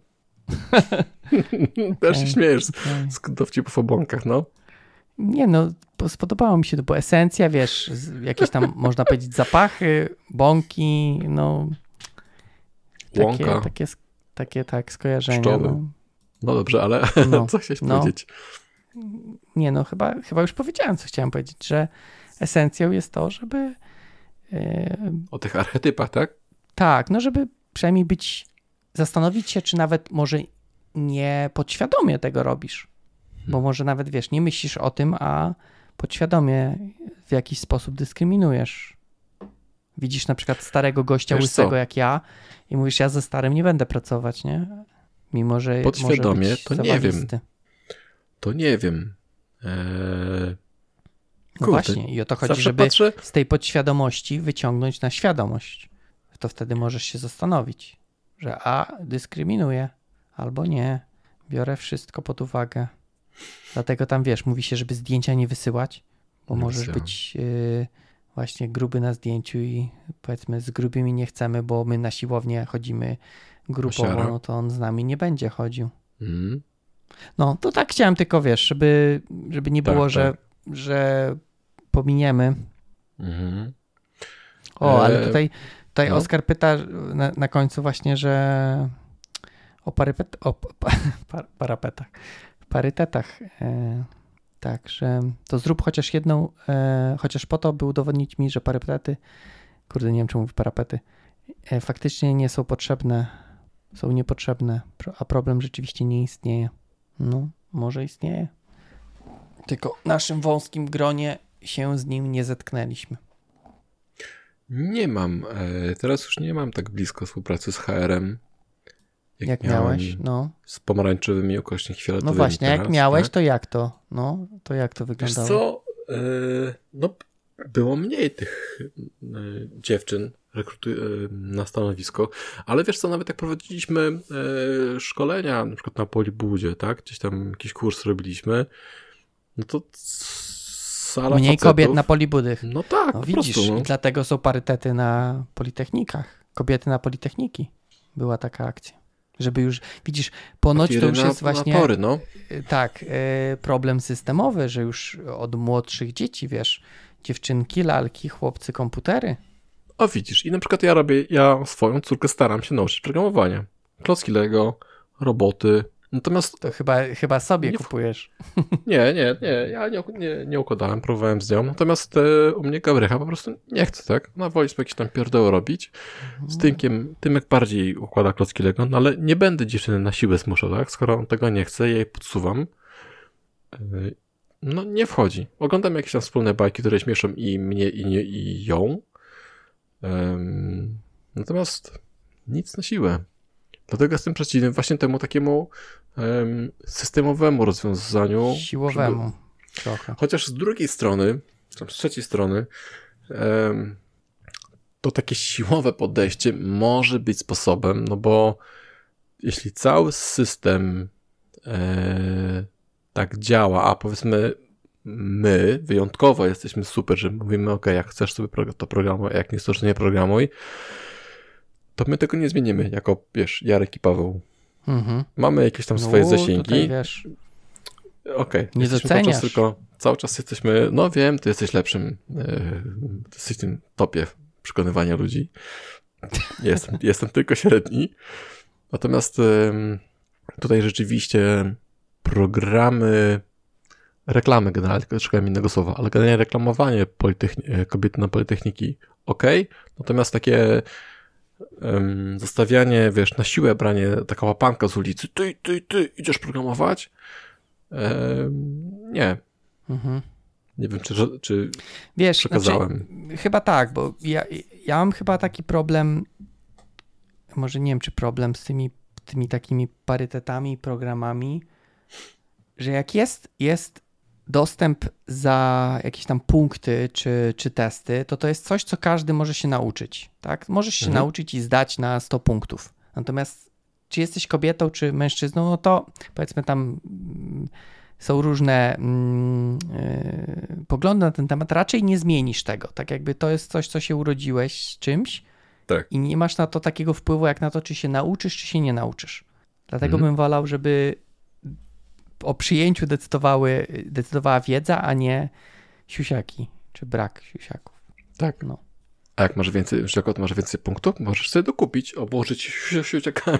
A: Też się śmiejesz z,
B: Okay.
A: z dowcipów o bąkach, no.
B: Nie no, spodobało mi się to, bo esencja, wiesz, jakieś tam, można powiedzieć, zapachy, bąki, no...
A: Łąka.
B: Takie, takie, takie tak, skojarzenia.
A: Pszczoły.
B: No.
A: No dobrze, ale
B: No,
A: co chciałeś
B: no.
A: powiedzieć?
B: Nie no, chyba, chyba już powiedziałem, co chciałem powiedzieć, że esencją jest to, żeby yy,
A: O tych archetypach, tak?
B: tak, no żeby przynajmniej być, zastanowić się, czy nawet może nie podświadomie tego robisz, bo może nawet, wiesz, nie myślisz o tym, a podświadomie w jakiś sposób dyskryminujesz. Widzisz na przykład starego gościa
A: Wiesz
B: łysego
A: co?
B: jak ja i mówisz, ja ze starym nie będę pracować, nie? Mimo, że
A: Podświadomie,
B: może być
A: to nie wiem.
B: zabawisty.
A: To nie wiem. Eee...
B: No
A: Kurde,
B: właśnie i o to chodzi,
A: zawsze
B: żeby
A: patrzę...
B: z tej podświadomości wyciągnąć na świadomość. To wtedy możesz się zastanowić, że a, dyskryminuję, albo nie, biorę wszystko pod uwagę. Dlatego tam, wiesz, mówi się, żeby zdjęcia nie wysyłać, bo
A: Nie
B: możesz
A: wysyłam.
B: być yy, właśnie gruby na zdjęciu i powiedzmy z grubymi nie chcemy, bo my na siłownię chodzimy grupowo,
A: Siara.
B: no to on z nami nie będzie chodził.
A: Mm.
B: No, to tak chciałem tylko, wiesz, żeby, żeby nie
A: Tak,
B: było,
A: tak.
B: że, że pominiemy.
A: Mhm.
B: O, ale
A: E,
B: tutaj, tutaj
A: no.
B: Oskar pyta na, na końcu właśnie, że o, parypet, o pa, par, parapetach, parytetach. E, tak, że to zrób chociaż jedną, e, chociaż po to, by udowodnić mi, że parypety, kurde, nie wiem, czy mówię parapety, e, faktycznie nie są potrzebne, są niepotrzebne, pro- a problem rzeczywiście nie istnieje. No, może istnieje. Tylko w naszym wąskim gronie się z nim nie zetknęliśmy.
A: Nie mam. E, teraz już nie mam tak blisko współpracy z H R-em. Jak,
B: Jak
A: miałem
B: miałeś, no.
A: z pomarańczowymi ukośnik
B: No
A: fioletowymi.
B: właśnie,
A: teraz,
B: jak miałeś,
A: tak?
B: to jak to? No, to jak to
A: Wiesz
B: wyglądało?
A: co? E, no, było mniej tych e, dziewczyn rekrutu- e, na stanowisko, ale wiesz co, nawet jak prowadziliśmy e, szkolenia, na przykład na Polibudzie, tak? Gdzieś tam jakiś kurs robiliśmy, no to sala
B: Mniej
A: facetów,
B: kobiet na polibudych.
A: No tak,
B: No
A: po
B: widzisz,
A: prostu. No.
B: i dlatego są parytety na politechnikach. Kobiety na politechniki. Była taka akcja. Żeby już, widzisz, ponoć
A: Takie
B: to już
A: na-
B: jest właśnie
A: na tory, no.
B: y, tak, y, problem systemowy, że już od młodszych dzieci, wiesz, dziewczynki, lalki, chłopcy, komputery.
A: O widzisz, i na przykład ja robię, ja swoją córkę staram się nauczyć programowania. Klocki Lego, roboty. Natomiast
B: To chyba, chyba sobie
A: Nie w-
B: kupujesz.
A: nie, nie, nie, ja nie, nie, nie układałem, próbowałem z nią. Natomiast e, u mnie Gabrycha po prostu nie chce, tak? Ona woli sobie jakieś tam pierdoły robić. Z Tymkiem, Tymek bardziej układa klocki Lego, no ale nie będę dziewczyny na siłę zmuszał, tak? Skoro on tego nie chce, ja jej podsuwam. E, no nie wchodzi. Oglądam jakieś tam wspólne bajki, które śmieszą i mnie, i, nie, i ją. Em, natomiast nic na siłę. Dlatego jestem przeciwny właśnie temu takiemu em, systemowemu rozwiązaniu.
B: Siłowemu
A: żeby-
B: trochę.
A: Chociaż z drugiej strony, czy tam z trzeciej strony, em, to takie siłowe podejście może być sposobem, no bo jeśli cały system e, tak działa, a powiedzmy my wyjątkowo jesteśmy super, że mówimy, ok, jak chcesz sobie pro- to programuj, a jak nie chcesz, to nie programuj, to my tego nie zmienimy, jako, wiesz, Jarek i Paweł.
B: Mhm.
A: Mamy jakieś tam swoje
B: No,
A: zasięgi.
B: tutaj, wiesz,
A: Okej,
B: Nie
A: jesteśmy cały czas
B: doceniasz.
A: tylko, cały czas jesteśmy, no wiem, ty jesteś lepszym, yy, ty jesteś w tym topie przekonywania ludzi. Jestem, jestem tylko średni. Natomiast ym, tutaj rzeczywiście programy, reklamy generalnie, tylko szukałem innego słowa, ale generalnie reklamowanie politechni- kobiety na politechniki, okej, natomiast takie ym, zostawianie, wiesz, na siłę branie, taka łapanka z ulicy, ty, ty, ty, idziesz programować? Ym, nie.
B: mhm.
A: Nie wiem, czy, czy
B: Wiesz,
A: przekazałem.
B: Znaczy, chyba tak, bo ja, ja mam chyba taki problem, może nie wiem, czy problem z tymi tymi takimi parytetami, programami, że jak jest, jest dostęp za jakieś tam punkty czy, czy testy, to to jest coś, co każdy może się nauczyć. Tak? Możesz się mhm. nauczyć i zdać na sto punktów. Natomiast czy jesteś kobietą, czy mężczyzną, no to powiedzmy tam są różne mm, yy, poglądy na ten temat. Raczej nie zmienisz tego. Tak jakby to jest coś, co się urodziłeś z czymś
A: tak.
B: i nie masz na to takiego wpływu, jak na to, czy się nauczysz, czy się nie nauczysz. Dlatego
A: mhm.
B: bym wolał, żeby o przyjęciu decydowały, decydowała wiedza, a nie siusiaki, czy brak siusiaków.
A: Tak.
B: No.
A: A jak masz więcej, że jak masz więcej punktów, możesz sobie dokupić, obłożyć siu- siusiakami.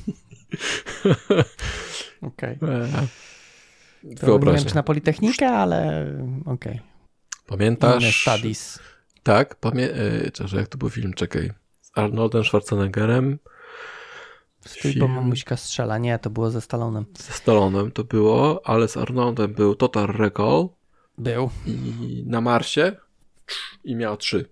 B: Okej.
A: Okay.
B: To nie wiem, czy na Politechnikę, ale okej. Okay.
A: Pamiętasz?
B: Inne studies.
A: Tak, pamiętam, że jak to był film, czekaj, z Arnoldem Schwarzeneggerem.
B: Stój, bo mamuśka strzela. Nie, to było ze Stallonem.
A: Ze Stallonem to było, ale z Arnoldem był Total Recall.
B: Był.
A: I na Marsie i miał trzy.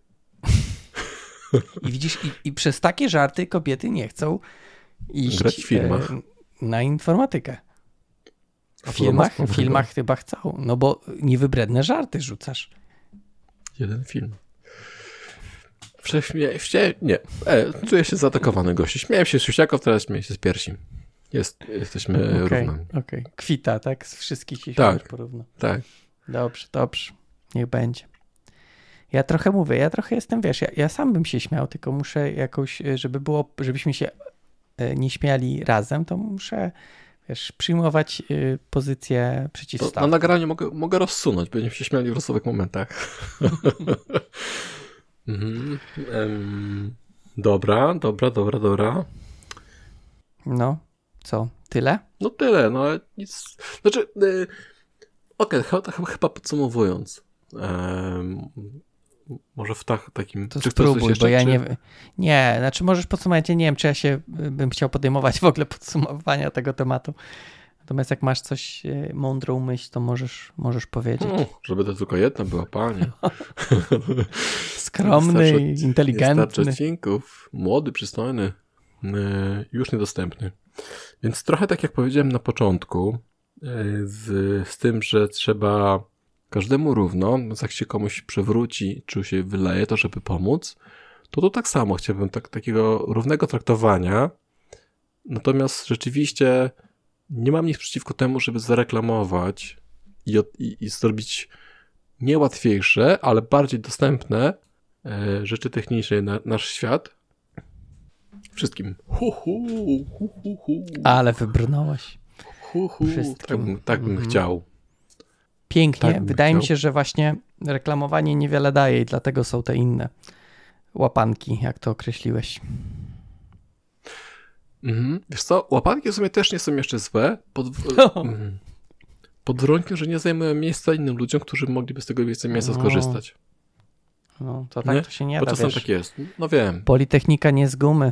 B: I widzisz, i, i przez takie żarty kobiety nie chcą iść
A: grać w filmach.
B: E, na informatykę. W filmach, w filmach chyba chcą, no bo niewybredne żarty rzucasz.
A: Jeden film. Wszechśmie... Wście... Nie. E, czuję się zaatakowany, gości. Śmiałem się z siusiaków, teraz śmieję się z piersi. Jest, jesteśmy
B: okay,
A: równani.
B: Okej, okay. Kwita, tak? Z wszystkich się
A: tak,
B: porówno.
A: Tak,
B: Dobrze, dobrze. Niech będzie. Ja trochę mówię, ja trochę jestem, wiesz, ja, ja sam bym się śmiał, tylko muszę jakoś, żeby było, żebyśmy się nie śmiali razem, to muszę, wiesz, przyjmować pozycję przeciwstawną.
A: Na nagraniu mogę, mogę rozsunąć, będziemy się śmiali w losowych momentach. mhm. um, dobra, dobra, dobra, dobra.
B: No, co? Tyle?
A: No tyle, no ale nic. Znaczy, yy, okej, okay, chyba podsumowując. Yy, może w tak, takim...
B: To
A: czy
B: spróbuj,
A: jeszcze,
B: bo ja
A: czy...
B: nie... Nie, znaczy możesz podsumować, ja nie wiem, czy ja się bym chciał podejmować w ogóle podsumowania tego tematu. Natomiast jak masz coś, mądrą myśl, to możesz, możesz powiedzieć.
A: No, żeby to tylko jedna była, panie.
B: Skromny,
A: starczy,
B: inteligentny.
A: Starczy odcinków, młody, przystojny, yy, już niedostępny. Więc trochę tak jak powiedziałem na początku, yy, z, z tym, że trzeba każdemu równo, jak się komuś przewróci, czy się wyleje, to żeby pomóc, to tu tak samo chciałbym tak, takiego równego traktowania. Natomiast rzeczywiście nie mam nic przeciwko temu, żeby zareklamować i, i, i zrobić nie łatwiejsze, ale bardziej dostępne e, rzeczy techniczne na nasz świat. Wszystkim. Hu, hu, hu, hu, hu.
B: Ale wybrnąłeś.
A: Hu, hu. Tak bym, tak bym mm. chciał.
B: Pięknie.
A: Tak
B: Wydaje
A: chciał.
B: mi się, że właśnie reklamowanie niewiele daje i dlatego są te inne łapanki, jak to określiłeś.
A: Mhm. Wiesz co, łapanki w sumie też nie są jeszcze złe, pod, mm, pod warunkiem, że nie zajmują miejsca innym ludziom, którzy mogliby z tego miejsca miejsca
B: no.
A: skorzystać.
B: No, to tak
A: nie?
B: to się nie
A: Bo
B: da,
A: czasem
B: wiesz.
A: tak jest. No wiem.
B: Politechnika nie z gumy.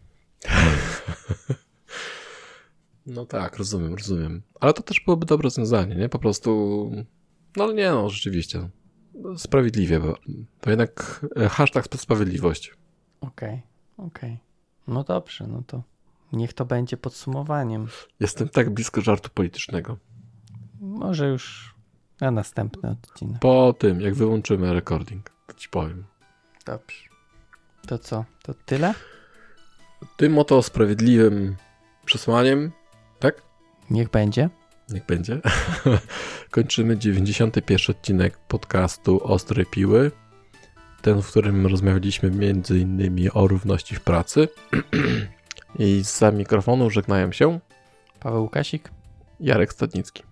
A: No tak, rozumiem, rozumiem. Ale to też byłoby dobre rozwiązanie, nie? Po prostu, no nie no, rzeczywiście. Sprawiedliwie, bo to jednak hashtag sprawiedliwość.
B: Okej, okay, okej. Okay. No dobrze, no to niech to będzie podsumowaniem.
A: Jestem tak blisko żartu politycznego.
B: Może już na następny odcinek.
A: Po tym, jak wyłączymy recording, to ci powiem.
B: Dobrze. To co? To tyle?
A: Tym oto sprawiedliwym przesłaniem, tak?
B: Niech będzie.
A: Niech będzie. Kończymy dziewięćdziesiąty pierwszy odcinek podcastu Ostre Piły. Ten, w którym rozmawialiśmy między innymi o równości w pracy. I za mikrofonu żegnają się
B: Paweł Łukasik,
A: Jarek Stadnicki.